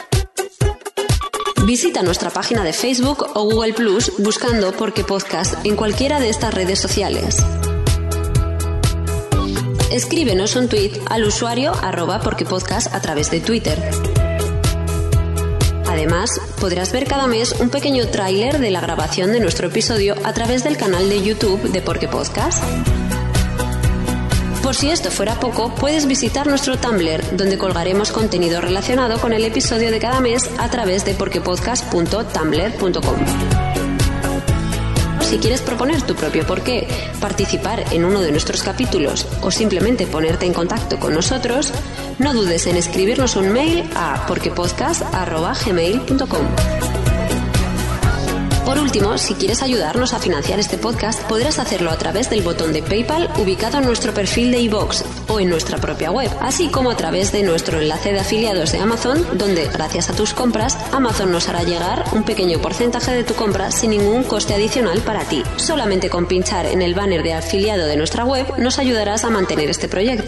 Visita nuestra página de Facebook o Google Plus buscando Porque Podcast en cualquiera de estas redes sociales. Escríbenos un tweet al usuario arroba Porque Podcast a través de Twitter. Además, podrás ver cada mes un pequeño tráiler de la grabación de nuestro episodio a través del canal de YouTube de Porque Podcast. Por si esto fuera poco, puedes visitar nuestro Tumblr, donde colgaremos contenido relacionado con el episodio de cada mes a través de porque podcast punto tumblr punto com. Si quieres proponer tu propio porqué, participar en uno de nuestros capítulos o simplemente ponerte en contacto con nosotros, no dudes en escribirnos un mail a porque podcast arroba gmail punto com. Por último, si quieres ayudarnos a financiar este podcast, podrás hacerlo a través del botón de PayPal ubicado en nuestro perfil de iVoox o en nuestra propia web, así como a través de nuestro enlace de afiliados de Amazon, donde, gracias a tus compras, Amazon nos hará llegar un pequeño porcentaje de tu compra sin ningún coste adicional para ti. Solamente con pinchar en el banner de afiliado de nuestra web nos ayudarás a mantener este proyecto.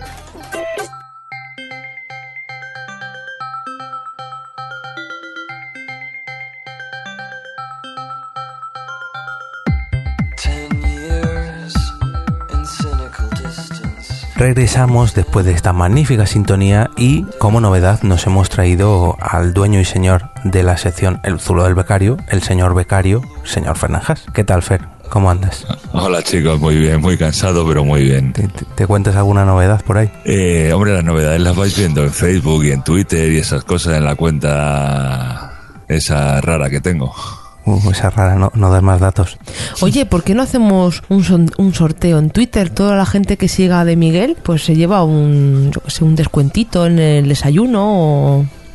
Regresamos después de esta magnífica sintonía y, como novedad, nos hemos traído al dueño y señor de la sección El Zulo del Becario, el señor becario, señor Fernández. ¿Qué tal, Fer? ¿Cómo andas? Hola, chicos, muy bien, muy cansado, pero muy bien. ¿Te, te, te cuentas alguna novedad por ahí? Eh, hombre, las novedades las vais viendo en Facebook y en Twitter y esas cosas en la cuenta esa rara que tengo. Uh, esa rara, no, no das más datos. Oye, ¿por qué no hacemos un, son, un sorteo en Twitter? Toda la gente que siga de Miguel, pues se lleva un, yo qué sé, un descuentito en el desayuno o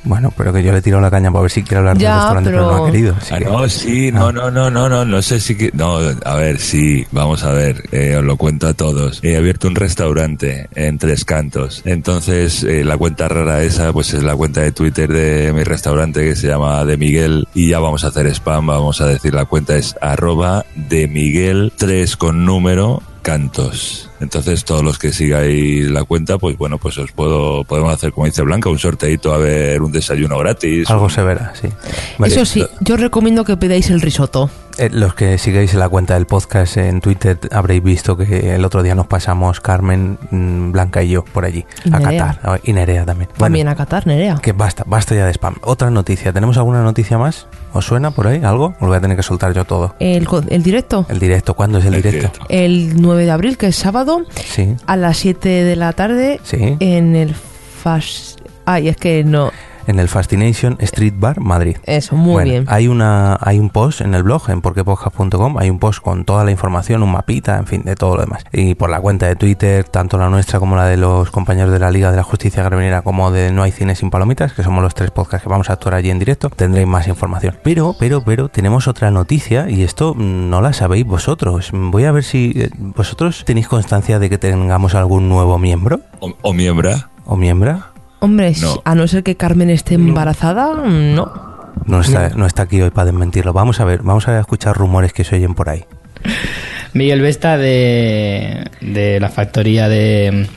Bueno, pero que yo le tiro la caña para ver si quiere hablar Ya, del restaurante, pero, pero no ha querido. Ah, así que- no, sí, no, no, no, no, no, no sé si que... No, a ver, sí, vamos a ver, eh, os lo cuento a todos. He abierto un restaurante en Tres Cantos. Entonces, eh, la cuenta rara esa, pues es la cuenta de Twitter de mi restaurante que se llama De Miguel. Y ya vamos a hacer spam, vamos a decir, la cuenta es arroba de Miguel tres con número Cantos. Entonces, todos los que sigáis la cuenta, pues bueno, pues os puedo, podemos hacer, como dice Blanca, un sorteito a ver un desayuno gratis. Algo se verá, sí. Vale. Eso sí, yo os recomiendo que pidáis el risotto. Eh, los que sigáis la cuenta del podcast en Twitter habréis visto que el otro día nos pasamos Carmen, mm, Blanca y yo por allí Y a Nerea. Qatar. Ah, y Nerea también. También Bueno, a Qatar, Nerea. que basta, basta ya de spam. Otra noticia. ¿Tenemos alguna noticia más? ¿Os suena por ahí algo? Os lo voy a tener que soltar yo todo. El, co- el directo. El directo, ¿cuándo es el, El directo? directo. El nueve de abril, que es sábado, Sí, a las siete de la tarde, sí. en el Fas... Ay, es que no... En el Fascination Street Bar, Madrid. Eso, muy Bueno, bien. Hay una, hay un post en el blog, en porquepodcast punto com, hay un post con toda la información, un mapita, en fin, de todo lo demás. Y por la cuenta de Twitter, tanto la nuestra como la de los compañeros de la Liga de la Justicia Gremiera, como de No hay cine sin palomitas, que somos los tres podcasts que vamos a actuar allí en directo, tendréis más información. Pero, pero, pero, tenemos otra noticia y esto mm, no la sabéis vosotros. Voy a ver si eh, vosotros tenéis constancia de que tengamos algún nuevo miembro O, o miembra. o miembra. Hombre, No. a no ser que Carmen esté embarazada, no. No está, no está aquí hoy para desmentirlo. Vamos a ver, vamos a escuchar rumores que se oyen por ahí. Miguel Vesta de, de la factoría de,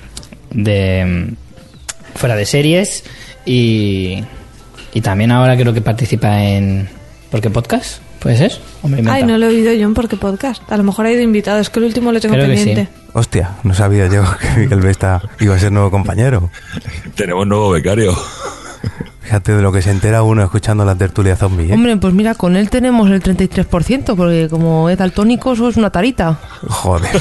de Fuera de Series y, y también ahora creo que participa en ¿Por qué podcast? ¿Puede ser? ¿O me he Ay, inventado? no lo he oído yo en Porque Podcast. A lo mejor ha ido invitado. Es que el último lo tengo Creo que sí. pendiente. Hostia, no sabía yo que Miguel Vesta iba a ser nuevo compañero. Tenemos nuevo becario. Fíjate de lo que se entera uno escuchando la tertulia zombie, ¿eh? Hombre, pues mira, con él tenemos el treinta y tres por ciento, porque como es daltónico, eso es una tarita. Joder.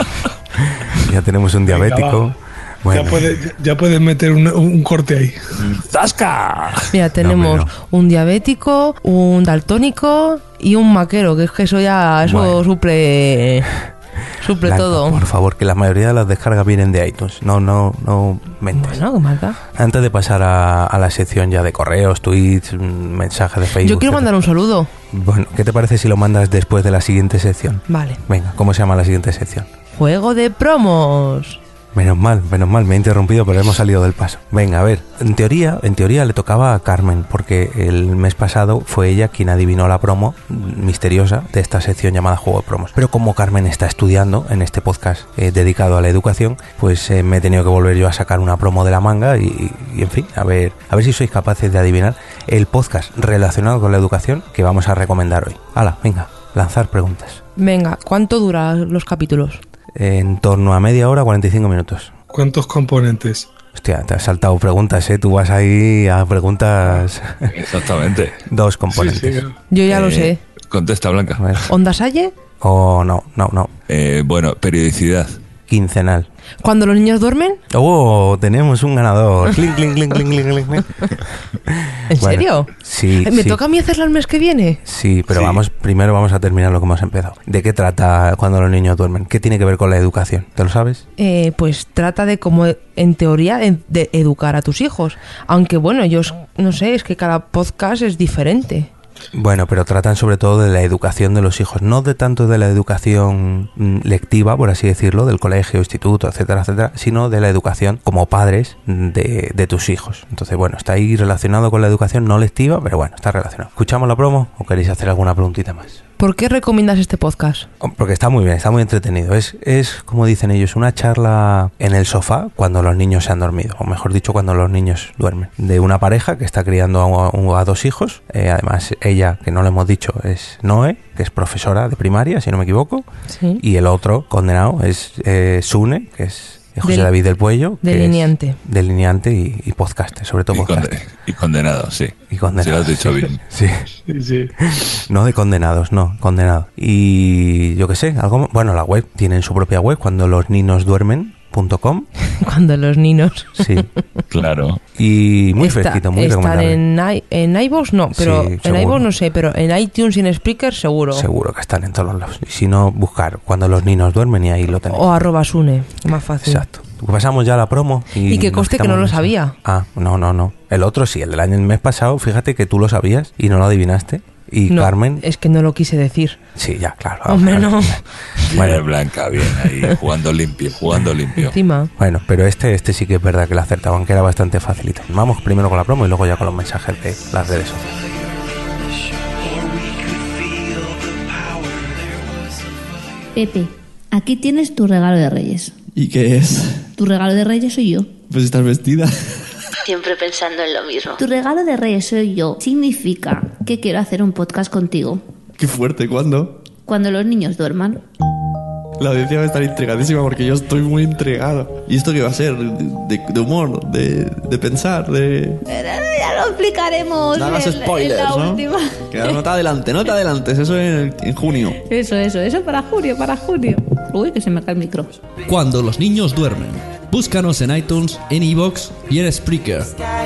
Ya tenemos un diabético. Bueno, Ya, puedes, ya puedes meter un, un corte ahí. ¡Zasca! Mira, tenemos no. un diabético, un daltónico y un maquero, que es que eso ya, eso Bueno. suple, suple Blanca, todo. por favor, que la mayoría de las descargas vienen de iTunes. No, no, no mentes. Bueno, ¿qué más da? Antes de pasar a, a la sección ya de correos, tweets, mm, mensajes de Facebook. Yo quiero mandar un saludo. Bueno, ¿qué te parece si lo mandas después de la siguiente sección? Vale. Venga, ¿cómo se llama la siguiente sección? Juego de promos. Menos mal, menos mal, me he interrumpido, pero hemos salido del paso. Venga, a ver, en teoría, en teoría le tocaba a Carmen, porque el mes pasado fue ella quien adivinó la promo misteriosa de esta sección llamada Juego de Promos. Pero como Carmen está estudiando en este podcast eh, dedicado a la educación, pues eh, me he tenido que volver yo a sacar una promo de la manga y, y, en fin, a ver, a ver si sois capaces de adivinar el podcast relacionado con la educación que vamos a recomendar hoy. Hala, venga, lanzar preguntas. Venga, ¿cuánto duran los capítulos? En torno a media hora, cuarenta y cinco minutos. ¿Cuántos componentes? Hostia, te has saltado preguntas, ¿eh? Tú vas ahí a preguntas... Exactamente. Dos Sí, componentes. sí. Yo ya lo Eh, sé. Contesta, Blanca. A ver. ¿Onda Salle? Oh, no, no, no. Eh, bueno, periodicidad. Quincenal. ¿Cuando los niños duermen? Oh, tenemos un ganador. Clink, clink, clink, clink, clink, clink, clink. ¿En Bueno, serio? Sí, Eh, ¿Me sí. toca a mí hacerla el mes que viene? Sí, pero Sí. vamos, primero vamos a terminar lo que hemos empezado. ¿De qué trata cuando los niños duermen? ¿Qué tiene que ver con la educación? ¿Te lo sabes? Eh, pues trata de cómo, en teoría, de, de educar a tus hijos. Aunque bueno, yo os- no sé, es que cada podcast es diferente. Bueno, pero tratan sobre todo de la educación de los hijos, no de tanto de la educación mm, lectiva, por así decirlo, del colegio, instituto, etcétera, etcétera, sino de la educación como padres de, de tus hijos. Entonces, bueno, está ahí relacionado con la educación no lectiva, pero bueno, está relacionado. ¿Escuchamos la promo o queréis hacer alguna preguntita más? ¿Por qué recomiendas este podcast? Oh, porque está muy bien, está muy entretenido. Es, es, como dicen ellos, una charla en el sofá cuando los niños se han dormido, o mejor dicho, cuando los niños duermen. De una pareja que está criando a, a dos hijos. Eh, además, ella, que no le hemos dicho, es Noé, que es profesora de primaria, si no me equivoco. Sí. Y el otro condenado es eh, Sune, que es José Del- David del Puello. que delineante. es delineante y, y podcaster, sobre todo Y, podcaster. conde- y condenado, sí. Y Sí, condenado. lo has dicho bien. Sí. Sí, sí. No de condenados, no, condenado. Y yo qué sé, algo, bueno, la web, tienen su propia web, cuando los ninos duermen punto com, Cuando los niños... sí. Claro. Y muy Está- fresquito, muy ¿Están recomendable. en, i- en iVoox? No, pero Sí, en seguro. iVoox no sé, pero en iTunes y en Spreaker seguro. Seguro que están en todos los lados. Y si no, buscar cuando los niños duermen y ahí lo tenéis. O arroba Sune, más fácil. Exacto. Pasamos ya la promo. Y, y que coste que no lo sabía. Ah, no, no, no. El otro sí, el del año el mes pasado, fíjate que tú lo sabías y no lo adivinaste. Y no, Carmen... es que no lo quise decir. Sí, ya, claro. Hombre, no. Bueno, bien, Blanca, bien ahí, jugando limpio, jugando limpio. Encima. Bueno, pero este este sí que es verdad que lo acertaban, que era bastante facilito. Vamos primero con la promo y luego ya con los mensajes de las redes sociales. Pepe, aquí tienes tu regalo de Reyes. ¿Y qué es? Tu regalo de Reyes soy yo. Pues estás vestida. Siempre pensando en lo mismo. Tu regalo de Reyes soy yo. Significa que quiero hacer un podcast contigo. Qué fuerte, ¿cuándo? Cuando los niños duerman. La audiencia va a estar intrigadísima porque yo estoy muy intrigado. ¿Y esto qué va a ser? ¿De, de humor? De, ¿De pensar? De... Ya lo explicaremos. No hagas en, spoilers, en la ¿no? última. Que no te adelantes, no te adelantes. Eso en, en junio. Eso, eso, eso para junio, para junio. Uy, que se me cae el micro. Cuando los niños duermen. Búscanos en iTunes, en iVoox y en Spreaker.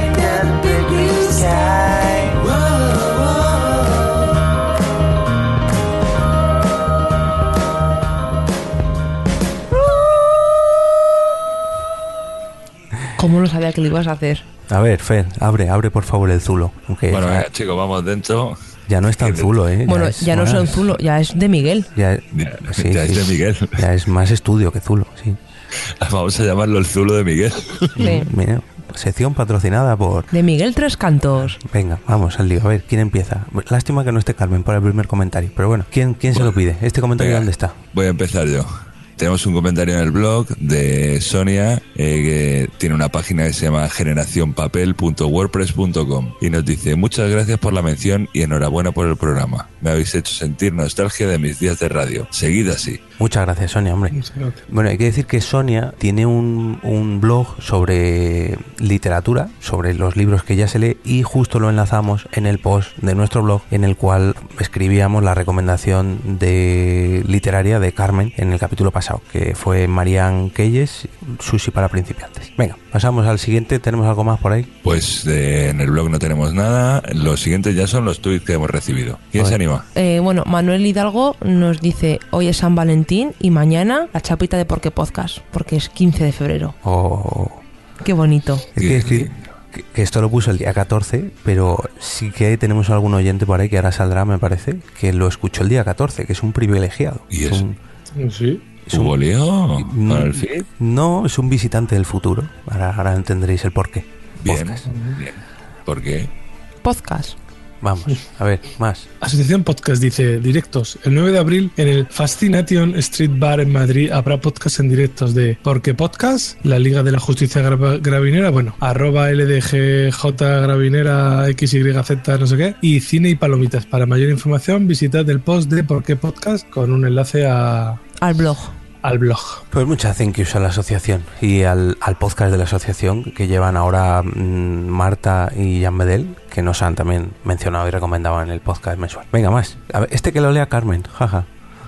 ¿Cómo lo sabía que lo ibas a hacer? A ver, Fer, abre, abre por favor el zulo. Aunque Bueno, ya, venga, chicos, vamos dentro. Ya no es tan zulo, ¿eh? Bueno, ya, es ya no más, son zulo, ya es de Miguel. Ya, Ya, sí, ya sí, es de Miguel. Ya es más estudio que zulo, sí. Vamos a llamarlo el zulo de Miguel. Sí. Mira, sección patrocinada por... De Miguel Tres Cantos. Venga, vamos al lío. A ver, ¿quién empieza? Lástima que no esté Carmen para el primer comentario. Pero bueno, ¿quién, quién se lo pide? ¿Este comentario Venga, dónde está? Voy a empezar yo. Tenemos un comentario en el blog de Sonia, eh, que tiene una página que se llama generación papel punto wordpress punto com y nos dice: muchas gracias por la mención y enhorabuena por el programa. Me habéis hecho sentir nostalgia de mis días de radio. Seguid así. Muchas gracias, Sonia, hombre. Bueno, hay que decir que Sonia tiene un, un blog sobre literatura, sobre los libros que ella se lee, y justo lo enlazamos en el post de nuestro blog en el cual escribíamos la recomendación de literaria de Carmen en el capítulo pasado, que fue Marianne Keyes, Sushi para principiantes. Venga, pasamos al siguiente. ¿Tenemos algo más por ahí? Pues eh, en el blog no tenemos nada. Los siguientes ya son los tweets que hemos recibido. ¿Quién se anima? Eh, bueno, Manuel Hidalgo nos dice: hoy es San Valentín y mañana la chapita de Por qué Podcast, porque es quince de febrero. Oh, qué bonito. Es que, es que, que, que esto lo puso el día catorce, pero sí que tenemos algún oyente por ahí que ahora saldrá, me parece, que lo escuchó el día catorce, que es un privilegiado. ¿Y es eso? Un, sí. Es un, ¿Hubo lío para el feed? No, es un visitante del futuro. Ahora, ahora entenderéis el porqué. Bien, Podcast. bien. ¿Por qué? Podcast. Vamos, a ver, más. Asociación Podcast dice: directos. El nueve de abril en el Fascination Street Bar en Madrid habrá podcast en directos de Porque Podcast, la Liga de la Justicia Gra- Gravinera, bueno, arroba L D G J Gravinera X Y Z no sé qué, y Cine y Palomitas. Para mayor información visitad el post de Porque Podcast con un enlace a... al blog. Al blog. Pues muchas thank yous a la asociación y al, al podcast de la asociación que llevan ahora mmm, Marta y Jan Medel, que nos han también mencionado y recomendado en el podcast mensual. Venga, más. A ver, este que lo lea Carmen, jaja.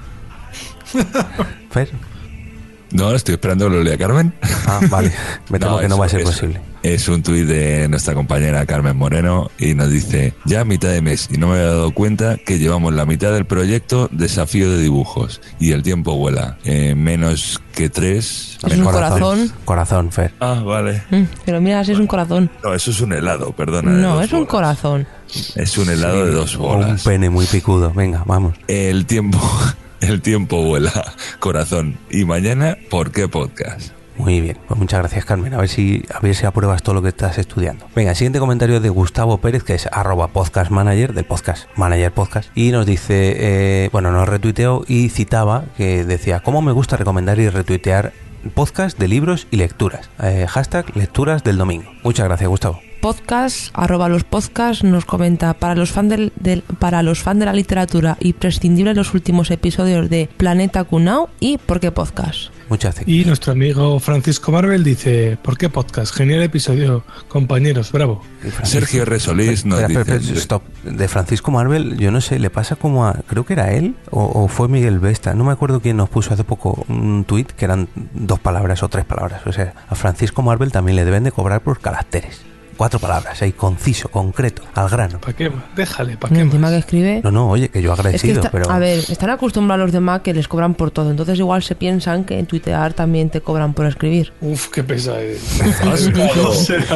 Fer. No, estoy esperando que lo lea Carmen. Ah, vale. Me temo No, que no es- va a ser es- posible. Es un tuit de nuestra compañera Carmen Moreno y nos dice: ya a mitad de mes y no me había dado cuenta que llevamos la mitad del proyecto Desafío de Dibujos y el tiempo vuela. Eh, menos que tres... Es un corazón. Corazón, Fer. Ah, vale. Mm, pero mira, es un corazón. No, eso es un helado, perdona. de No, dos es un bolas. corazón. Es un helado Sí, de dos o bolas. un pene muy picudo. Venga, vamos. El tiempo, el tiempo vuela, corazón. Y mañana, ¿por qué podcast? Muy bien, pues muchas gracias, Carmen. A ver si a ver si apruebas todo lo que estás estudiando. Venga, el siguiente comentario es de Gustavo Pérez, que es arroba podcast manager, del podcast manager podcast, y nos dice, eh, bueno, nos retuiteó y citaba que decía: cómo me gusta recomendar y retuitear podcast de libros y lecturas. Eh, hashtag lecturas del domingo. Muchas gracias, Gustavo. Podcast, arroba los podcasts, nos comenta: para los fan del, del- para los fan de la literatura, imprescindible los últimos episodios de Planeta Cunao y Por qué Podcast. Muchas gracias. Y nuestro amigo Francisco Marvel dice: ¿por qué podcast? Genial episodio, compañeros, bravo. Sergio R. Solís nos Espera, espera, dice... espera, stop. De Francisco Marvel, yo no sé, le pasa como a... Creo que era él o, o fue Miguel Vesta. No me acuerdo quién nos puso hace poco un tuit que eran dos palabras o tres palabras. O sea, a Francisco Marvel también le deben de cobrar por caracteres. cuatro palabras, ahí, conciso, concreto, al grano. ¿Para qué más? Déjale, ¿para qué Encima más? que escribe... No, no, oye, que yo agradecido, Es que está- pero... A ver, están acostumbrados los demás que les cobran por todo, entonces igual se piensan que en tuitear también te cobran por escribir. Uf, qué pesado es. Claro. Será.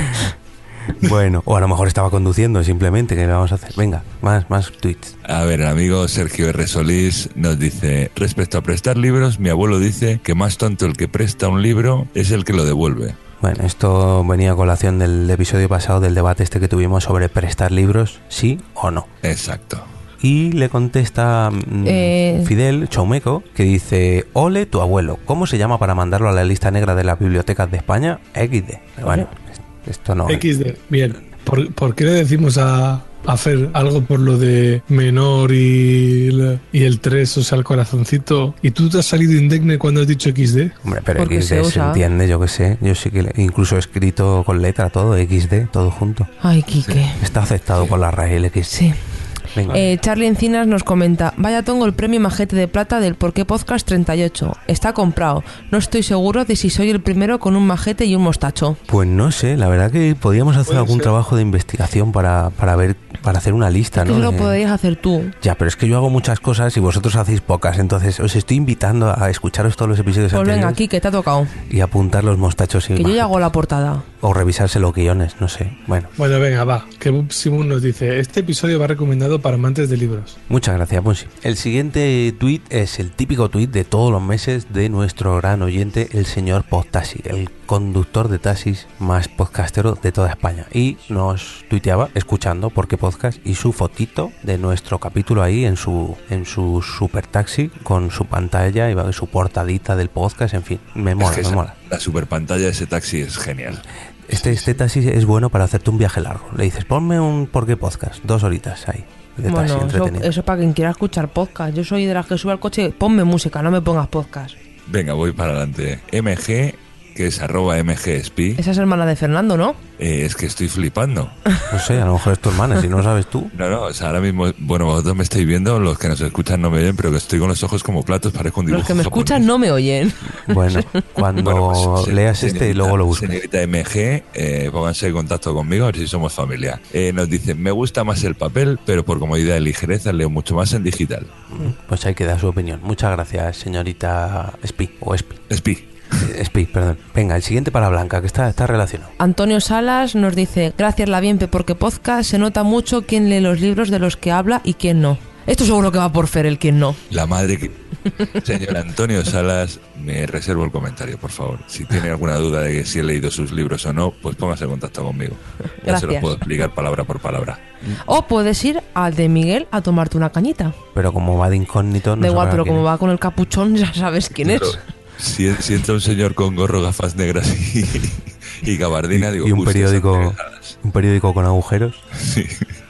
Bueno, o a lo mejor estaba conduciendo simplemente, ¿qué le vamos a hacer? Venga, más, más tweets. A ver, el amigo Sergio R. Solís nos dice, respecto a prestar libros, mi abuelo dice que más tonto el que presta un libro es el que lo devuelve. Bueno, esto venía a colación del episodio pasado del debate este que tuvimos sobre prestar libros, sí o no. Exacto. Y le contesta mm, Eh. Fidel Chaumeco, que dice, ole tu abuelo, ¿cómo se llama para mandarlo a la lista negra de las bibliotecas de España? equis de. Pero bueno, esto no... equis de. Bien. ¿Por, por qué le decimos a, a Fer algo por lo de menor y, la- y el tres, o sea, el corazoncito? ¿Y tú te has salido indemne cuando has dicho equis de? Hombre, pero Porque equis de se se, usa. entiende, yo que sé. Yo sí que le- incluso he escrito con letra todo, equis de, todo junto. Ay, Quique. Está aceptado por la R A E el equis de. Sí. Venga. Eh, Charlie Encinas nos comenta, vaya tongo el premio Majete de Plata del Porqué Podcast treinta y ocho. Está comprado. No estoy seguro de si soy el primero con un majete y un mostacho. Pues no sé, la verdad que podríamos hacer Puede algún ser. trabajo de investigación para, para ver, para hacer una lista, Que ¿no? eso lo De- podrías hacer tú. Ya, pero es que yo hago muchas cosas y vosotros hacéis pocas, entonces os estoy invitando a escucharos todos los episodios Pues venga, anteriores Quique, te ha tocado. y apuntar los mostachos y Que yo majetes. ya hago la portada. O revisarse los guiones, no sé. Bueno, Bueno, venga, va. Que Bob Simon nos dice, este episodio va recomendado para amantes de libros. muchas gracias, Ponsi. El siguiente tuit es el típico tuit de todos los meses de nuestro gran oyente, el señor Podtaxi, el conductor de taxis más podcastero de toda España. Y nos tuiteaba escuchando Porque Podcast y su fotito de nuestro capítulo ahí en su en su super taxi con su pantalla y su portadita del podcast, en fin, me mola, Es que me esa- mola. La super pantalla de ese taxi es genial. Este, este taxi es bueno para hacerte un viaje largo. Le dices, ponme un Porque Podcast, dos horitas ahí. De taxi Bueno, eso, entretenido. eso para quien quiera escuchar podcast. Yo soy de las que sube al coche, ponme música, no me pongas podcast. Venga, voy para adelante. M G, que es arroba M G S P. Esa es hermana de Fernando, ¿no? Eh, es que estoy flipando. No sé, a lo mejor es tu hermana, si no lo sabes tú. No, no, o sea, ahora mismo, bueno, vosotros me estáis viendo, los que nos escuchan no me ven, pero que estoy con los ojos como platos, parezco un dibujo Los que me japonés. escuchan no me oyen. Bueno, cuando Bueno, pues, se- leas este y luego lo busques. Señorita M G, eh, pónganse en contacto conmigo a ver si somos familia. Eh, nos dicen, me gusta más el papel, pero por comodidad y ligereza leo mucho más en digital. Pues hay que dar su opinión. Muchas gracias, señorita Espi, o Espi. Espi. Eh, Espi, perdón. Venga, el siguiente para Blanca, que está, está relacionado. Antonio Salas nos dice, gracias la Bienpe porque podcast se nota mucho quién lee los libros de los que habla y quién no. Esto seguro que va por Fer el quién no. La madre que... Señor Antonio Salas, me reservo el comentario, por favor. Si tiene alguna duda de que si he leído sus libros o no, pues póngase en contacto conmigo. Ya se los Gracias. puedo explicar palabra por palabra. O puedes ir al de Miguel a tomarte una cañita. Pero como va de incógnito, no Da igual, sabrá pero quién como es. va con el capuchón ya sabes quién Claro, es. Si, si entra un señor con gorro, gafas negras y, y gabardina, digo, Y un "Usted es periódico, Antonio Salas". un periódico con agujeros. Sí.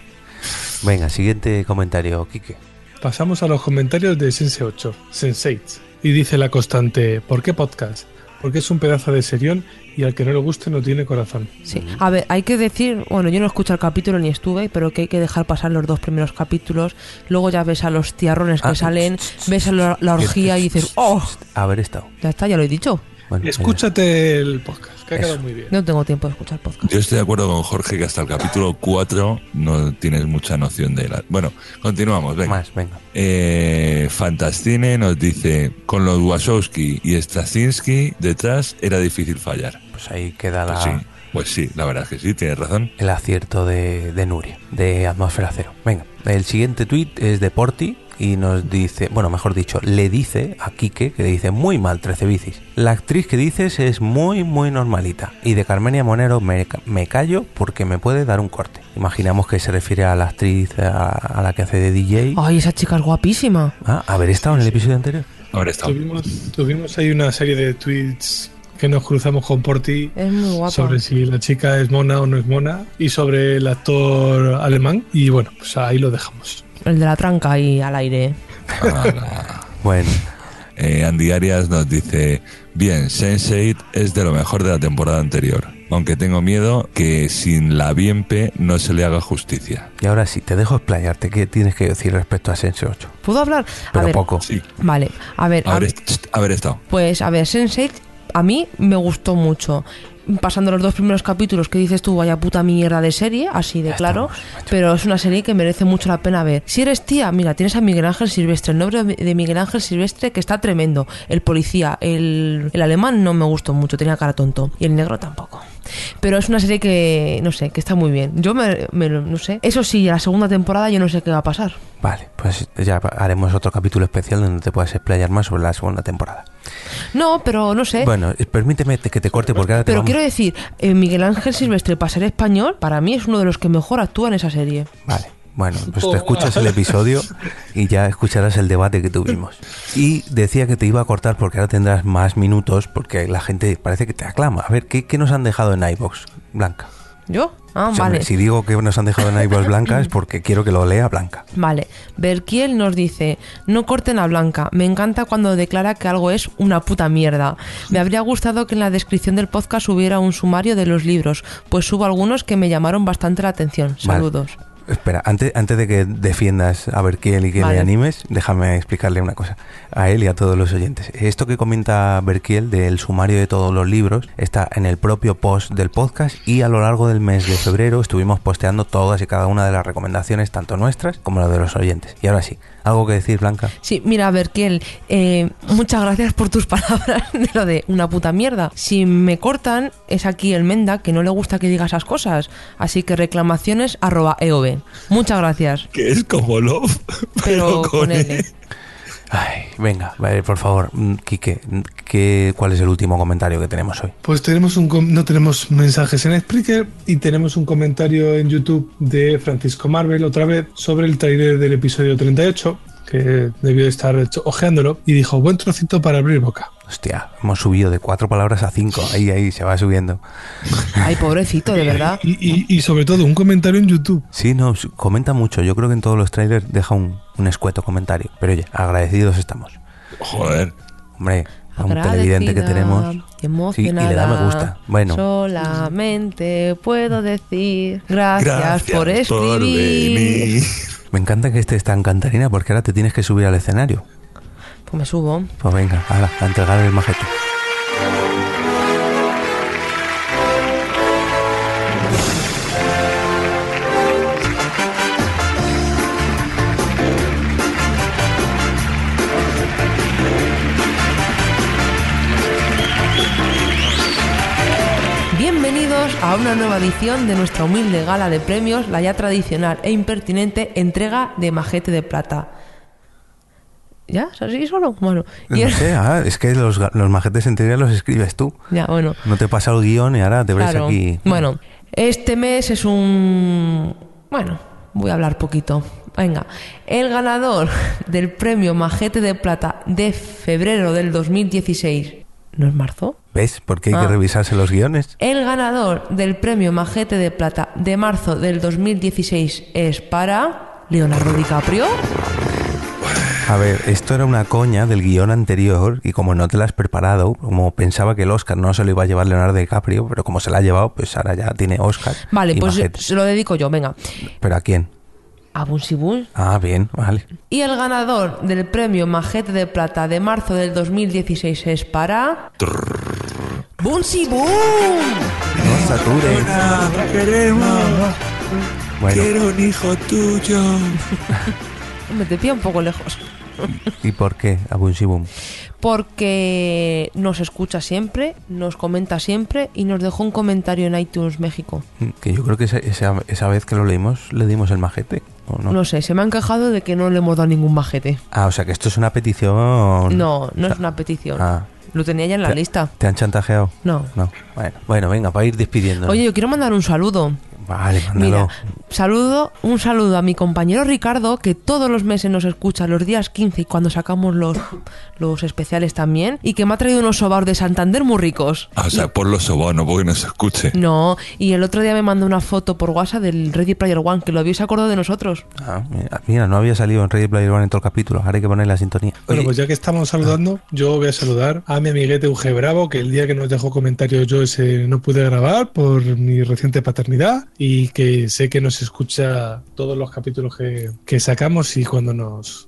Venga, siguiente comentario, Quique. Pasamos a los comentarios de Sense ocho, sense ocho. Y dice la constante, ¿por qué podcast? Porque es un pedazo de serión y al que no le guste no tiene corazón. Sí. A ver, hay que decir, bueno, yo no escuché el capítulo ni estuve, pero que hay que dejar pasar los dos primeros capítulos. Luego ya ves a los tiarrones que Ah, salen, ves a la, la orgía y dices, ¡oh! Haber estado. Ya está, ya lo he dicho. Bueno, Escúchate el podcast, que ha Eso. quedado muy bien. No tengo tiempo de escuchar podcast. Yo estoy de acuerdo con Jorge que hasta el capítulo cuatro no tienes mucha noción de la... Bueno, continuamos, venga. Más, venga. Eh, Fantascine nos dice, con los Wachowski y Straczynski detrás era difícil fallar. Pues ahí queda la, Pues sí, pues sí, la verdad es que sí, tienes razón. el acierto de, de Nuria, de Atmósfera Cero. Venga, el siguiente tuit es de Porti y nos dice, bueno, mejor dicho, le dice a Quique, que le dice muy mal trece bicis. La actriz que dices es muy, muy normalita. Y de Carmenia Monero me, me callo porque me puede dar un corte. Imaginamos que se refiere a la actriz a, a la que hace de D J. Ay, esa chica es guapísima. Ah, haber estado en el episodio anterior. Ahora está. Tuvimos, tuvimos ahí una serie de tweets que nos cruzamos con Porti Es muy guapa. sobre si la chica es mona o no es mona y sobre el actor alemán. Y bueno, pues ahí lo dejamos. El de la tranca ahí al aire. Bueno, Eh, Andy Arias nos dice, bien, sense eight es de lo mejor de la temporada anterior, aunque tengo miedo que sin la Bienpe no se le haga justicia. y ahora sí, te dejo explayarte. ¿Qué tienes que decir respecto a Sense ocho? ¿Puedo hablar? A Pero ver, poco. Sí, Vale, a ver, a haber, ver, est- haber estado. pues a ver, sense eight a mí me gustó mucho. pasando los dos primeros capítulos que dices tú, vaya puta mierda de serie, así de Ya claro, estamos, pero es una serie que merece mucho la pena ver. Si eres tía, mira, tienes a Miguel Ángel Silvestre, el nombre de Miguel Ángel Silvestre que está tremendo. El policía, el, el alemán no me gustó mucho, tenía cara tonto, y el negro tampoco. Pero es una serie que, no sé, que está muy bien. Yo me, me no sé. Eso sí, la segunda temporada yo no sé qué va a pasar. Vale, pues ya haremos otro capítulo especial donde te puedas explayar más sobre la segunda temporada. No, pero no sé. Bueno, permíteme que te corte porque ahora te Pero vamos... quiero decir, eh, Miguel Ángel Silvestre, para ser español, para mí es uno de los que mejor actúa en esa serie. Vale. Bueno, pues te escuchas el episodio y ya escucharás el debate que tuvimos. Y decía que te iba a cortar porque ahora tendrás más minutos porque la gente parece que te aclama. A ver, ¿qué, qué nos han dejado en iVoox, Blanca? ¿Yo? Ah, Sí, vale. hombre, si digo que nos han dejado en iVoox Blanca es porque quiero que lo lea Blanca. Vale, Berkiel nos dice: no corten a Blanca, me encanta cuando declara que algo es una puta mierda. Me habría gustado que en la descripción del podcast hubiera un sumario de los libros, pues hubo algunos que me llamaron bastante la atención. Saludos. Vale. Espera, antes, antes de que defiendas a Berkiel y que Vale. le animes, déjame explicarle una cosa a él y a todos los oyentes. Esto que comenta Berkiel del sumario de todos los libros está en el propio post del podcast y a lo largo del mes de febrero estuvimos posteando todas y cada una de las recomendaciones, tanto nuestras como las de los oyentes. Y ahora sí, ¿algo que decir, Blanca? Sí, mira, Berkiel, eh, muchas gracias por tus palabras de lo de una puta mierda. Si me cortan, es aquí el Menda, que no le gusta que diga esas cosas. Así que reclamaciones arroba eov. Muchas gracias. Que es como Love, Pero pero con con L. L. Ay, venga, vale, por favor, mm, Quique, ¿qué, ¿cuál es el último comentario que tenemos hoy? Pues tenemos un com- no tenemos mensajes en Spreaker y tenemos un comentario en YouTube de Francisco Marvel, otra vez, sobre el trailer del episodio treinta y ocho, que debió de estar hecho- ojeándolo, y dijo: buen trocito para abrir boca. Hostia, hemos subido de cuatro palabras a cinco, ahí, ahí, se va subiendo. Ay, pobrecito, de verdad. Y, y- y sobre todo, un comentario en YouTube. Sí, no, s- comenta mucho, yo creo que en todos los trailers deja un, un escueto comentario, pero oye, agradecidos estamos. Joder. Hombre, a un televidente que tenemos. Sí, y le da me gusta. Bueno, Solamente puedo decir gracias, Gracias por por escribir. venir. me encanta que estés tan cantarina porque ahora te tienes que subir al escenario. Pues me subo. Pues venga, ala, a entregar el majeto. Bienvenidos a una nueva edición de nuestra humilde gala de premios, la ya tradicional e impertinente entrega de Majete de Plata. ¿Ya? ¿Es así solo? Bueno. y No el- sé, ah, es que los, ga- los majetes en teoría los escribes tú. Ya, bueno. No te pasa el guión y ahora te ves Claro. aquí. Bueno, este mes es un... Bueno, voy a hablar poquito. Venga, el ganador del premio Majete de Plata de febrero del dos mil dieciséis... ¿No es marzo? ¿Ves? Porque hay Ah. que revisarse los guiones. El ganador del premio Majete de Plata de marzo del dos mil dieciséis es para... Leonardo DiCaprio. A ver, esto era una coña del guión anterior y como no te la has preparado, como pensaba que el Oscar no se lo iba a llevar Leonardo DiCaprio, pero como se la ha llevado, pues ahora ya tiene Oscar. Vale, y pues Majete. se lo dedico yo, venga. ¿Pero a quién? A Bunsi Bun. Ah, bien, vale. Y el ganador del premio Majete de Plata de marzo del dos mil dieciséis es para... ¡Bunsi Bun! No satures. La queremos. Bueno, Quiero un hijo tuyo. Me te pilla un poco lejos. ¿y por qué a Bunsi Boom? Porque nos escucha siempre, nos comenta siempre y nos dejó un comentario en iTunes México. Que yo creo que esa, esa, esa vez que lo leímos le dimos el majete, ¿o no? No sé, se me han quejado de que no le hemos dado ningún majete. Ah, o sea que esto es una petición. No, no es una petición. Ah. Lo tenía ya en la ¿Te- lista. ¿Te han chantajeado? No. No. Bueno, bueno, venga, para ir despidiendo. Oye, yo quiero mandar un saludo. Vale, mándalo. Mira, saludo, un saludo a mi compañero Ricardo, que todos los meses nos escucha los días quince y cuando sacamos los, los especiales también, y que me ha traído unos sobaos de Santander muy ricos. Ah, o sea, por los sobanos, porque no se escuche. No, y el otro día me mandó una foto por WhatsApp del Ready Player One, que lo vio y se acordó de nosotros. Ah, mira, mira, no había salido en Ready Player One en todo el capítulo. Ahora hay que poner la sintonía. Bueno, Oye, pues ya que estamos saludando, yo voy a saludar a mi amiguete Uge Bravo, que el día que nos dejó comentarios yo ese no pude grabar por mi reciente paternidad y que sé que nos escucha todos los capítulos que, que sacamos y cuando nos,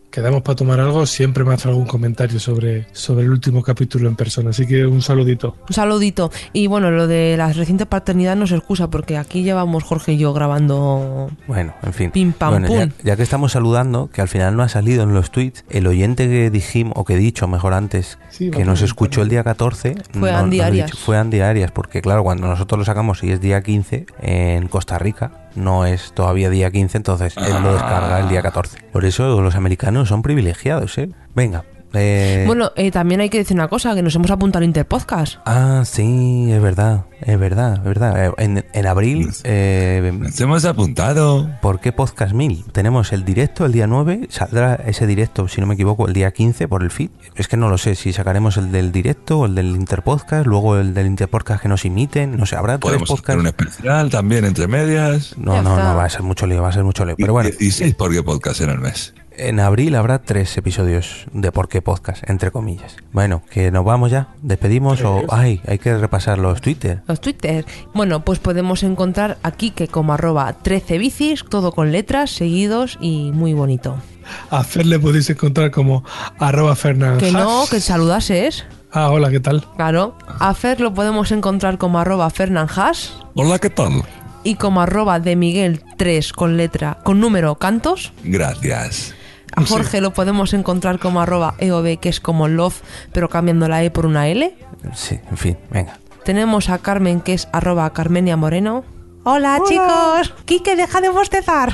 quedamos para tomar algo, siempre me hace algún comentario sobre, sobre el último capítulo en persona. Así que un saludito. Un saludito. Y bueno, lo de la reciente paternidad no se excusa porque aquí llevamos Jorge y yo grabando... Bueno, en fin. Pim, pam, bueno, pum. ya, ya que estamos saludando, que al final no ha salido en los tweets, el oyente que dijimos, o que he dicho mejor antes, Sí, que nos escuchó el día catorce... Fue Andy lo he Arias. dicho, fue Andy Arias, porque claro, cuando nosotros lo sacamos y es día quince, en Costa Rica no es todavía día quince, entonces él lo descarga el día catorce. Por eso los americanos son privilegiados, ¿eh? Venga. Eh... Bueno, eh, también hay que decir una cosa, que nos hemos apuntado al Interpodcast. Ah, sí, es verdad, es verdad, es verdad. Eh, En, en abril... Eh, Nos hemos apuntado. ¿Por qué Podcast mil? Tenemos el directo el día nueve, saldrá ese directo, si no me equivoco, el día quince por el feed. Es que no lo sé, si sacaremos el del directo o el del Interpodcast, luego el del Interpodcast que nos imiten, no sé, habrá tres Podemos hacer podcasts. un especial también entre medias. No, Ya no, está. no, va a ser mucho lío, va a ser mucho lío. Pero bueno, dieciséis por qué podcast en el mes. en abril habrá tres episodios de Por qué Podcast, entre comillas. Bueno, que nos vamos ya, despedimos o... Ay, hay que repasar los Twitter. Los Twitter. Bueno, pues podemos encontrar aquí que como arroba trece bicis, todo con letras, seguidos y muy bonito. A Fer le podéis encontrar como arroba Fernández. Que no, que saludases. Ah, hola, ¿qué tal? Claro. A Fer lo podemos encontrar como arroba Fernanjas Hola, ¿qué tal? y como arroba de Miguel tres con letra, con número cantos. Gracias. A Jorge lo podemos encontrar como arroba eob, que es como love, pero cambiando la E por una L. Sí, en fin, venga. Tenemos a Carmen, que es arroba Carmenia Moreno. Hola, chicos. Quique, deja de bostezar.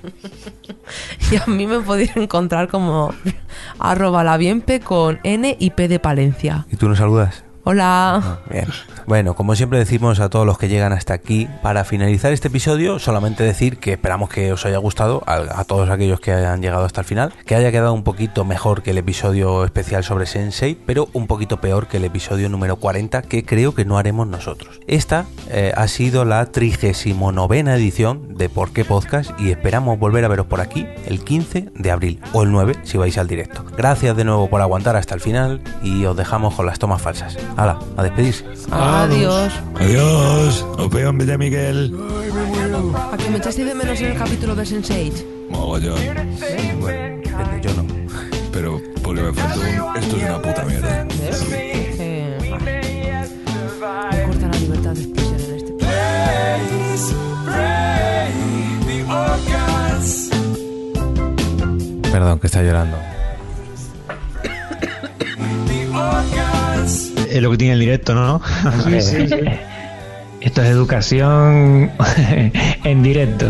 Y a mí me podéis encontrar como arroba la bienpe con N y P de Palencia. ¿Y tú nos saludas? Hola. Bien. Bueno, como siempre decimos a todos los que llegan hasta aquí, para finalizar este episodio, solamente decir que esperamos que os haya gustado, a, a todos aquellos que hayan llegado hasta el final, que haya quedado un poquito mejor que el episodio especial sobre Sense eight, pero un poquito peor que el episodio número cuarenta, que creo que no haremos nosotros. Esta eh, ha sido la trigésimo novena edición de Por qué Podcast y esperamos volver a veros por aquí el quince de abril o el nueve si vais al directo. Gracias de nuevo por aguantar hasta el final y os dejamos con las tomas falsas. Hala, a despedirse. Adiós. Adiós. Os veo en Villa Miguel. ¿A que me echaste de menos en el capítulo de Sense eight? Mogollón. Bueno, depende, yo no. Pero porque me faltó un... Esto es una puta mierda. ¿Ves? Eh, me corta la libertad de expresión en este Perdón, que está llorando. Es lo que tiene el directo, ¿no? Sí, sí, sí. Esto es educación en directo.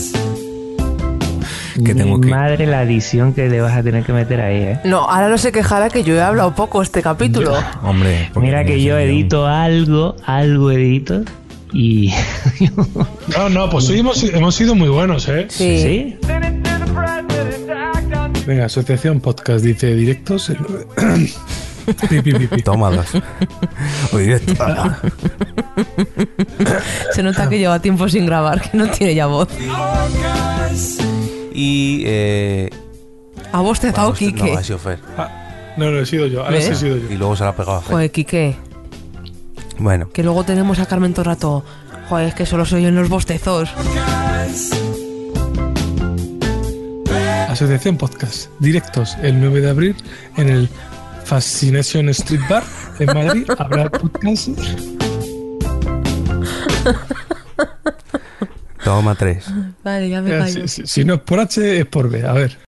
Que tengo Mi que- madre, la edición que le vas a tener que meter ahí, ¿eh? No, ahora no se quejará que yo he hablado poco este capítulo. Hombre, porque Mira que tenemos yo el guión. edito algo, algo edito y... No, no, pues hoy hemos, hemos sido muy buenos, ¿eh? Sí. ¿Sí? Venga, Asociación Podcast dice directos. El... pi, pi, pi, pi. Toma dos. Oye, directo. Se nota que lleva tiempo sin grabar, que no tiene ya voz. Y eh, ¿Ha bostezado vamos, Quique? no, ha sido Fer. Ah, no, no, he sido yo. Ahora ¿Ves? sí he sido yo. Y luego se la ha pegado a Fer. Joder, Quique. Bueno, Que luego tenemos a Carmen todo el rato. Joder, es que solo soy yo en los bostezos. Asociación Podcast. Directos el nueve de abril en el Fascination Street Bar en Madrid. Habrá podcast. toma tres. Vale, ya me Eh, callo. Si, si- si no es por H, es por B. A ver.